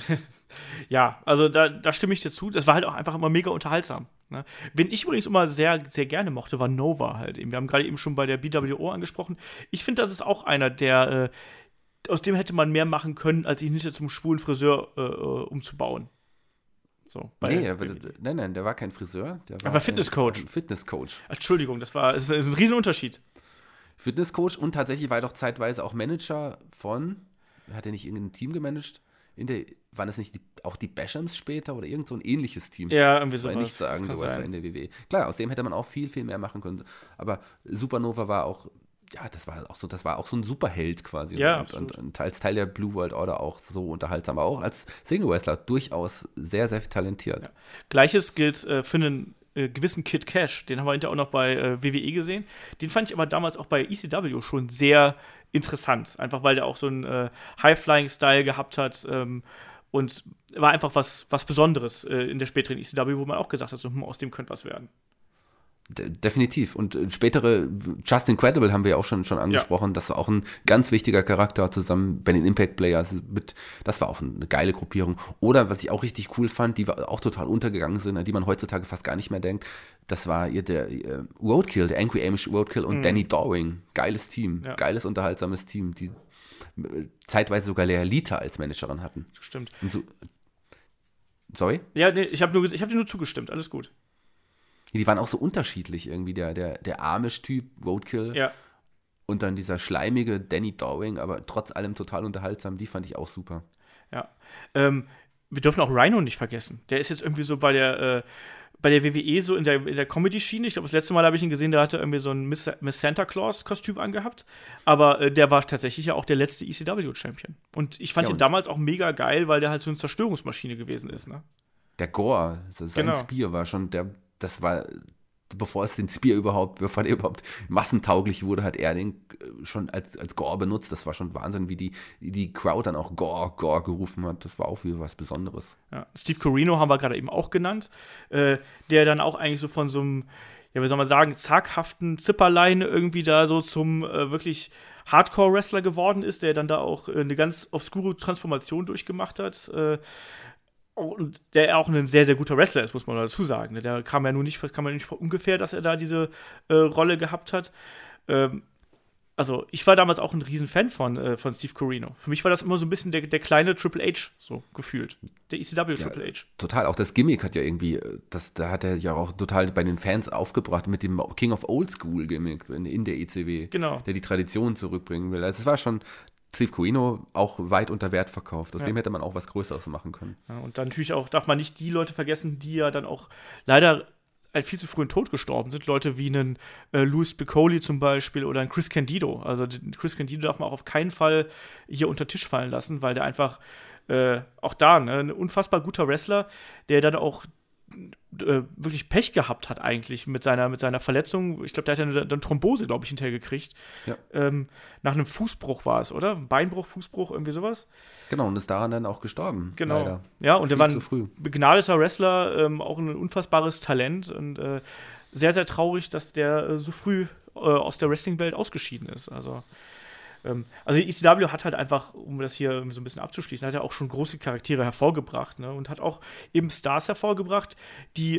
Speaker 2: Ja, also da stimme ich dir zu. Das war halt auch einfach immer mega unterhaltsam. Ne? Wen ich übrigens immer sehr, sehr gerne mochte, war Nova halt eben. Wir haben gerade eben schon bei der BWO angesprochen. Ich finde, das ist auch einer, der aus dem hätte man mehr machen können, als sich nicht zum schwulen Friseur umzubauen. So,
Speaker 3: nein, der war kein Friseur. Der
Speaker 2: war Fitnesscoach.
Speaker 3: Fitnesscoach.
Speaker 2: Entschuldigung, das ist ein Riesenunterschied.
Speaker 3: Fitnesscoach und tatsächlich war er doch zeitweise auch Manager hat er nicht irgendein Team gemanagt? Waren das nicht auch die Bashams später oder irgend so ein ähnliches Team?
Speaker 2: Ja, irgendwie so.
Speaker 3: Ich nicht sagen, du warst da in der WWE. Klar, aus dem hätte man auch viel, viel mehr machen können. Aber Supernova war auch, ja, das war auch so ein Superheld quasi.
Speaker 2: Ja,
Speaker 3: und als Teil der Blue World Order auch so unterhaltsam, aber auch als Single-Wrestler durchaus sehr, sehr talentiert.
Speaker 2: Ja. Gleiches gilt für einen gewissen Kid Cash, den haben wir hinterher auch noch bei WWE gesehen. Den fand ich aber damals auch bei ECW schon sehr interessant, einfach weil der auch so einen High-Flying-Style gehabt hat und war einfach was Besonderes in der späteren ECW, wo man auch gesagt hat, so, aus dem könnte was werden.
Speaker 3: Definitiv. Und spätere Just Incredible haben wir ja auch schon angesprochen. Ja. Das war auch ein ganz wichtiger Charakter zusammen bei den Impact Players. Das war auch eine geile Gruppierung. Oder was ich auch richtig cool fand, die auch total untergegangen sind, an die man heutzutage fast gar nicht mehr denkt. Das war der Roadkill, der Angry Amish Roadkill und Danny Dowing. Geiles Team. Ja. Geiles, unterhaltsames Team, die zeitweise sogar Lea Lita als Managerin hatten.
Speaker 2: Stimmt.
Speaker 3: Sorry?
Speaker 2: Ja, nee, ich hab dir nur zugestimmt. Alles gut.
Speaker 3: Die waren auch so unterschiedlich irgendwie, der Amish-Typ, Roadkill,
Speaker 2: ja.
Speaker 3: Und dann dieser schleimige Danny Dowing, aber trotz allem total unterhaltsam, die fand ich auch super.
Speaker 2: Ja, wir dürfen auch Rhino nicht vergessen. Der ist jetzt irgendwie so bei der WWE so in der Comedy-Schiene. Ich glaube, das letzte Mal habe ich ihn gesehen, der hatte irgendwie so ein Miss Santa Claus-Kostüm angehabt. Aber der war tatsächlich ja auch der letzte ECW-Champion. Und ich fand ihn damals auch mega geil, weil der halt so eine Zerstörungsmaschine gewesen ist, ne?
Speaker 3: Der Gore, sein Spear war schon das war, bevor der überhaupt massentauglich wurde, hat er den schon als Gore benutzt. Das war schon Wahnsinn, wie die Crowd dann auch Gore gerufen hat. Das war auch wieder was Besonderes.
Speaker 2: Ja. Steve Corino haben wir gerade eben auch genannt, der dann auch eigentlich so von so einem, ja, wie soll man sagen, zaghaften Zipperlein irgendwie da so zum wirklich Hardcore-Wrestler geworden ist, der dann da auch eine ganz obskure Transformation durchgemacht hat. Und der auch ein sehr, sehr guter Wrestler ist, muss man dazu sagen. Der kam ja nicht von ungefähr, dass er da diese Rolle gehabt hat. Also, ich war damals auch ein Riesenfan von Steve Corino. Für mich war das immer so ein bisschen der kleine Triple H, so gefühlt. Der ECW Triple H.
Speaker 3: Total, auch das Gimmick hat ja irgendwie, da hat er ja auch total bei den Fans aufgebracht mit dem King of Old School Gimmick in der ECW.
Speaker 2: Genau.
Speaker 3: Der die Tradition zurückbringen will. Also, es war schon Steve Corino auch weit unter Wert verkauft. Aus dem hätte man auch was Größeres machen können.
Speaker 2: Ja, und dann natürlich auch, darf man nicht die Leute vergessen, die ja dann auch leider viel zu früh in Tod gestorben sind. Leute wie einen Louis Piccoli zum Beispiel oder ein Chris Candido. Also Chris Candido darf man auch auf keinen Fall hier unter den Tisch fallen lassen, weil der einfach auch da, ne, ein unfassbar guter Wrestler, der dann auch wirklich Pech gehabt hat eigentlich mit seiner Verletzung. Ich glaube, der hat ja eine Thrombose, glaube ich, hinterher gekriegt.
Speaker 3: Ja.
Speaker 2: Nach einem Fußbruch war es, oder? Beinbruch, Fußbruch, irgendwie sowas.
Speaker 3: Genau, und ist daran dann auch gestorben.
Speaker 2: Genau.
Speaker 3: Leider.
Speaker 2: Ja, und der war
Speaker 3: ein
Speaker 2: begnadeter Wrestler, auch ein unfassbares Talent und sehr, sehr traurig, dass der so früh aus der Wrestling-Welt ausgeschieden ist. Also die ECW hat halt einfach, um das hier so ein bisschen abzuschließen, hat ja auch schon große Charaktere hervorgebracht, ne? Und hat auch eben Stars hervorgebracht, die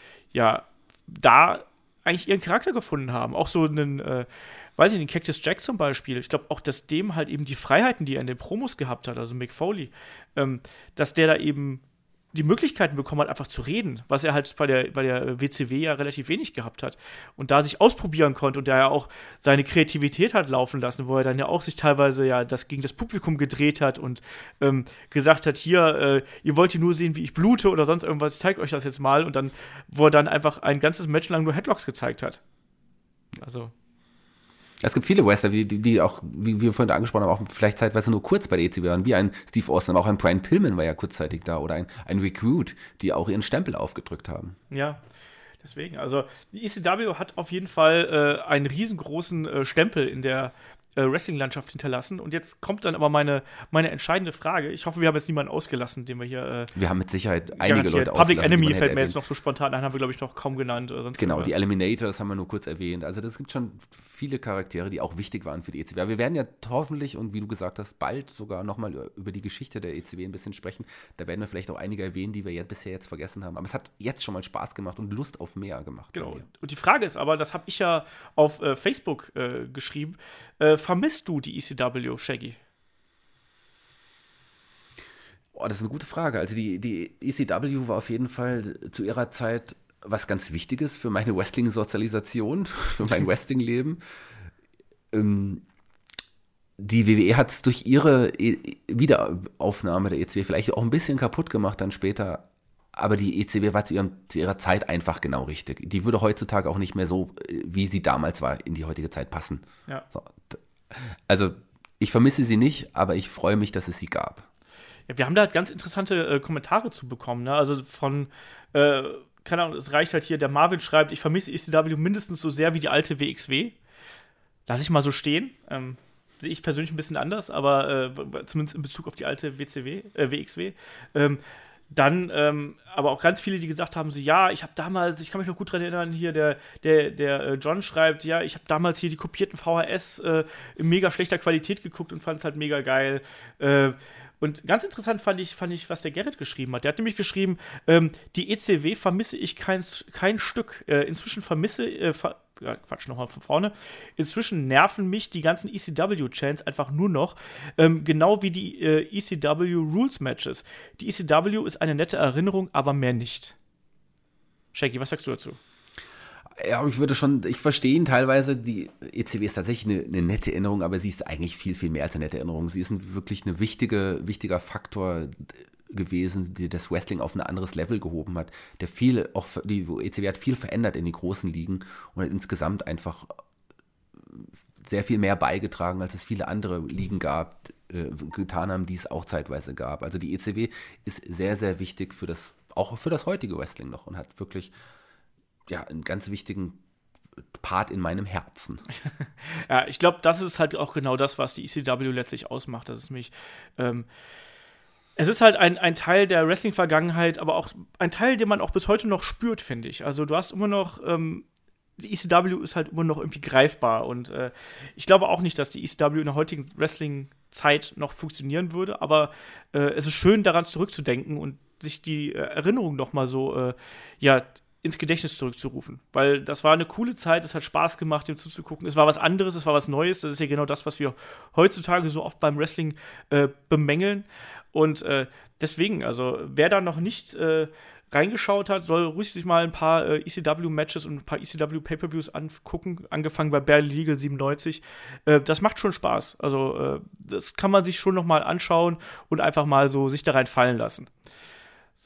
Speaker 2: da eigentlich ihren Charakter gefunden haben. Auch so einen, weiß ich nicht, Cactus Jack zum Beispiel. Ich glaube auch, dass dem halt eben die Freiheiten, die er in den Promos gehabt hat, also Mick Foley, dass der da eben die Möglichkeiten bekommen hat, einfach zu reden, was er halt bei der WCW ja relativ wenig gehabt hat. Und da sich ausprobieren konnte und der ja auch seine Kreativität hat laufen lassen, wo er dann ja auch sich teilweise ja das gegen das Publikum gedreht hat und gesagt hat, hier, ihr wollt hier nur sehen, wie ich blute oder sonst irgendwas, ich zeige euch das jetzt mal. Und dann, wo er dann einfach ein ganzes Match lang nur Headlocks gezeigt hat. Also
Speaker 3: es gibt viele Wrestler, die auch, wie wir vorhin angesprochen haben, auch vielleicht zeitweise nur kurz bei der ECW waren, wie ein Steve Austin, aber auch ein Brian Pillman war ja kurzzeitig da oder ein Rick Rude, die auch ihren Stempel aufgedrückt haben.
Speaker 2: Ja, deswegen, also die ECW hat auf jeden Fall einen riesengroßen Stempel in der Wrestling-Landschaft hinterlassen. Und jetzt kommt dann aber meine entscheidende Frage. Ich hoffe, wir haben jetzt niemanden ausgelassen, den wir hier
Speaker 3: wir haben mit Sicherheit einige Leute ausgelassen.
Speaker 2: Public Enemy fällt mir jetzt noch so spontan ein, haben wir, glaube ich, noch kaum genannt. Oder sonst
Speaker 3: genau,
Speaker 2: irgendwas.
Speaker 3: Die Eliminators haben wir nur kurz erwähnt. Also das gibt schon viele Charaktere, die auch wichtig waren für die ECW. Wir werden ja hoffentlich, und wie du gesagt hast, bald sogar nochmal über die Geschichte der ECW ein bisschen sprechen. Da werden wir vielleicht auch einige erwähnen, die wir bisher jetzt vergessen haben. Aber es hat jetzt schon mal Spaß gemacht und Lust auf mehr gemacht.
Speaker 2: Genau. Und die Frage ist aber, das habe ich ja auf Facebook geschrieben, vermisst du die ECW, Shaggy?
Speaker 3: Das ist eine gute Frage. Also die ECW war auf jeden Fall zu ihrer Zeit was ganz Wichtiges für meine Wrestling-Sozialisation, für mein Wrestling-Leben. Die WWE hat es durch ihre Wiederaufnahme der ECW vielleicht auch ein bisschen kaputt gemacht dann später. Aber die ECW war zu ihrer Zeit einfach genau richtig. Die würde heutzutage auch nicht mehr so, wie sie damals war, in die heutige Zeit passen.
Speaker 2: Ja.
Speaker 3: So. Also ich vermisse sie nicht, aber ich freue mich, dass es sie gab.
Speaker 2: Ja, wir haben da halt ganz interessante Kommentare zu bekommen. Ne? Also von, keine Ahnung, es reicht halt hier, der Marvin schreibt, ich vermisse ECW mindestens so sehr wie die alte WXW. Lass ich mal so stehen. Sehe ich persönlich ein bisschen anders, aber zumindest in Bezug auf die alte WXW. Dann aber auch ganz viele, die gesagt haben, so ja, ich kann mich noch gut daran erinnern, hier der John schreibt, ja, ich habe damals hier die kopierten VHS in mega schlechter Qualität geguckt und fand es halt mega geil. Und ganz interessant fand ich, was der Gerrit geschrieben hat. Der hat nämlich geschrieben, die ECW vermisse ich kein Stück. Inzwischen nochmal von vorne. Inzwischen nerven mich die ganzen ECW-Chants einfach nur noch, genau wie die ECW-Rules-Matches. Die ECW ist eine nette Erinnerung, aber mehr nicht. Shaggy, was sagst du dazu?
Speaker 3: Ja, ich verstehe ihn teilweise, die ECW ist tatsächlich eine nette Erinnerung, aber sie ist eigentlich viel, viel mehr als eine nette Erinnerung. Sie ist wirklich ein wichtiger Faktor gewesen, die das Wrestling auf ein anderes Level gehoben hat. Die ECW hat viel verändert in den großen Ligen und hat insgesamt einfach sehr viel mehr beigetragen, als es viele andere Ligen getan haben, die es auch zeitweise gab. Also die ECW ist sehr, sehr wichtig auch für das heutige Wrestling noch und hat wirklich einen ganz wichtigen Part in meinem Herzen.
Speaker 2: Ja, ich glaube, das ist halt auch genau das, was die ECW letztlich ausmacht. Das ist mich es ist halt ein Teil der Wrestling-Vergangenheit, aber auch ein Teil, den man auch bis heute noch spürt, finde ich. Also du hast immer noch, die ECW ist halt immer noch irgendwie greifbar und ich glaube auch nicht, dass die ECW in der heutigen Wrestling-Zeit noch funktionieren würde, aber es ist schön, daran zurückzudenken und sich die Erinnerung noch mal so, ins Gedächtnis zurückzurufen. Weil das war eine coole Zeit, es hat Spaß gemacht, dem zuzugucken. Es war was anderes, es war was Neues. Das ist ja genau das, was wir heutzutage so oft beim Wrestling bemängeln. Und deswegen, also wer da noch nicht reingeschaut hat, soll ruhig sich mal ein paar ECW-Matches und ein paar ECW-Pay-Per-Views angucken, angefangen bei Barely Legal 97. Das macht schon Spaß. Also das kann man sich schon noch mal anschauen und einfach mal so sich da rein fallen lassen.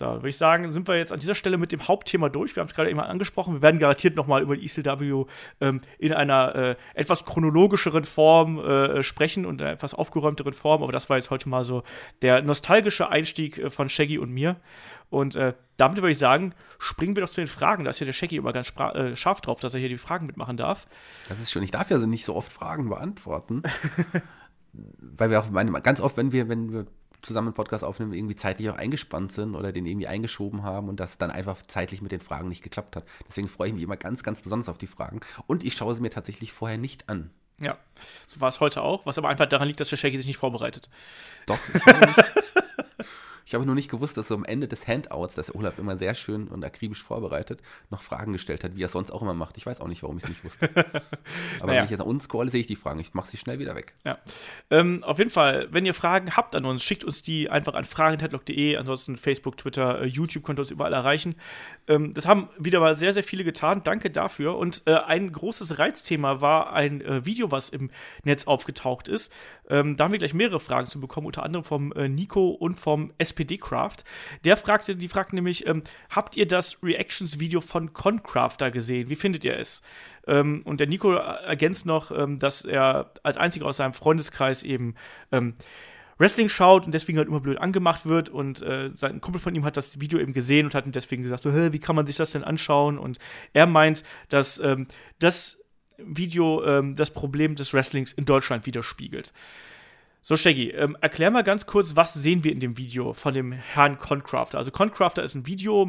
Speaker 2: So, würde ich sagen, sind wir jetzt an dieser Stelle mit dem Hauptthema durch. Wir haben es gerade eben angesprochen. Wir werden garantiert nochmal über die ECW in einer etwas chronologischeren Form sprechen und in einer etwas aufgeräumteren Form. Aber das war jetzt heute mal so der nostalgische Einstieg von Shaggy und mir. Und damit würde ich sagen, springen wir doch zu den Fragen. Da ist ja der Shaggy immer ganz scharf drauf, dass er hier die Fragen mitmachen darf.
Speaker 3: Das ist schön. Ich darf ja nicht so oft Fragen beantworten. Weil wir auch ganz oft, wenn wir zusammen einen Podcast aufnehmen, irgendwie zeitlich auch eingespannt sind oder den irgendwie eingeschoben haben und das dann einfach zeitlich mit den Fragen nicht geklappt hat. Deswegen freue ich mich immer ganz, ganz besonders auf die Fragen. Und ich schaue sie mir tatsächlich vorher nicht an.
Speaker 2: Ja, so war es heute auch, was aber einfach daran liegt, dass der Shaggy sich nicht vorbereitet.
Speaker 3: Doch, ich habe nur nicht gewusst, dass so am Ende des Handouts, das Olaf immer sehr schön und akribisch vorbereitet, noch Fragen gestellt hat, wie er es sonst auch immer macht. Ich weiß auch nicht, warum ich es nicht wusste. Aber wenn ich jetzt nach unten scrolle, sehe ich die Fragen. Ich mache sie schnell wieder weg.
Speaker 2: Ja. Auf jeden Fall, wenn ihr Fragen habt an uns, schickt uns die einfach an fragen@headlock.de. Ansonsten Facebook, Twitter, YouTube könnt ihr uns überall erreichen. Das haben wieder mal sehr, sehr viele getan. Danke dafür. Und ein großes Reizthema war ein Video, was im Netz aufgetaucht ist. Da haben wir gleich mehrere Fragen zu bekommen, unter anderem vom Nico und vom SPD-Craft. Die fragten nämlich, habt ihr das Reactions-Video von Concrafter gesehen? Wie findet ihr es? Und der Nico ergänzt noch, dass er als einziger aus seinem Freundeskreis eben Wrestling schaut und deswegen halt immer blöd angemacht wird. Und sein Kumpel von ihm hat das Video eben gesehen und hat ihm deswegen gesagt, so, wie kann man sich das denn anschauen? Und er meint, dass das Video das Problem des Wrestlings in Deutschland widerspiegelt. So, Shaggy, erklär mal ganz kurz, was sehen wir in dem Video von dem Herrn Concrafter? Also Concrafter ist ein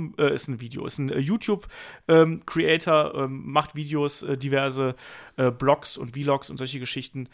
Speaker 2: YouTube-Creator, macht Videos, diverse Blogs und Vlogs und solche Geschichten.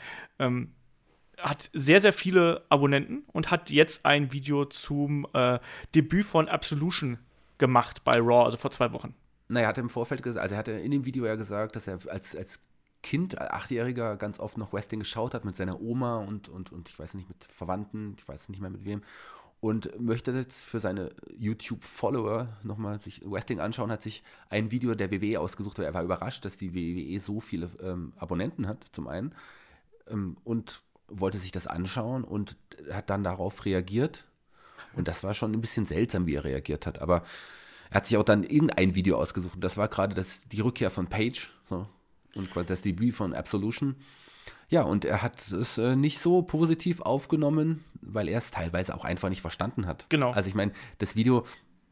Speaker 2: Hat sehr, sehr viele Abonnenten und hat jetzt ein Video zum Debüt von Absolution gemacht bei Raw, also vor 2 Wochen.
Speaker 3: Naja, er hat im Vorfeld gesagt, also er hatte in dem Video ja gesagt, dass er als Kind, 8-Jähriger, ganz oft noch Wrestling geschaut hat mit seiner Oma und ich weiß nicht, mit Verwandten, ich weiß nicht mehr mit wem. Und möchte jetzt für seine YouTube-Follower nochmal sich Wrestling anschauen, hat sich ein Video der WWE ausgesucht, weil er war überrascht, dass die WWE so viele Abonnenten hat, zum einen, und wollte sich das anschauen und hat dann darauf reagiert. Und das war schon ein bisschen seltsam, wie er reagiert hat, aber er hat sich auch dann irgendein Video ausgesucht. Und das war gerade die Rückkehr von Paige, so. Und das Debüt von Absolution. Ja, und er hat es nicht so positiv aufgenommen, weil er es teilweise auch einfach nicht verstanden hat.
Speaker 2: Genau.
Speaker 3: Also ich meine, das Video,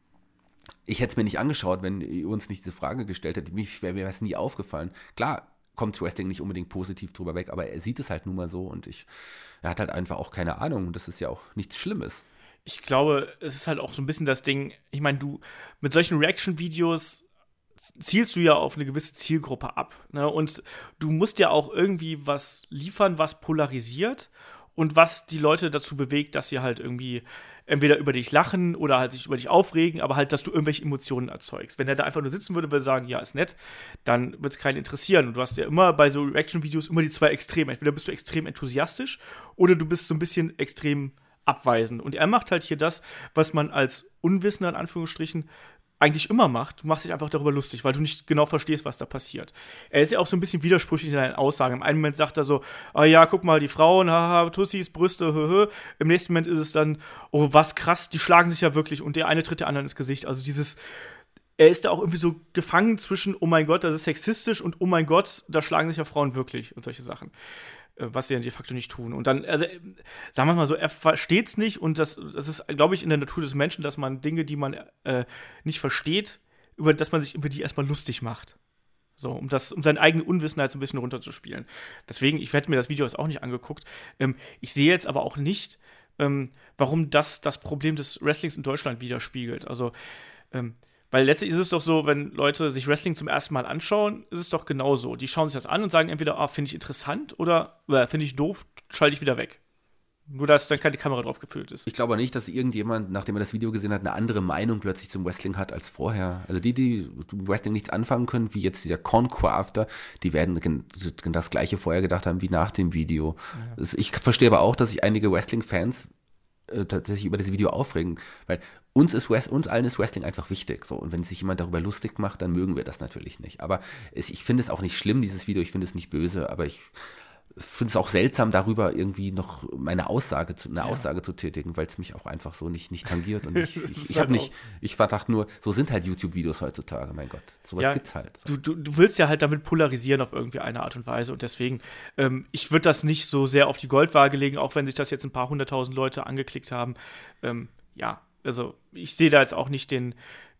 Speaker 3: ich hätte es mir nicht angeschaut, wenn ihr uns nicht diese Frage gestellt hättet. Mir wäre es nie aufgefallen. Klar kommt Wrestling nicht unbedingt positiv drüber weg, aber er sieht es halt nun mal so und er hat halt einfach auch keine Ahnung. Und das ist ja auch nichts Schlimmes.
Speaker 2: Ich glaube, es ist halt auch so ein bisschen das Ding, ich meine, du mit solchen Reaction-Videos zielst du ja auf eine gewisse Zielgruppe ab. Ne? Und du musst ja auch irgendwie was liefern, was polarisiert und was die Leute dazu bewegt, dass sie halt irgendwie entweder über dich lachen oder halt sich über dich aufregen, aber halt, dass du irgendwelche Emotionen erzeugst. Wenn er da einfach nur sitzen würde und würde sagen, ja, ist nett, dann wird es keinen interessieren. Und du hast ja immer bei so Reaction-Videos immer die 2 Extreme. Entweder bist du extrem enthusiastisch oder du bist so ein bisschen extrem abweisend. Und er macht halt hier das, was man als Unwissender in Anführungsstrichen eigentlich immer macht. Du machst dich einfach darüber lustig, weil du nicht genau verstehst, was da passiert. Er ist ja auch so ein bisschen widersprüchlich in seinen Aussagen. Im einen Moment sagt er so, ah ja, guck mal, die Frauen, haha, Tussis, Brüste, höhö. Im nächsten Moment ist es dann, oh, was krass, die schlagen sich ja wirklich und der eine tritt der anderen ins Gesicht. Also er ist da auch irgendwie so gefangen zwischen, oh mein Gott, das ist sexistisch und oh mein Gott, da schlagen sich ja Frauen wirklich und solche Sachen. Was sie ja de facto nicht tun. Und dann, also, sagen wir mal so, er versteht's nicht und das ist, glaube ich, in der Natur des Menschen, dass man Dinge, die man nicht versteht, dass man sich über die erstmal lustig macht. So, um seine eigene Unwissenheit so ein bisschen runterzuspielen. Deswegen, ich hätte mir das Video jetzt auch nicht angeguckt. Ich sehe jetzt aber auch nicht, warum das Problem des Wrestlings in Deutschland widerspiegelt. Also, weil letztlich ist es doch so, wenn Leute sich Wrestling zum ersten Mal anschauen, ist es doch genauso. Die schauen sich das an und sagen entweder, finde ich interessant oder finde ich doof, schalte ich wieder weg. Nur, dass dann keine Kamera drauf gefüllt ist.
Speaker 3: Ich glaube nicht, dass irgendjemand, nachdem er das Video gesehen hat, eine andere Meinung plötzlich zum Wrestling hat als vorher. Also die mit Wrestling nichts anfangen können, wie jetzt dieser Concrafter, die werden das Gleiche vorher gedacht haben wie nach dem Video. Ja. Ich verstehe aber auch, dass sich einige Wrestling-Fans tatsächlich über das Video aufregen, weil uns allen ist Wrestling einfach wichtig. So. Und wenn sich jemand darüber lustig macht, dann mögen wir das natürlich nicht. Aber ich finde es auch nicht schlimm, dieses Video, ich finde es nicht böse, aber finde es auch seltsam, darüber irgendwie noch eine Aussage zu tätigen, weil es mich auch einfach so nicht tangiert. Und ich verdachte nur, so sind halt YouTube-Videos heutzutage, mein Gott. Sowas gibt's halt.
Speaker 2: Du willst ja halt damit polarisieren auf irgendwie eine Art und Weise. Und deswegen, ich würde das nicht so sehr auf die Goldwaage legen, auch wenn sich das jetzt ein paar 100.000 Leute angeklickt haben. Also ich sehe da jetzt auch nicht den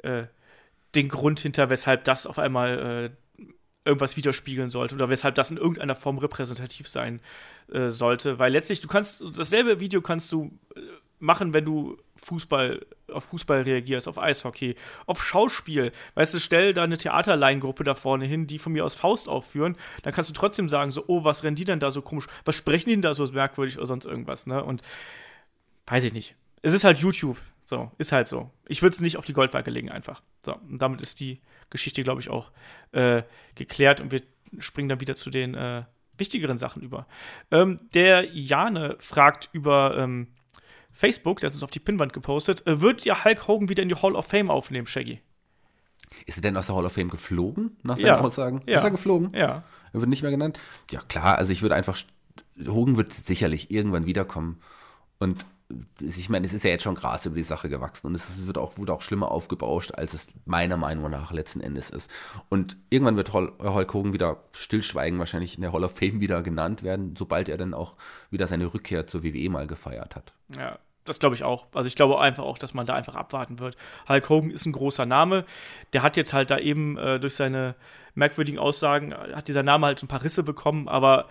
Speaker 2: Grund hinter, weshalb das auf einmal irgendwas widerspiegeln sollte oder weshalb das in irgendeiner Form repräsentativ sein sollte, weil letztlich dasselbe Video kannst du machen, wenn du auf Fußball reagierst, auf Eishockey, auf Schauspiel. Weißt du, stell da eine Theaterlaiengruppe da vorne hin, die von mir aus Faust aufführen, dann kannst du trotzdem sagen so, oh, was rennen die denn da so komisch, was sprechen die denn da so merkwürdig oder sonst irgendwas, ne? Und weiß ich nicht. Es ist halt YouTube. So, ist halt so. Ich würde es nicht auf die Goldwaage legen einfach. So, und damit ist die Geschichte, glaube ich, auch geklärt und wir springen dann wieder zu den wichtigeren Sachen über. Der Jane fragt über Facebook, der hat uns auf die Pinnwand gepostet, wird ja Hulk Hogan wieder in die Hall of Fame aufnehmen, Shaggy?
Speaker 3: Ist er denn aus der Hall of Fame geflogen, nach seinen Aussagen?
Speaker 2: Ja.
Speaker 3: Ist er geflogen?
Speaker 2: Ja.
Speaker 3: Er wird nicht mehr genannt? Ja, klar, also ich würde einfach, Hogan wird sicherlich irgendwann wiederkommen und ich meine, es ist ja jetzt schon Gras über die Sache gewachsen und es wurde auch schlimmer aufgebauscht, als es meiner Meinung nach letzten Endes ist. Und irgendwann wird Hulk Hogan wieder stillschweigen, wahrscheinlich in der Hall of Fame wieder genannt werden, sobald er dann auch wieder seine Rückkehr zur WWE mal gefeiert hat.
Speaker 2: Ja, das glaube ich auch. Also ich glaube einfach auch, dass man da einfach abwarten wird. Hulk Hogan ist ein großer Name. Der hat jetzt halt da eben durch seine merkwürdigen Aussagen, hat dieser Name halt so ein paar Risse bekommen, aber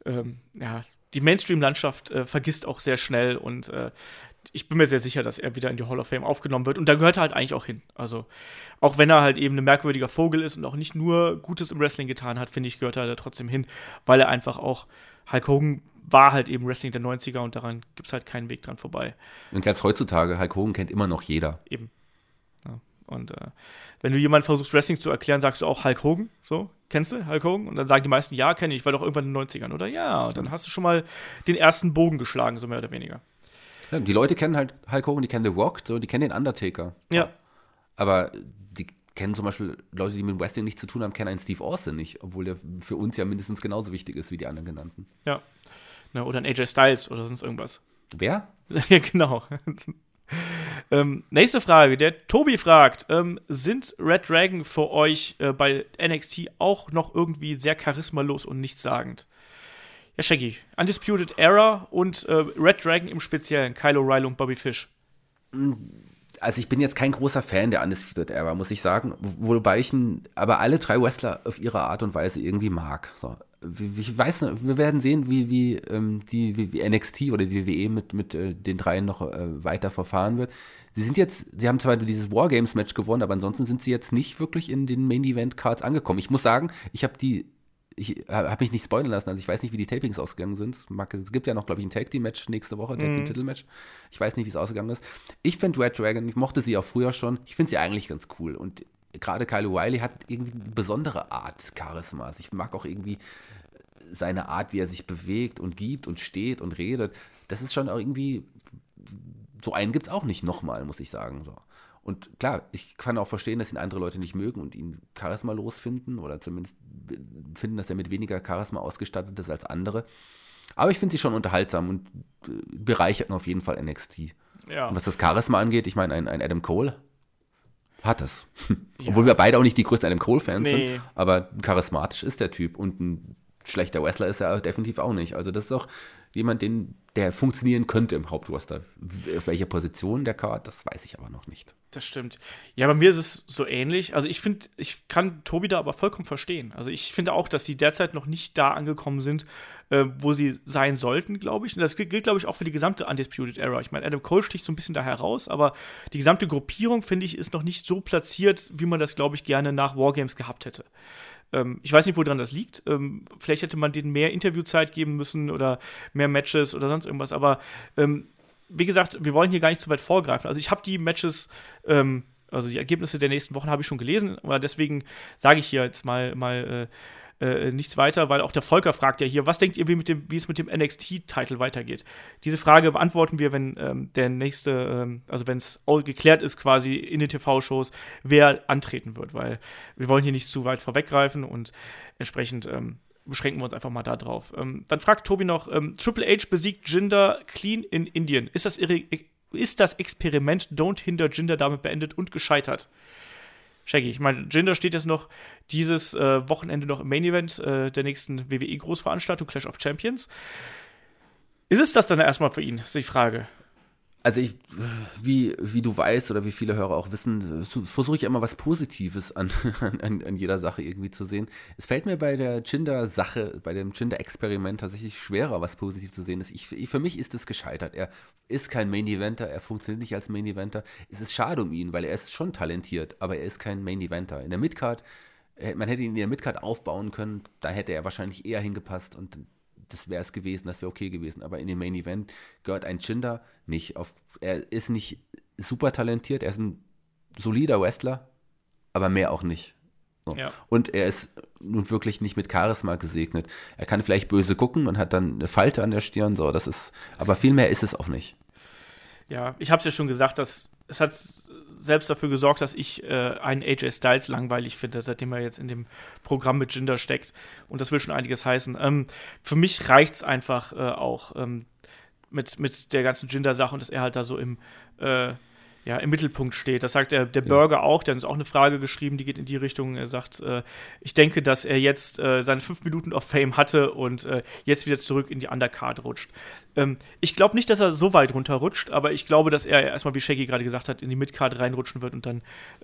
Speaker 2: die Mainstream-Landschaft vergisst auch sehr schnell und ich bin mir sehr sicher, dass er wieder in die Hall of Fame aufgenommen wird und da gehört er halt eigentlich auch hin. Also auch wenn er halt eben ein merkwürdiger Vogel ist und auch nicht nur Gutes im Wrestling getan hat, finde ich, gehört er da trotzdem hin, weil er einfach auch, Hulk Hogan war halt eben Wrestling der 90er und daran gibt es halt keinen Weg dran vorbei.
Speaker 3: Und selbst heutzutage, Hulk Hogan kennt immer noch jeder.
Speaker 2: Eben. Ja. Und wenn du jemandem versuchst, Wrestling zu erklären, sagst du auch Hulk Hogan, so, kennst du Hulk Hogan? Und dann sagen die meisten, ja, kenne ich, war doch irgendwann in den 90ern, oder? Ja, und dann hast du schon mal den ersten Bogen geschlagen, so mehr oder weniger.
Speaker 3: Ja, die Leute kennen halt Hulk Hogan, die kennen The Rock, so, die kennen den Undertaker.
Speaker 2: Ja.
Speaker 3: Aber die kennen zum Beispiel Leute, die mit Wrestling nichts zu tun haben, kennen einen Steve Austin nicht, obwohl der für uns ja mindestens genauso wichtig ist wie die anderen genannten.
Speaker 2: Ja. Ne, oder ein AJ Styles oder sonst irgendwas.
Speaker 3: Wer?
Speaker 2: Ja, genau. Nächste Frage. Der Tobi fragt, sind Red Dragon für euch bei NXT auch noch irgendwie sehr charismalos und nichtssagend? Ja, Shaggy. Undisputed Era und Red Dragon im Speziellen. Kyle O'Reilly und Bobby Fish.
Speaker 3: Also ich bin jetzt kein großer Fan der Undisputed Era, muss ich sagen. Wobei ich aber alle drei Wrestler auf ihre Art und Weise irgendwie mag. So. Ich weiß nicht, wir werden sehen, wie NXT oder die WWE mit den dreien noch weiter verfahren wird. Sie haben zwar dieses Wargames-Match gewonnen, aber ansonsten sind sie jetzt nicht wirklich in den Main-Event-Cards angekommen. Ich muss sagen, ich habe mich nicht spoilern lassen, also ich weiß nicht, wie die Tapings ausgegangen sind. Es gibt ja noch, glaube ich, ein Tag-Team-Match nächste Woche, Tag-Team-Titelmatch. Ich weiß nicht, wie es ausgegangen ist. Ich finde Red Dragon, ich mochte sie auch früher schon, ich finde sie eigentlich ganz cool. Und gerade Kyle O'Reilly hat irgendwie eine besondere Art des Charismas. Ich mag auch irgendwie seine Art, wie er sich bewegt und gibt und steht und redet. Das ist schon auch irgendwie, so einen gibt es auch nicht nochmal, muss ich sagen. So. Und klar, ich kann auch verstehen, dass ihn andere Leute nicht mögen und ihn charismalos finden oder zumindest finden, dass er mit weniger Charisma ausgestattet ist als andere. Aber ich finde sie schon unterhaltsam und bereichert auf jeden Fall NXT.
Speaker 2: Ja.
Speaker 3: Und was das Charisma angeht, ich meine, ein Adam Cole hat es.
Speaker 2: Ja.
Speaker 3: Obwohl wir beide auch nicht die größten Adam Cole-Fans
Speaker 2: Nee.
Speaker 3: sind, aber charismatisch ist der Typ und ein schlechter Wrestler ist er definitiv auch nicht. Also das ist auch jemand, der funktionieren könnte im Hauptroster. Auf welcher Position der Card, das weiß ich aber noch nicht.
Speaker 2: Das stimmt. Ja, bei mir ist es so ähnlich. Also ich finde, ich kann Tobi da aber vollkommen verstehen. Also ich finde auch, dass sie derzeit noch nicht da angekommen sind, wo sie sein sollten, glaube ich. Und das gilt, glaube ich, auch für die gesamte Undisputed Era. Ich meine, Adam Cole sticht so ein bisschen da heraus, aber die gesamte Gruppierung, finde ich, ist noch nicht so platziert, wie man das, glaube ich, gerne nach Wargames gehabt hätte. Ich weiß nicht, woran das liegt. Vielleicht hätte man denen mehr Interviewzeit geben müssen oder mehr Matches oder sonst irgendwas. Aber wie gesagt, wir wollen hier gar nicht zu weit vorgreifen. Also ich habe die Matches, also die Ergebnisse der nächsten Wochen habe ich schon gelesen. Aber deswegen sage ich hier jetzt mal nichts weiter, weil auch der Volker fragt ja hier, was denkt ihr, wie es mit dem NXT-Titel weitergeht? Diese Frage beantworten wir, wenn der nächste, also wenn es geklärt ist quasi in den TV-Shows, wer antreten wird, weil wir wollen hier nicht zu weit vorweggreifen und entsprechend beschränken wir uns einfach mal da drauf. Dann fragt Tobi noch, Triple H besiegt Jinder clean in Indien. Ist das Experiment Don't Hinder Jinder damit beendet und gescheitert? Shaggy, ich meine, Jinder steht jetzt noch dieses Wochenende noch im Main Event der nächsten WWE-Großveranstaltung, Clash of Champions. Ist es das dann erstmal für ihn, ist die Frage.
Speaker 3: Also wie du weißt oder wie viele Hörer auch wissen, versuche ich immer was Positives an jeder Sache irgendwie zu sehen. Es fällt mir bei der Jinder-Sache, bei dem Jinder-Experiment tatsächlich schwerer, was positiv zu sehen ist. Für mich ist es gescheitert. Er ist kein Main-Eventer, er funktioniert nicht als Main-Eventer. Es ist schade um ihn, weil er ist schon talentiert, aber er ist kein Main-Eventer. In der Midcard, man hätte ihn in der Midcard aufbauen können, da hätte er wahrscheinlich eher hingepasst und das wäre es gewesen, das wäre okay gewesen. Aber in dem Main Event gehört ein Jinder nicht auf. Er ist nicht super talentiert, er ist ein solider Wrestler, aber mehr auch nicht. So. Ja. Und er ist nun wirklich nicht mit Charisma gesegnet. Er kann vielleicht böse gucken und hat dann eine Falte an der Stirn, so, aber viel mehr ist es auch nicht.
Speaker 2: Ja, ich habe es ja schon gesagt, es hat selbst dafür gesorgt, dass ich einen AJ Styles langweilig finde, seitdem er jetzt in dem Programm mit Jinder steckt. Und das will schon einiges heißen. Für mich reicht es einfach auch mit der ganzen Jinder-Sache und dass er halt da so im Mittelpunkt steht. Das sagt der Burger auch, der hat uns auch eine Frage geschrieben, die geht in die Richtung. Er sagt, ich denke, dass er jetzt seine 5 Minuten of Fame hatte und jetzt wieder zurück in die Undercard rutscht. Ich glaube nicht, dass er so weit runterrutscht, aber ich glaube, dass er erstmal, wie Shaggy gerade gesagt hat, in die Midcard reinrutschen wird und dann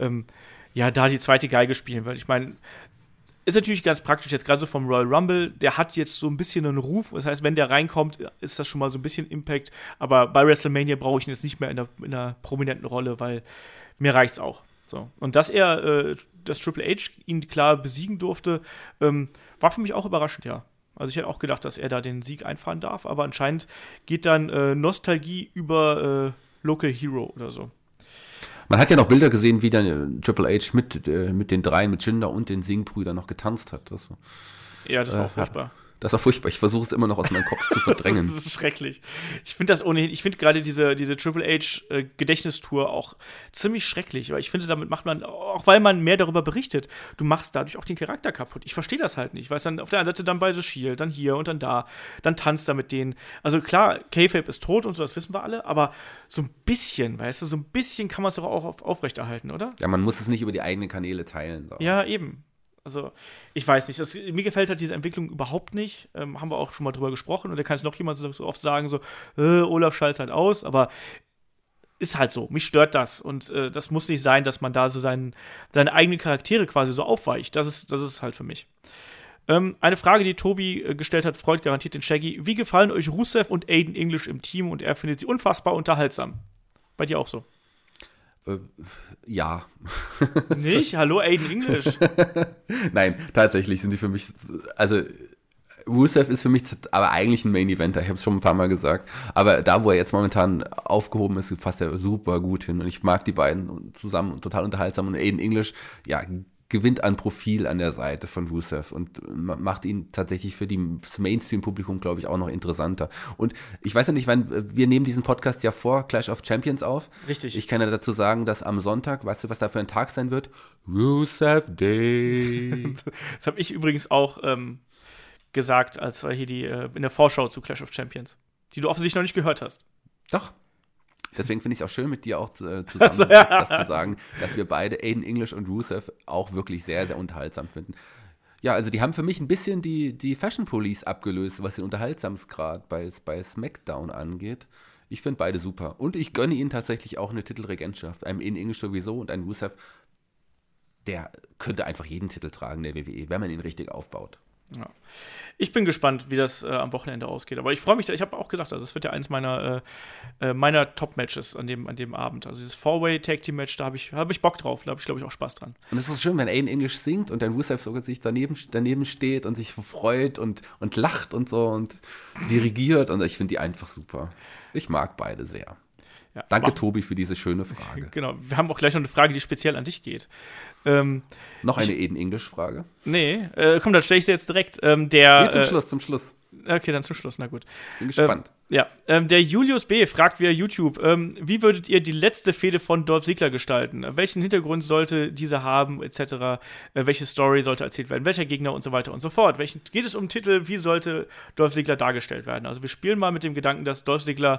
Speaker 2: da die zweite Geige spielen wird. Ich meine, ist natürlich ganz praktisch jetzt gerade so vom Royal Rumble. Der hat jetzt so ein bisschen einen Ruf. Das heißt, wenn der reinkommt, ist das schon mal so ein bisschen Impact. Aber bei WrestleMania brauche ich ihn jetzt nicht mehr in einer prominenten Rolle, weil mir reicht's auch. So. Und dass dass Triple H ihn klar besiegen durfte, war für mich auch überraschend, ja. Also ich hätte auch gedacht, dass er da den Sieg einfahren darf. Aber anscheinend geht dann Nostalgie über Local Hero oder so.
Speaker 3: Man hat ja noch Bilder gesehen, wie dann Triple H mit den dreien, mit Jinder und den Singh-Brüdern noch getanzt hat. Das
Speaker 2: war auch furchtbar.
Speaker 3: Das war furchtbar. Ich versuche es immer noch aus meinem Kopf zu verdrängen.
Speaker 2: Das ist schrecklich. Ich finde gerade diese Triple H Gedächtnistour auch ziemlich schrecklich, weil ich finde, damit macht man, auch weil man mehr darüber berichtet, du machst dadurch auch den Charakter kaputt. Ich verstehe das halt nicht, weil es dann auf der einen Seite dann bei The Shield, dann hier und dann da, dann tanzt er mit denen. Also klar, Kayfabe ist tot und so, das wissen wir alle, aber so ein bisschen, weißt du, so ein bisschen kann man es doch auch aufrechterhalten, oder?
Speaker 3: Ja, man muss es nicht über die eigenen Kanäle teilen. So.
Speaker 2: Ja, eben. Also, ich weiß nicht, mir gefällt halt diese Entwicklung überhaupt nicht. Haben wir auch schon mal drüber gesprochen und da kann es noch jemand so oft sagen, so, Olaf schaltet halt aus, aber ist halt so, mich stört das und das muss nicht sein, dass man da so seine eigenen Charaktere quasi so aufweicht. Das ist halt für mich. Eine Frage, die Tobi gestellt hat, freut garantiert den Shaggy. Wie gefallen euch Rusev und Aiden English im Team und er findet sie unfassbar unterhaltsam? Bei dir auch so?
Speaker 3: Ja.
Speaker 2: Nicht? Hallo, Aiden English?
Speaker 3: Nein, tatsächlich sind die für mich, also Rusev ist für mich aber eigentlich ein Main-Eventer, ich habe es schon ein paar Mal gesagt, aber da, wo er jetzt momentan aufgehoben ist, passt er super gut hin und ich mag die beiden zusammen, total unterhaltsam und Aiden English, ja, gewinnt an Profil an der Seite von Rusev und macht ihn tatsächlich für das Mainstream-Publikum, glaube ich, auch noch interessanter. Und ich weiß ja nicht, wann, wir nehmen diesen Podcast ja vor Clash of Champions auf.
Speaker 2: Richtig.
Speaker 3: Ich kann ja dazu sagen, dass am Sonntag, weißt du, was da für ein Tag sein wird? Rusev Day.
Speaker 2: Das habe ich übrigens auch gesagt, als wir hier in der Vorschau zu Clash of Champions, die du offensichtlich noch nicht gehört hast.
Speaker 3: Doch. Deswegen finde ich es auch schön, mit dir auch zusammen das zu sagen, dass wir beide Aiden English und Rusev auch wirklich sehr, sehr unterhaltsam finden. Ja, also die haben für mich ein bisschen die Fashion Police abgelöst, was den Unterhaltsamsgrad bei SmackDown angeht. Ich finde beide super. Und ich gönne ihnen tatsächlich auch eine Titelregentschaft. Einem Aiden English sowieso und ein Rusev, der könnte einfach jeden Titel tragen der WWE, wenn man ihn richtig aufbaut.
Speaker 2: Ja. Ich bin gespannt, wie das am Wochenende ausgeht. Aber ich freue mich, ich habe auch gesagt, also das wird ja eins meiner Top-Matches an dem Abend. Also dieses Four-Way-Tag-Team-Match, da hab ich Bock drauf. Da habe ich, glaube ich, auch Spaß dran.
Speaker 3: Und es ist schön, wenn Aiden English singt und dann Rusev sogar sich daneben steht und sich freut und lacht und so und dirigiert. Und ich finde die einfach super. Ich mag beide sehr. Ja, danke, Tobi, für diese schöne Frage.
Speaker 2: Genau, wir haben auch gleich noch eine Frage, die speziell an dich geht.
Speaker 3: Noch eine Aiden English-Frage?
Speaker 2: Nee, komm, dann stelle ich sie jetzt direkt.
Speaker 3: Nee, zum Schluss.
Speaker 2: Okay, dann zum Schluss, na gut.
Speaker 3: Bin gespannt.
Speaker 2: Der Julius B. fragt via YouTube, wie würdet ihr die letzte Fehde von Dolph Ziggler gestalten? Welchen Hintergrund sollte diese haben, etc.? Welche Story sollte erzählt werden? Welcher Gegner und so weiter und so fort? Geht es um Titel? Wie sollte Dolph Ziggler dargestellt werden? Also wir spielen mal mit dem Gedanken, dass Dolph Ziggler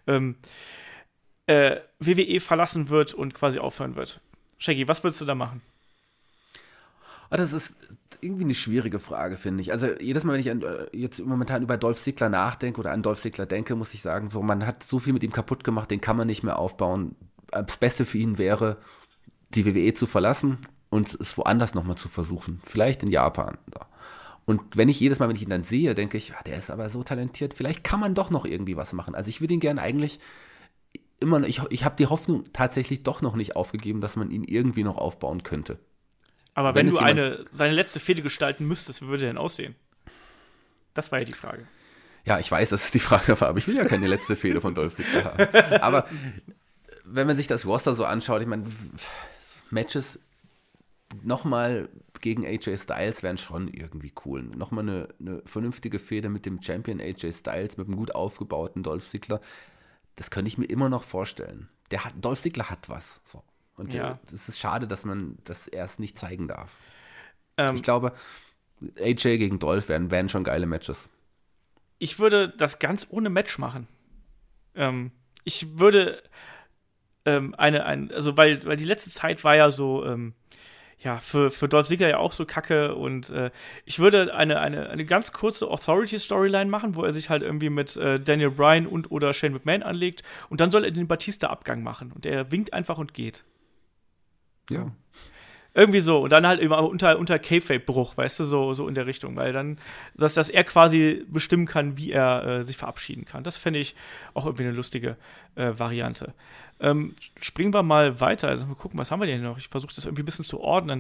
Speaker 2: WWE verlassen wird und quasi aufhören wird. Shaggy, was würdest du da machen?
Speaker 3: Das ist irgendwie eine schwierige Frage, finde ich. Also jedes Mal, wenn ich jetzt momentan über Dolph Ziggler nachdenke oder an Dolph Ziggler denke, muss ich sagen, so, man hat so viel mit ihm kaputt gemacht, den kann man nicht mehr aufbauen. Das Beste für ihn wäre, die WWE zu verlassen und es woanders nochmal zu versuchen. Vielleicht in Japan. Und wenn ich ihn dann sehe, denke ich, der ist aber so talentiert, vielleicht kann man doch noch irgendwie was machen. Also ich würde ihn gerne eigentlich immer, ich habe die Hoffnung tatsächlich doch noch nicht aufgegeben, dass man ihn irgendwie noch aufbauen könnte.
Speaker 2: Aber wenn du seine letzte Fehde gestalten müsstest, wie würde er denn aussehen? Das war ja die Frage.
Speaker 3: Ja, ich weiß, dass es die Frage war, aber ich will ja keine letzte Fehde von Dolph Ziggler haben. Aber wenn man sich das Roster so anschaut, ich meine, Matches nochmal gegen AJ Styles wären schon irgendwie cool. Nochmal eine vernünftige Fehde mit dem Champion AJ Styles, mit einem gut aufgebauten Dolph Ziggler, das könnte ich mir immer noch vorstellen. Dolph Ziggler hat was, so. Und es ist schade, dass man das erst nicht zeigen darf. Ich glaube, AJ gegen Dolph wären schon geile Matches.
Speaker 2: Ich würde das ganz ohne Match machen. Ich würde weil die letzte Zeit war ja so, für Dolph Ziggler ja auch so kacke und ich würde eine ganz kurze Authority-Storyline machen, wo er sich halt irgendwie mit Daniel Bryan oder Shane McMahon anlegt und dann soll er den Batista-Abgang machen und er winkt einfach und geht.
Speaker 3: Ja.
Speaker 2: Irgendwie so. Und dann halt immer unter Kayfabe-Bruch, weißt du, so in der Richtung. Weil dann, dass er quasi bestimmen kann, wie er sich verabschieden kann. Das fände ich auch irgendwie eine lustige Variante. Springen wir mal weiter. Also mal gucken, was haben wir denn noch? Ich versuche das irgendwie ein bisschen zu ordnen.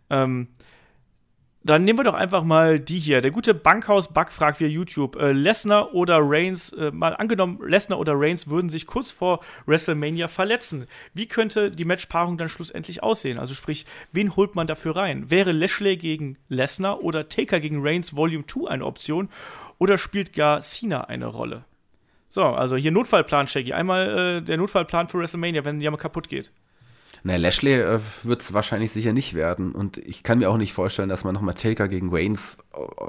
Speaker 2: Dann nehmen wir doch einfach mal die hier. Der gute Bankhaus-Bug fragt via YouTube, Lesnar oder Reigns, mal angenommen, Lesnar oder Reigns würden sich kurz vor WrestleMania verletzen. Wie könnte die Matchpaarung dann schlussendlich aussehen? Also sprich, wen holt man dafür rein? Wäre Lashley gegen Lesnar oder Taker gegen Reigns Volume 2 eine Option? Oder spielt gar Cena eine Rolle? So, also hier Notfallplan, Shaggy. Einmal der Notfallplan für WrestleMania, wenn die mal kaputt geht.
Speaker 3: Lashley wird es wahrscheinlich sicher nicht werden und ich kann mir auch nicht vorstellen, dass man nochmal Taker gegen Reigns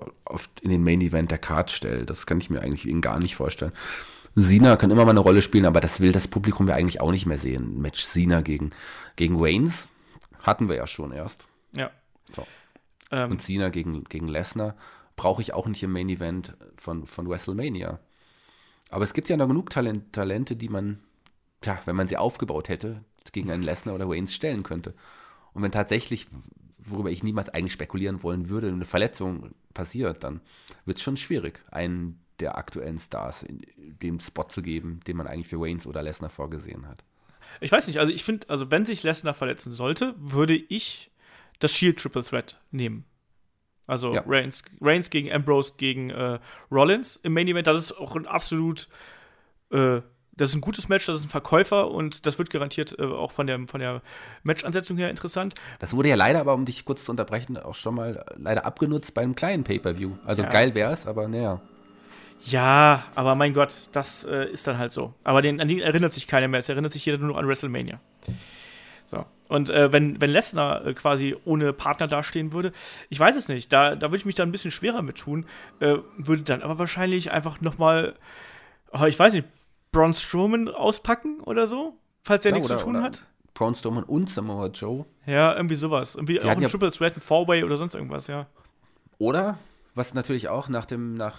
Speaker 3: in den Main Event der Card stellt. Das kann ich mir eigentlich gar nicht vorstellen. Cena kann immer mal eine Rolle spielen, aber das will das Publikum ja eigentlich auch nicht mehr sehen. Ein Match Cena gegen Reigns hatten wir ja schon erst.
Speaker 2: Ja.
Speaker 3: So. Und Cena gegen Lesnar brauche ich auch nicht im Main Event von WrestleMania. Aber es gibt ja noch genug Talente, die man, wenn man sie aufgebaut hätte, gegen einen Lesnar oder Reigns stellen könnte. Und wenn tatsächlich, worüber ich niemals eigentlich spekulieren wollen würde, eine Verletzung passiert, dann wird es schon schwierig, einen der aktuellen Stars in den Spot zu geben, den man eigentlich für Reigns oder Lesnar vorgesehen hat.
Speaker 2: Ich weiß nicht, also ich finde, also wenn sich Lesnar verletzen sollte, würde ich das Shield Triple Threat nehmen. Also Reigns gegen Ambrose gegen Rollins im Main Event, das ist auch ein absolut das ist ein gutes Match, das ist ein Verkäufer und das wird garantiert auch von der Match-Ansetzung her interessant.
Speaker 3: Das wurde ja leider, aber um dich kurz zu unterbrechen, auch schon mal leider abgenutzt bei einem kleinen Pay-Per-View. Also geil wäre es, aber naja.
Speaker 2: Ja, aber mein Gott, das ist dann halt so. Aber an den erinnert sich keiner mehr. Es erinnert sich jeder nur noch an WrestleMania. So. Und wenn Lesnar quasi ohne Partner dastehen würde, ich weiß es nicht, da würde ich mich dann ein bisschen schwerer mit tun, würde dann aber wahrscheinlich einfach nochmal, ich weiß nicht, Braun Strowman auspacken oder so, falls er nichts zu tun hat.
Speaker 3: Braun Strowman und Samoa Joe.
Speaker 2: Ja, irgendwie sowas. Irgendwie auch ein Triple Threat, ein Four-Way oder sonst irgendwas, ja.
Speaker 3: Oder, was natürlich auch nach der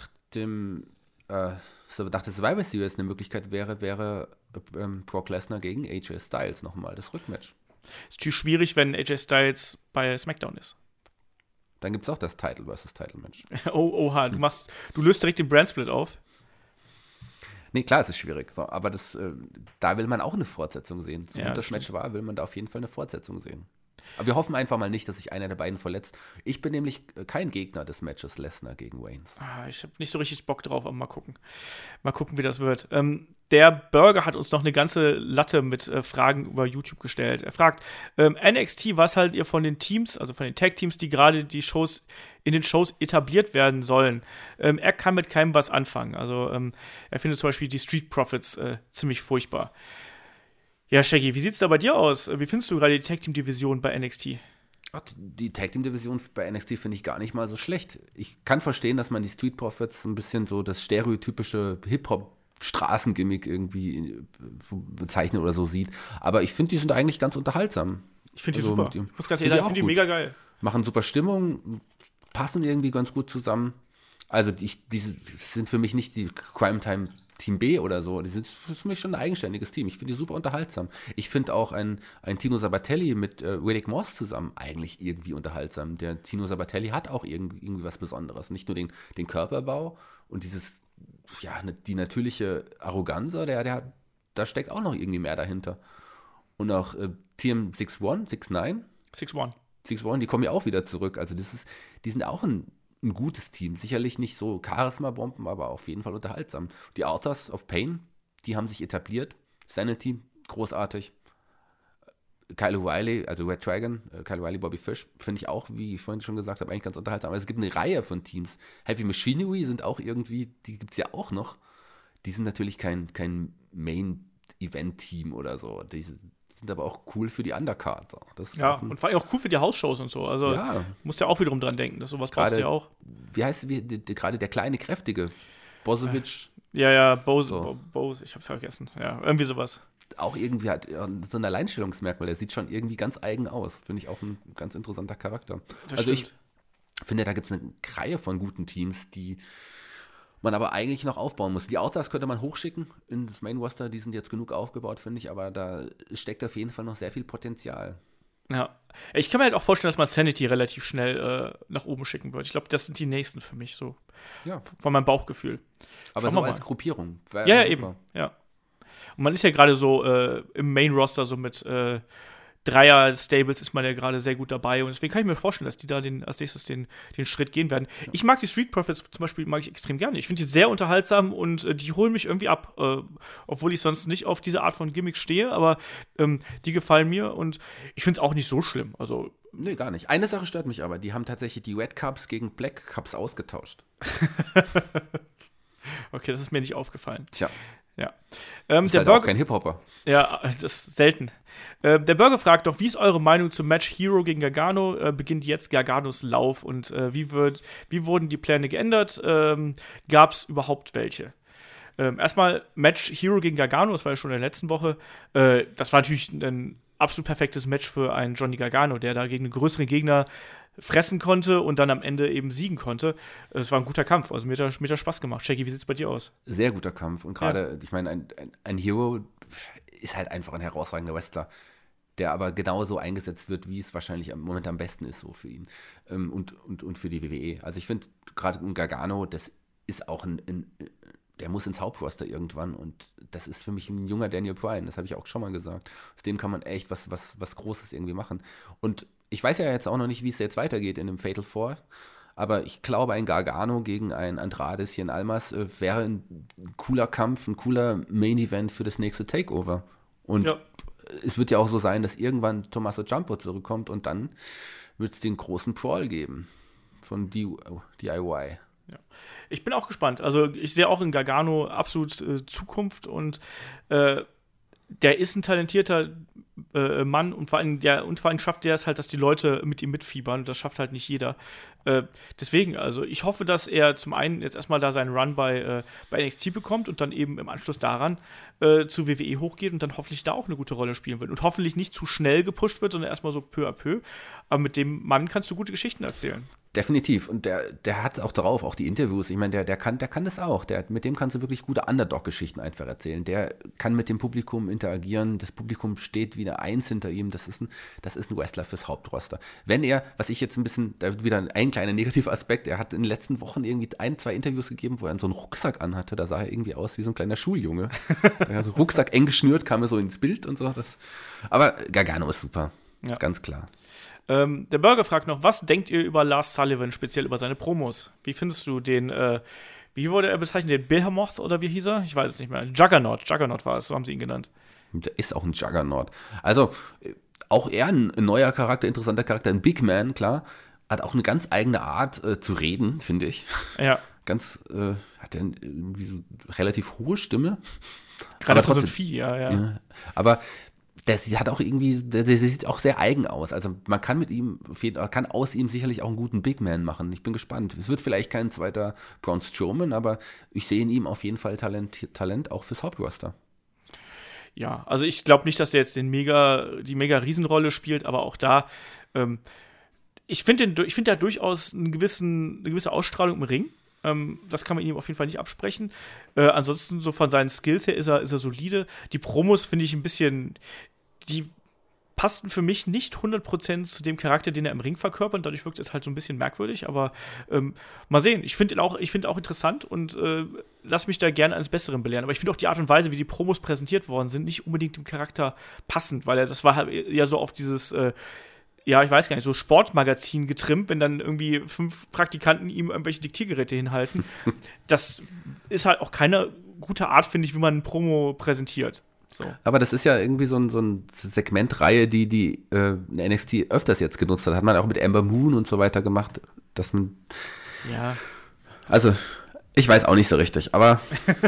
Speaker 3: Survivor Series eine Möglichkeit wäre Brock Lesnar gegen AJ Styles nochmal, das Rückmatch.
Speaker 2: Ist natürlich schwierig, wenn AJ Styles bei SmackDown ist.
Speaker 3: Dann gibt es auch das Title versus Title Match.
Speaker 2: Oha, du löst direkt den Brand-Split auf.
Speaker 3: Nee, klar, es ist schwierig. So, aber da will man auch eine Fortsetzung sehen. So
Speaker 2: ja,
Speaker 3: gut das Match war, will man da auf jeden Fall eine Fortsetzung sehen. Aber wir hoffen einfach mal nicht, dass sich einer der beiden verletzt. Ich bin nämlich kein Gegner des Matches Lesnar gegen Reigns.
Speaker 2: Ich habe nicht so richtig Bock drauf, aber mal gucken. Mal gucken, wie das wird. Der Burger hat uns noch eine ganze Latte mit Fragen über YouTube gestellt. Er fragt, NXT, was haltet ihr von den Teams, also von den Tag-Teams, die gerade in den Shows etabliert werden sollen? Er kann mit keinem was anfangen. Also er findet zum Beispiel die Street Profits ziemlich furchtbar. Ja, Shaggy, wie sieht's da bei dir aus? Wie findest du gerade die Tag-Team-Division bei NXT?
Speaker 3: Die Tag-Team-Division bei NXT finde ich gar nicht mal so schlecht. Ich kann verstehen, dass man die Street Profits ein bisschen so das stereotypische Hip-Hop-Straßengimmick irgendwie bezeichnet oder so sieht. Aber ich finde, die sind eigentlich ganz unterhaltsam.
Speaker 2: Ich finde die super. Ich muss ganz ehrlich sagen, ich finde die mega geil.
Speaker 3: Machen super Stimmung, passen irgendwie ganz gut zusammen. Also die sind für mich nicht die Crime Time Team B oder so, die sind für mich schon ein eigenständiges Team. Ich finde die super unterhaltsam. Ich finde auch ein Tino Sabatelli mit Riddick Moss zusammen eigentlich irgendwie unterhaltsam. Der Tino Sabatelli hat auch irgendwie was Besonderes. Nicht nur den Körperbau und die natürliche Arroganz, da steckt auch noch irgendwie mehr dahinter. Und auch Team 6'9", die kommen ja auch wieder zurück. Also die sind auch ein gutes Team. Sicherlich nicht so Charisma-Bomben, aber auf jeden Fall unterhaltsam. Die Authors of Pain, die haben sich etabliert. Sanity, großartig. Kyle O'Reilly, also Red Dragon, Kyle O'Reilly, Bobby Fish, finde ich auch, wie ich vorhin schon gesagt habe, eigentlich ganz unterhaltsam. Aber es gibt eine Reihe von Teams. Heavy Machinery sind auch irgendwie, die gibt es ja auch noch. Die sind natürlich kein Main-Event-Team oder so. Die sind aber auch cool für die Undercard.
Speaker 2: Und vor allem auch cool für die House-Shows und so. Also musst ja auch wiederum dran denken, dass sowas brauchst du ja auch.
Speaker 3: Wie heißt gerade der kleine, kräftige Bozovic?
Speaker 2: Bose, ich hab's vergessen. Ja, irgendwie sowas.
Speaker 3: Auch irgendwie hat so ein Alleinstellungsmerkmal. Der sieht schon irgendwie ganz eigen aus. Finde ich auch ein ganz interessanter Charakter.
Speaker 2: Das stimmt.
Speaker 3: Ich finde, da gibt es eine Reihe von guten Teams, die man aber eigentlich noch aufbauen muss. Die Outlaws könnte man hochschicken in das Main Roster, die sind jetzt genug aufgebaut, finde ich, aber da steckt auf jeden Fall noch sehr viel Potenzial.
Speaker 2: Ja, ich kann mir halt auch vorstellen, dass man Sanity relativ schnell nach oben schicken wird. Ich glaube, das sind die nächsten für mich, so von meinem Bauchgefühl.
Speaker 3: Aber so als Gruppierung.
Speaker 2: Ja, eben, ja. Und man ist ja gerade so im Main Roster so mit Dreier-Stables ist man ja gerade sehr gut dabei und deswegen kann ich mir vorstellen, dass die da als nächstes den Schritt gehen werden. Ja. Ich mag die Street Profits zum Beispiel extrem gerne. Ich finde die sehr unterhaltsam und die holen mich irgendwie ab, obwohl ich sonst nicht auf diese Art von Gimmicks stehe, aber die gefallen mir und ich finde es auch nicht so schlimm. Also
Speaker 3: nee, gar nicht. Eine Sache stört mich aber, die haben tatsächlich die Red Cups gegen Black Cups ausgetauscht.
Speaker 2: Okay, das ist mir nicht aufgefallen.
Speaker 3: Tja.
Speaker 2: Ja.
Speaker 3: Ist halt auch kein Hip-Hopper.
Speaker 2: Ja, das ist selten. Der Burger fragt noch, wie ist eure Meinung zum Match Hero gegen Gargano? Beginnt jetzt Garganos Lauf und wie wurden die Pläne geändert? Gab es überhaupt welche? Erstmal Match Hero gegen Gargano, das war ja schon in der letzten Woche. Das war natürlich ein absolut perfektes Match für einen Johnny Gargano, der da gegen einen größeren Gegner fressen konnte und dann am Ende eben siegen konnte. Es war ein guter Kampf, also mir hat das Spaß gemacht. Shaggy, wie sieht es bei dir aus?
Speaker 3: Sehr guter Kampf und gerade, ich meine, ein Hero ist halt einfach ein herausragender Wrestler, der aber genauso eingesetzt wird, wie es wahrscheinlich im Moment am besten ist so für ihn und für die WWE. Also ich finde gerade ein Gargano, das ist auch der muss ins Hauptroster irgendwann und das ist für mich ein junger Daniel Bryan, das habe ich auch schon mal gesagt. Aus dem kann man echt was Großes irgendwie machen. Und ich weiß ja jetzt auch noch nicht, wie es jetzt weitergeht in dem Fatal 4, aber ich glaube, ein Gargano gegen ein Andrades hier in Almas wäre ein cooler Kampf, ein cooler Main-Event für das nächste Takeover. Und es wird ja auch so sein, dass irgendwann Tommaso Ciampa zurückkommt und dann wird es den großen Brawl geben von DIY.
Speaker 2: Ja. Ich bin auch gespannt. Also ich sehe auch in Gargano absolut Zukunft und der ist ein talentierter Mann und vor allem schafft der es halt, dass die Leute mit ihm mitfiebern. Das schafft halt nicht jeder. Deswegen, also ich hoffe, dass er zum einen jetzt erstmal da seinen Run bei NXT bekommt und dann eben im Anschluss daran zu WWE hochgeht und dann hoffentlich da auch eine gute Rolle spielen wird. Und hoffentlich nicht zu schnell gepusht wird, sondern erstmal so peu à peu. Aber mit dem Mann kannst du gute Geschichten erzählen.
Speaker 3: Definitiv. Und der hat auch drauf, auch die Interviews. Ich meine, der kann das auch. Mit dem kannst du wirklich gute Underdog-Geschichten einfach erzählen. Der kann mit dem Publikum interagieren. Das Publikum steht wieder eins hinter ihm. Das ist ein Wrestler fürs Hauptroster. Wenn er, was ich jetzt ein bisschen, da wieder ein kleiner negativer Aspekt, er hat in den letzten Wochen irgendwie 1-2 Interviews gegeben, wo er so einen Rucksack anhatte. Da sah er irgendwie aus wie so ein kleiner Schuljunge. Er hat so Rucksack eng geschnürt, kam er so ins Bild und so. Aber Gargano ist super.
Speaker 2: Ja.
Speaker 3: Ganz klar.
Speaker 2: Der Burger fragt noch, was denkt ihr über Lars Sullivan, speziell über seine Promos? Wie findest du den, wie wurde er bezeichnet, den Behemoth oder wie hieß er? Ich weiß es nicht mehr. Juggernaut war es, so haben sie ihn genannt.
Speaker 3: Der ist auch ein Juggernaut. Also, auch er ein neuer Charakter, interessanter Charakter, ein Big Man, klar. Hat auch eine ganz eigene Art zu reden, finde ich.
Speaker 2: Ja.
Speaker 3: Hat er irgendwie so relativ hohe Stimme.
Speaker 2: Gerade für so ein Vieh, ja.
Speaker 3: Aber der hat auch irgendwie, der sieht auch sehr eigen aus. Also man kann kann aus ihm sicherlich auch einen guten Big Man machen. Ich bin gespannt. Es wird vielleicht kein zweiter Braun Strowman, aber ich sehe in ihm auf jeden Fall Talent auch fürs Hauptroster.
Speaker 2: Ja, also ich glaube nicht, dass der jetzt die mega Riesenrolle spielt, aber auch da, ich finde, der hat durchaus eine gewisse Ausstrahlung im Ring. Das kann man ihm auf jeden Fall nicht absprechen. Ansonsten, so von seinen Skills her ist er solide. Die Promos finde ich ein bisschen, die passten für mich nicht 100% zu dem Charakter, den er im Ring verkörpert. Und dadurch wirkt es halt so ein bisschen merkwürdig. Aber mal sehen. Ich finde auch interessant und lass mich da gerne eines Besseren belehren. Aber ich finde auch die Art und Weise, wie die Promos präsentiert worden sind, nicht unbedingt dem Charakter passend. Weil das war halt ja so auf dieses ja, ich weiß gar nicht, so Sportmagazin getrimmt, wenn dann irgendwie 5 Praktikanten ihm irgendwelche Diktiergeräte hinhalten. Das ist halt auch keine gute Art, finde ich, wie man ein Promo präsentiert. So.
Speaker 3: Aber das ist ja irgendwie so ein Segmentreihe, die NXT öfters jetzt genutzt hat. Hat man auch mit Ember Moon und so weiter gemacht, dass man.
Speaker 2: Ja.
Speaker 3: Also, ich weiß auch nicht so richtig, aber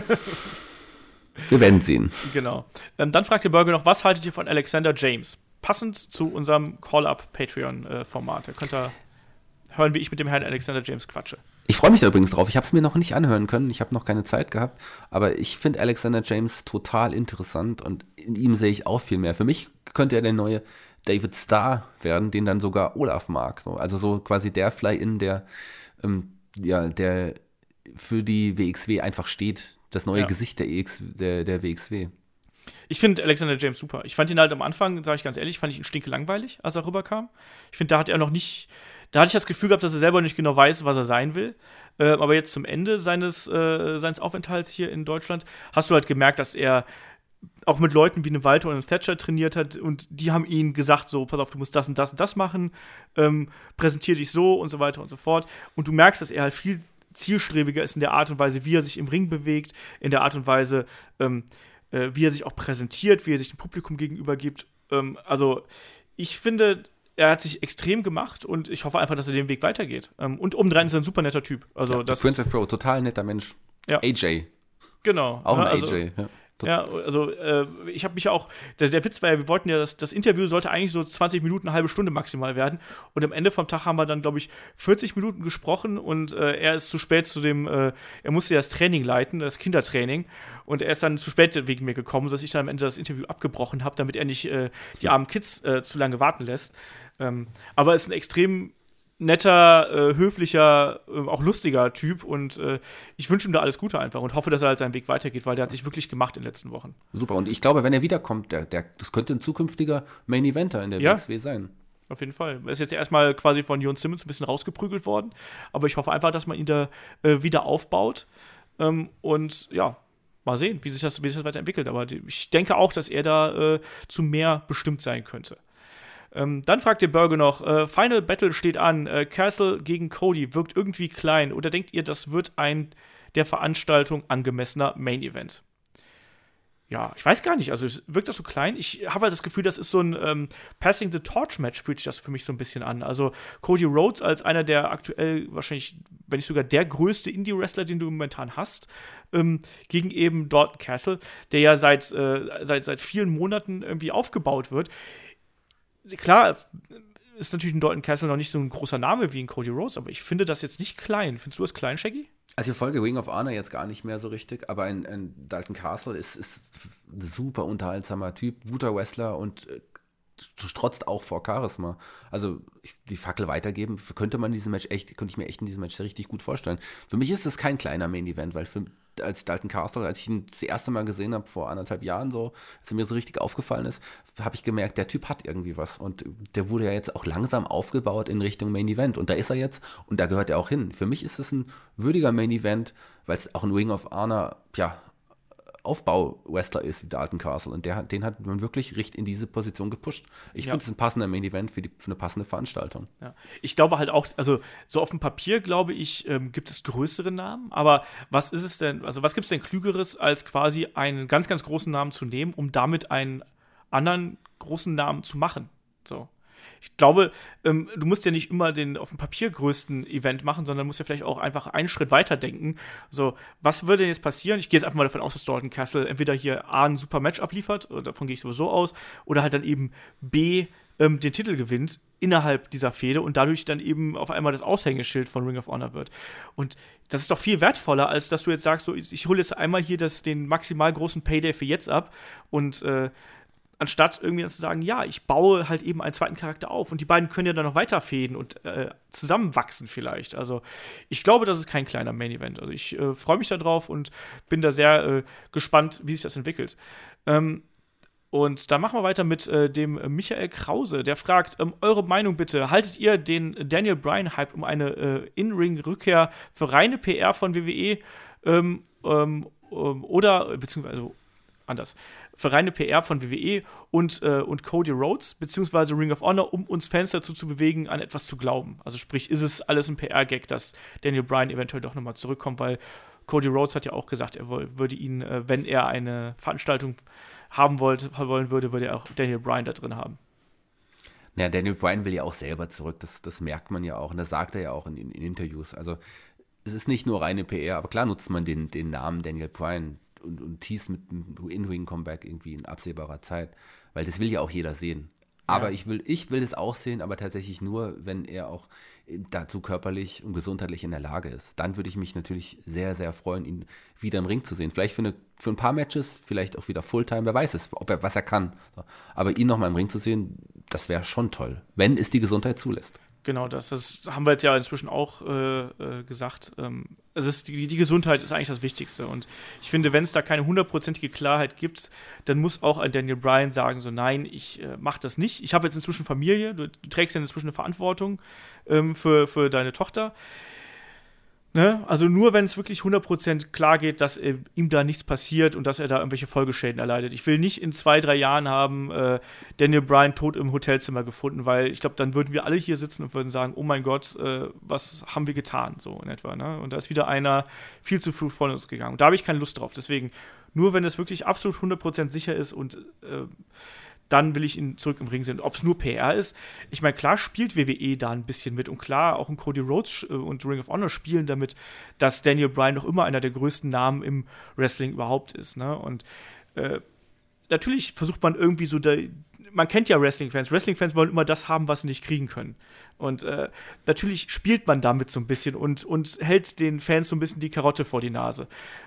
Speaker 3: wir werden sehen.
Speaker 2: Genau. Dann fragt der Burger noch, was haltet ihr von Alexander James? Passend zu unserem Call-Up-Patreon-Format. Da könnt ihr hören, wie ich mit dem Herrn Alexander James quatsche.
Speaker 3: Ich freue mich da übrigens drauf. Ich habe es mir noch nicht anhören können. Ich habe noch keine Zeit gehabt. Aber ich finde Alexander James total interessant und in ihm sehe ich auch viel mehr. Für mich könnte er der neue David Starr werden, den dann sogar Olaf mag. So, also so quasi der Fly-In, der für die WXW einfach steht. Das neue Gesicht der WXW.
Speaker 2: Ich finde Alexander James super. Ich fand ihn halt am Anfang, sage ich ganz ehrlich, fand ich ihn stinkelangweilig, als er rüberkam. Ich finde, da hatte ich das Gefühl gehabt, dass er selber nicht genau weiß, was er sein will. Aber jetzt zum Ende seines Aufenthalts hier in Deutschland hast du halt gemerkt, dass er auch mit Leuten wie einem Walter und einem Thatcher trainiert hat und die haben ihm gesagt, so, pass auf, du musst das und das und das machen, präsentier dich so und so weiter und so fort. Und du merkst, dass er halt viel zielstrebiger ist in der Art und Weise, wie er sich im Ring bewegt, in der Art und Weise, wie er sich auch präsentiert, wie er sich dem Publikum gegenüber gibt. Also ich finde, er hat sich extrem gemacht und ich hoffe einfach, dass er den Weg weitergeht. Und obendrein ist er ein super netter Typ. Also
Speaker 3: ja, Prince of Pro, total netter Mensch.
Speaker 2: Ja.
Speaker 3: AJ.
Speaker 2: Genau.
Speaker 3: Auch ein AJ, ja.
Speaker 2: Ja, also ich habe mich ja auch, der Witz war ja, wir wollten ja, das Interview sollte eigentlich so 20 Minuten, eine halbe Stunde maximal werden und am Ende vom Tag haben wir dann, glaube ich, 40 Minuten gesprochen und er ist zu spät er musste ja das Training leiten, das Kindertraining und er ist dann zu spät wegen mir gekommen, sodass ich dann am Ende das Interview abgebrochen habe, damit er nicht die armen Kids zu lange warten lässt. Aber es ist ein extrem netter, höflicher, auch lustiger Typ und ich wünsche ihm da alles Gute einfach und hoffe, dass er halt seinen Weg weitergeht, weil der hat sich wirklich gemacht in den letzten Wochen.
Speaker 3: Super, und ich glaube, wenn er wiederkommt, das könnte ein zukünftiger Main Eventer in der WXW sein.
Speaker 2: Auf jeden Fall. Er ist jetzt erstmal quasi von Jon Simmons ein bisschen rausgeprügelt worden, aber ich hoffe einfach, dass man ihn da wieder aufbaut und ja, mal sehen, wie sich das weiterentwickelt, aber ich denke auch, dass er da zu mehr bestimmt sein könnte. Dann fragt der Burger noch, Final Battle steht an, Castle gegen Cody wirkt irgendwie klein oder denkt ihr, das wird ein der Veranstaltung angemessener Main Event? Ja, ich weiß gar nicht, also wirkt das so klein? Ich habe halt das Gefühl, das ist so ein Passing the Torch Match, fühlt sich das für mich so ein bisschen an. Also Cody Rhodes als einer der aktuell wahrscheinlich, wenn nicht sogar der größte Indie-Wrestler, den du momentan hast, gegen eben Dalton Castle, der ja seit vielen Monaten irgendwie aufgebaut wird. Klar, ist natürlich ein Dalton Castle noch nicht so ein großer Name wie ein Cody Rhodes, aber ich finde das jetzt nicht klein. Findest du das klein, Shaggy?
Speaker 3: Also ich folge Ring of Honor jetzt gar nicht mehr so richtig, aber ein Dalton Castle ist ein super unterhaltsamer Typ, guter Wrestler und strotzt auch vor Charisma. Also die Fackel weitergeben, könnte ich mir echt in diesem Match richtig gut vorstellen. Für mich ist es kein kleiner Main-Event, weil als Dalton Castle, als ich ihn das erste Mal gesehen habe, vor 1,5 Jahren so, als er mir so richtig aufgefallen ist, habe ich gemerkt, der Typ hat irgendwie was und der wurde ja jetzt auch langsam aufgebaut in Richtung Main Event und da ist er jetzt und da gehört er auch hin. Für mich ist es ein würdiger Main Event, weil es auch ein Ring of Honor, ja, Aufbau-Wrestler ist wie Dalton Castle. Und den hat man wirklich richtig in diese Position gepusht. Ich finde, es ist ein passender Main-Event für eine passende Veranstaltung.
Speaker 2: Ja. Ich glaube halt auch, also so auf dem Papier, glaube ich, gibt es größere Namen. Aber was ist es denn, also was gibt es denn Klügeres, als quasi einen ganz, ganz großen Namen zu nehmen, um damit einen anderen großen Namen zu machen? So. Ich glaube, du musst ja nicht immer den auf dem Papier größten Event machen, sondern musst ja vielleicht auch einfach einen Schritt weiter denken. So, was würde denn jetzt passieren? Ich gehe jetzt einfach mal davon aus, dass Dalton Castle entweder hier A, ein super Match abliefert, davon gehe ich sowieso aus, oder halt dann eben B, den Titel gewinnt innerhalb dieser Fehde und dadurch dann eben auf einmal das Aushängeschild von Ring of Honor wird. Und das ist doch viel wertvoller, als dass du jetzt sagst, so, ich hole jetzt einmal hier den maximal großen Payday für jetzt ab und anstatt irgendwie zu sagen, ja, ich baue halt eben einen zweiten Charakter auf und die beiden können ja dann noch weiterfäden und zusammenwachsen vielleicht. Also ich glaube, das ist kein kleiner Main-Event. Also ich freue mich da drauf und bin da sehr gespannt, wie sich das entwickelt. Und dann machen wir weiter mit dem Michael Krause, der fragt, eure Meinung bitte, haltet ihr den Daniel Bryan-Hype um eine In-Ring-Rückkehr für reine PR von WWE oder, beziehungsweise anders, für reine PR von WWE und Cody Rhodes, beziehungsweise Ring of Honor, um uns Fans dazu zu bewegen, an etwas zu glauben. Also sprich, ist es alles ein PR-Gag, dass Daniel Bryan eventuell doch nochmal zurückkommt, weil Cody Rhodes hat ja auch gesagt, er würde ihn, wenn er eine Veranstaltung haben wollen würde, würde er auch Daniel Bryan da drin haben.
Speaker 3: Ja, Daniel Bryan will ja auch selber zurück, das merkt man ja auch und das sagt er ja auch in Interviews. Also es ist nicht nur reine PR, aber klar nutzt man den Namen Daniel Bryan und teast mit einem In-Ring-Comeback irgendwie in absehbarer Zeit, weil das will ja auch jeder sehen. Aber ja. Ich will das auch sehen, aber tatsächlich nur, wenn er auch dazu körperlich und gesundheitlich in der Lage ist. Dann würde ich mich natürlich sehr, sehr freuen, ihn wieder im Ring zu sehen. Vielleicht für ein paar Matches, vielleicht auch wieder Fulltime, wer weiß es, was er kann. Aber ihn nochmal im Ring zu sehen, das wäre schon toll, wenn es die Gesundheit zulässt.
Speaker 2: Genau, das haben wir jetzt ja inzwischen auch gesagt. Es ist die Gesundheit ist eigentlich das Wichtigste. Und ich finde, wenn es da keine 100%ige Klarheit gibt, dann muss auch ein Daniel Bryan sagen, so nein, ich mache das nicht. Ich habe jetzt inzwischen Familie, du trägst ja inzwischen eine Verantwortung für deine Tochter. Ne? Also nur, wenn es wirklich 100% klar geht, dass ihm da nichts passiert und dass er da irgendwelche Folgeschäden erleidet. Ich will nicht in 2-3 Jahren haben Daniel Bryan tot im Hotelzimmer gefunden, weil ich glaube, dann würden wir alle hier sitzen und würden sagen, oh mein Gott, was haben wir getan, so in etwa. Ne? Und da ist wieder einer viel zu früh von uns gegangen. Und da habe ich keine Lust drauf. Deswegen, nur wenn es wirklich absolut 100% sicher ist und dann will ich ihn zurück im Ring sehen. Ob es nur PR ist, ich meine, klar spielt WWE da ein bisschen mit und klar, auch ein Cody Rhodes und Ring of Honor spielen damit, dass Daniel Bryan noch immer einer der größten Namen im Wrestling überhaupt ist. Ne? Und natürlich versucht man irgendwie so, man kennt ja Wrestling-Fans. Wrestling-Fans wollen immer das haben, was sie nicht kriegen können. Und natürlich spielt man damit so ein bisschen und hält den Fans so ein bisschen die Karotte vor die Nase.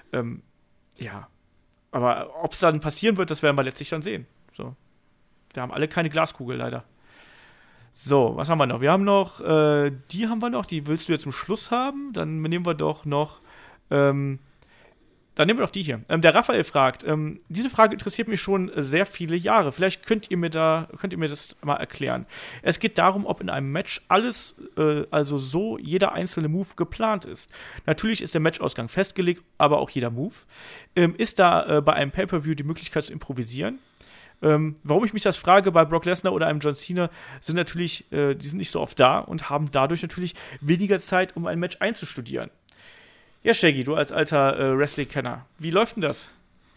Speaker 2: Ja, aber ob es dann passieren wird, das werden wir letztlich dann sehen. So. Da haben alle keine Glaskugel, leider. So, was haben wir noch? Wir haben noch, die haben wir noch, die willst du jetzt zum Schluss haben? Dann nehmen wir doch noch, dann nehmen wir doch die hier. Der Raphael fragt, diese Frage interessiert mich schon sehr viele Jahre. Vielleicht könnt ihr mir das mal erklären. Es geht darum, ob in einem Match alles, also so jeder einzelne Move geplant ist. Natürlich ist der Matchausgang festgelegt, aber auch jeder Move. Ist da bei einem Pay-Per-View die Möglichkeit zu improvisieren? Warum ich mich das frage, bei Brock Lesnar oder einem John Cena sind natürlich, die sind nicht so oft da und haben dadurch natürlich weniger Zeit, um ein Match einzustudieren. Ja, Shaggy, du als alter Wrestling-Kenner, wie läuft denn das?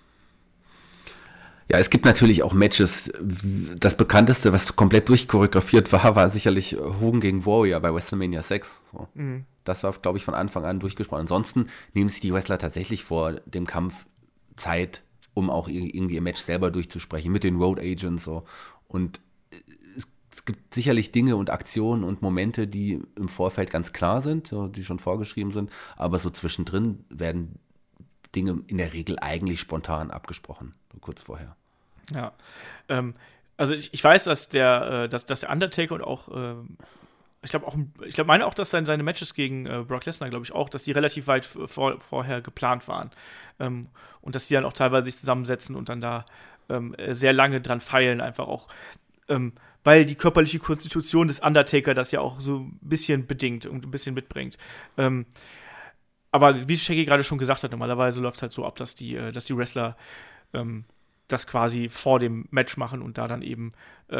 Speaker 3: Ja, es gibt natürlich auch Matches. Das bekannteste, was komplett durchchoreografiert war sicherlich Hogan gegen Warrior bei WrestleMania 6. So. Mhm. Das war, glaube ich, von Anfang an durchgesprochen. Ansonsten nehmen sich die Wrestler tatsächlich vor dem Kampf Zeit, um auch irgendwie im Match selber durchzusprechen, mit den Road Agents so. Und es gibt sicherlich Dinge und Aktionen und Momente, die im Vorfeld ganz klar sind, so, die schon vorgeschrieben sind, aber so zwischendrin werden Dinge in der Regel eigentlich spontan abgesprochen, so kurz vorher.
Speaker 2: Ja, also ich weiß, dass der Undertaker und auch ich meine auch, dass seine Matches gegen Brock Lesnar, glaube ich auch, dass die relativ weit vorher geplant waren. Und dass die dann auch teilweise sich zusammensetzen und dann da sehr lange dran feilen, einfach auch, weil die körperliche Konstitution des Undertaker das ja auch so ein bisschen bedingt und ein bisschen mitbringt. aber wie Shaggy gerade schon gesagt hat, normalerweise läuft es halt so ab, dass die Wrestler das quasi vor dem Match machen und da dann eben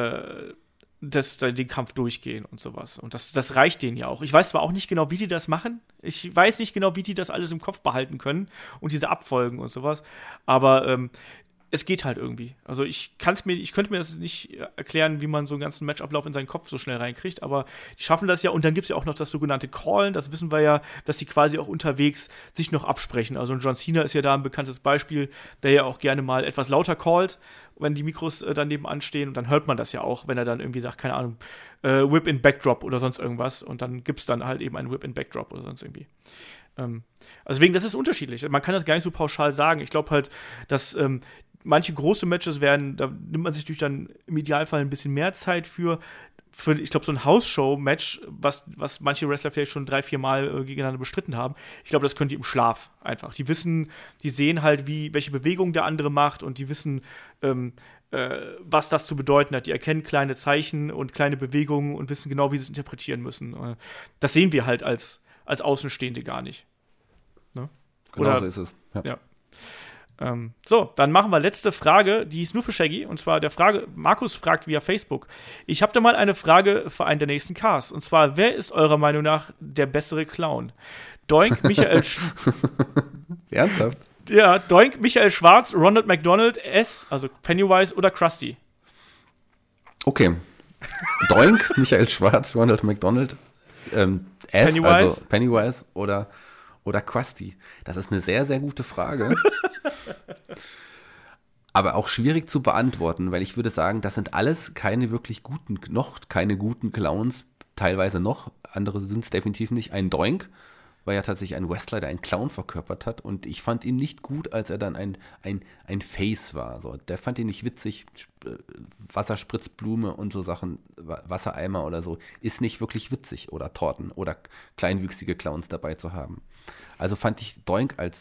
Speaker 2: den Kampf durchgehen und sowas. Und das reicht denen ja auch. Ich weiß zwar auch nicht genau, wie die das machen. Ich weiß nicht genau, wie die das alles im Kopf behalten können und diese Abfolgen und sowas. Aber es geht halt irgendwie. Also ich könnte mir das nicht erklären, wie man so einen ganzen Matchablauf in seinen Kopf so schnell reinkriegt, aber die schaffen das ja. Und dann gibt es ja auch noch das sogenannte Callen, das wissen wir ja, dass die quasi auch unterwegs sich noch absprechen. Also John Cena ist ja da ein bekanntes Beispiel, der ja auch gerne mal etwas lauter callt, wenn die Mikros dann nebenan stehen. Und dann hört man das ja auch, wenn er dann irgendwie sagt, keine Ahnung, Whip in Backdrop oder sonst irgendwas. Und dann gibt es dann halt eben einen Whip in Backdrop oder sonst irgendwie. Also deswegen, das ist unterschiedlich. Man kann das gar nicht so pauschal sagen. Ich glaube halt, dass manche große Matches da nimmt man sich natürlich dann im Idealfall ein bisschen mehr Zeit für ich glaube, so ein House-Show-Match, was manche Wrestler vielleicht schon 3-4 Mal gegeneinander bestritten haben. Ich glaube, das können die im Schlaf einfach. Die sehen halt, welche Bewegung der andere macht und die wissen, was das zu bedeuten hat. Die erkennen kleine Zeichen und kleine Bewegungen und wissen genau, wie sie es interpretieren müssen. Das sehen wir halt als Außenstehende gar nicht. Ne?
Speaker 3: Genau so ist es.
Speaker 2: Ja. So, dann machen wir letzte Frage, die ist nur für Shaggy, und zwar Markus fragt via Facebook: Ich habe da mal eine Frage für einen der nächsten Casts, und zwar, wer ist eurer Meinung nach der bessere Clown? Doink, Michael
Speaker 3: Ernsthaft?
Speaker 2: Ja, Doink, Michael Schwarz, Ronald McDonald, also Pennywise oder Krusty?
Speaker 3: Okay. Doink, Michael Schwarz, Ronald McDonald,
Speaker 2: Pennywise.
Speaker 3: Also Pennywise oder Krusty? Das ist eine sehr, sehr gute Frage. Aber auch schwierig zu beantworten, weil ich würde sagen, das sind alles keine guten Clowns, teilweise noch, andere sind es definitiv nicht. Ein Doink war ja tatsächlich ein Wrestler, der einen Clown verkörpert hat, und ich fand ihn nicht gut, als er dann ein Face war. So, der fand ihn nicht witzig, Wasserspritzblume und so Sachen, Wassereimer oder so, ist nicht wirklich witzig, oder Torten oder kleinwüchsige Clowns dabei zu haben. Also fand ich Doink als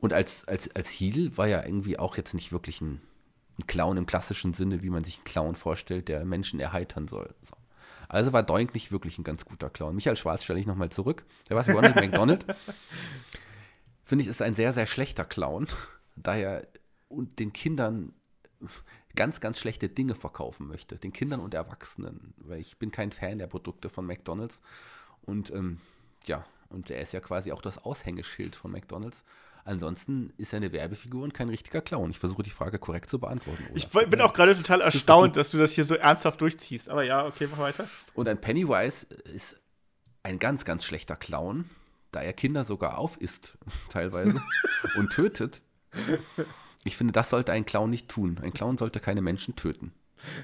Speaker 3: Heel war ja irgendwie auch jetzt nicht wirklich ein Clown im klassischen Sinne, wie man sich einen Clown vorstellt, der Menschen erheitern soll. So. Also war Doink nicht wirklich ein ganz guter Clown. Michael Schwarz stelle ich nochmal zurück. Der war Ronald McDonald. Finde ich, ist ein sehr, sehr schlechter Clown, da er den Kindern ganz, ganz schlechte Dinge verkaufen möchte. Den Kindern und Erwachsenen. Weil ich bin kein Fan der Produkte von McDonald's. Und und er ist ja quasi auch das Aushängeschild von McDonald's. Ansonsten ist er eine Werbefigur und kein richtiger Clown. Ich versuche die Frage korrekt zu beantworten. Olaf.
Speaker 2: Ich bin auch gerade total erstaunt, dass du das hier so ernsthaft durchziehst. Aber ja, okay, mach weiter.
Speaker 3: Und ein Pennywise ist ein ganz, ganz schlechter Clown, da er Kinder sogar aufisst, teilweise, und tötet. Ich finde, das sollte ein Clown nicht tun. Ein Clown sollte keine Menschen töten.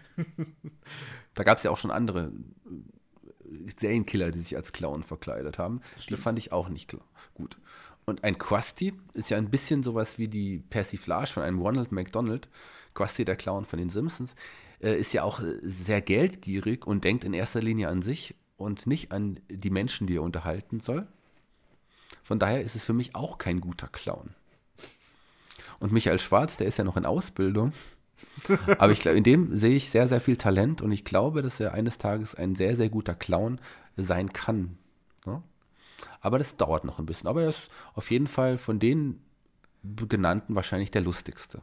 Speaker 3: Da gab es ja auch schon andere Serienkiller, die sich als Clown verkleidet haben. Die fand ich auch nicht gut. Und ein Krusty ist ja ein bisschen sowas wie die Persiflage von einem Ronald McDonald. Krusty, der Clown von den Simpsons, ist ja auch sehr geldgierig und denkt in erster Linie an sich und nicht an die Menschen, die er unterhalten soll. Von daher ist es für mich auch kein guter Clown. Und Michael Schwarz, der ist ja noch in Ausbildung. Aber ich glaube, in dem sehe ich sehr, sehr viel Talent, und ich glaube, dass er eines Tages ein sehr, sehr guter Clown sein kann. Ja? Aber das dauert noch ein bisschen. Aber er ist auf jeden Fall von den genannten wahrscheinlich der lustigste.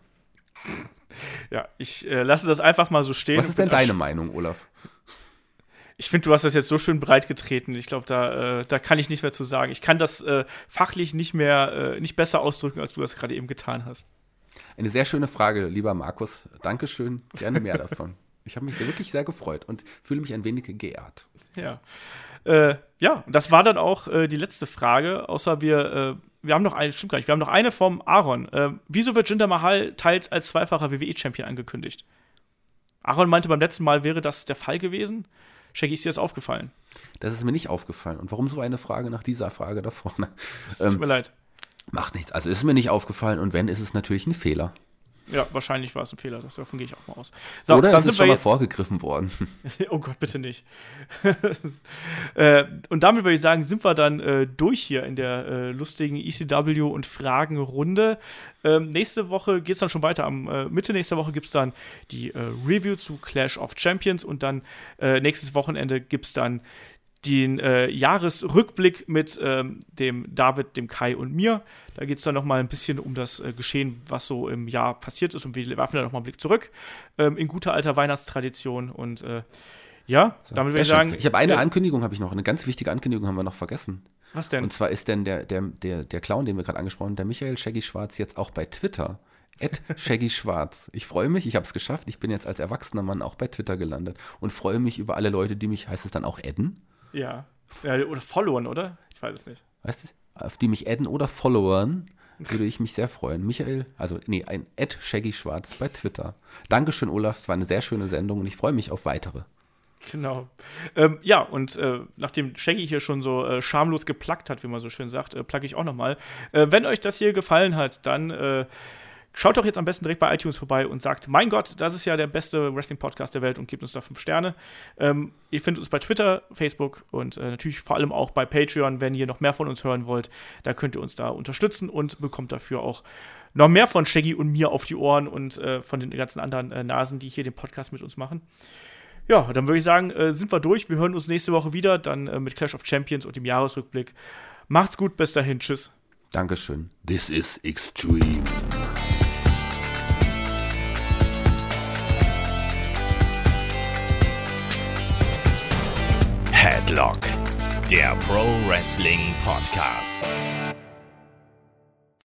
Speaker 2: Ja, ich lasse das einfach mal so stehen.
Speaker 3: Was ist denn deine Meinung, Olaf?
Speaker 2: Ich finde, du hast das jetzt so schön breit getreten. Ich glaube, da kann ich nicht mehr zu sagen. Ich kann das fachlich nicht besser ausdrücken, als du das gerade eben getan hast.
Speaker 3: Eine sehr schöne Frage, lieber Markus. Dankeschön, gerne mehr davon. Ich habe mich wirklich sehr gefreut und fühle mich ein wenig geehrt.
Speaker 2: Ja. Das war dann auch die letzte Frage, außer wir haben noch eine, stimmt gar nicht, wir haben noch eine vom Aaron. Wieso wird Jinder Mahal teils als zweifacher WWE-Champion angekündigt? Aaron meinte, beim letzten Mal wäre das der Fall gewesen. Shaggy, ist dir das aufgefallen?
Speaker 3: Das ist mir nicht aufgefallen. Und warum so eine Frage nach dieser Frage da vorne?
Speaker 2: Es tut mir leid.
Speaker 3: Macht nichts. Also ist mir nicht aufgefallen, und wenn, ist es natürlich ein Fehler.
Speaker 2: Ja, wahrscheinlich war es ein Fehler, davon gehe ich auch mal aus. So,
Speaker 3: oder
Speaker 2: dann
Speaker 3: ist es schon mal vorgegriffen worden?
Speaker 2: Oh Gott, bitte nicht. Und damit würde ich sagen, sind wir dann durch hier in der lustigen ECW und Fragenrunde. Nächste Woche geht es dann schon weiter. Mitte nächster Woche gibt es dann die Review zu Clash of Champions, und dann nächstes Wochenende gibt es dann den Jahresrückblick mit dem David, dem Kai und mir. Da geht es dann noch mal ein bisschen um das Geschehen, was so im Jahr passiert ist. Und wir werfen da noch mal einen Blick zurück in guter alter Weihnachtstradition. Und ja, damit würde ich sagen.
Speaker 3: Ich habe eine Ankündigung, eine ganz wichtige Ankündigung haben wir noch vergessen.
Speaker 2: Was denn?
Speaker 3: Und zwar ist denn der Clown, den wir gerade angesprochen haben, der Michael Shaggy Schwarz, jetzt auch bei Twitter. @ShaggySchwarz. Ich freue mich, ich habe es geschafft. Ich bin jetzt als erwachsener Mann auch bei Twitter gelandet und freue mich über alle Leute, die mich, heißt es dann auch adden?
Speaker 2: Ja, oder followern, oder? Ich weiß es nicht.
Speaker 3: Weißt du, auf die mich adden oder followern, würde ich mich sehr freuen. Ein @ShaggySchwarz bei Twitter. Dankeschön, Olaf, es war eine sehr schöne Sendung und ich freue mich auf weitere.
Speaker 2: Genau. Und nachdem Shaggy hier schon so schamlos geplagt hat, wie man so schön sagt, plagge ich auch nochmal. Wenn euch das hier gefallen hat, dann schaut doch jetzt am besten direkt bei iTunes vorbei und sagt, mein Gott, das ist ja der beste Wrestling-Podcast der Welt und gebt uns da 5 Sterne. Ihr findet uns bei Twitter, Facebook und natürlich vor allem auch bei Patreon, wenn ihr noch mehr von uns hören wollt. Da könnt ihr uns da unterstützen und bekommt dafür auch noch mehr von Shaggy und mir auf die Ohren und von den ganzen anderen Nasen, die hier den Podcast mit uns machen. Ja, dann würde ich sagen, sind wir durch. Wir hören uns nächste Woche wieder, dann mit Clash of Champions und dem Jahresrückblick. Macht's gut, bis dahin, tschüss.
Speaker 3: Dankeschön. This is extreme.
Speaker 1: Headlock, der Pro Wrestling Podcast.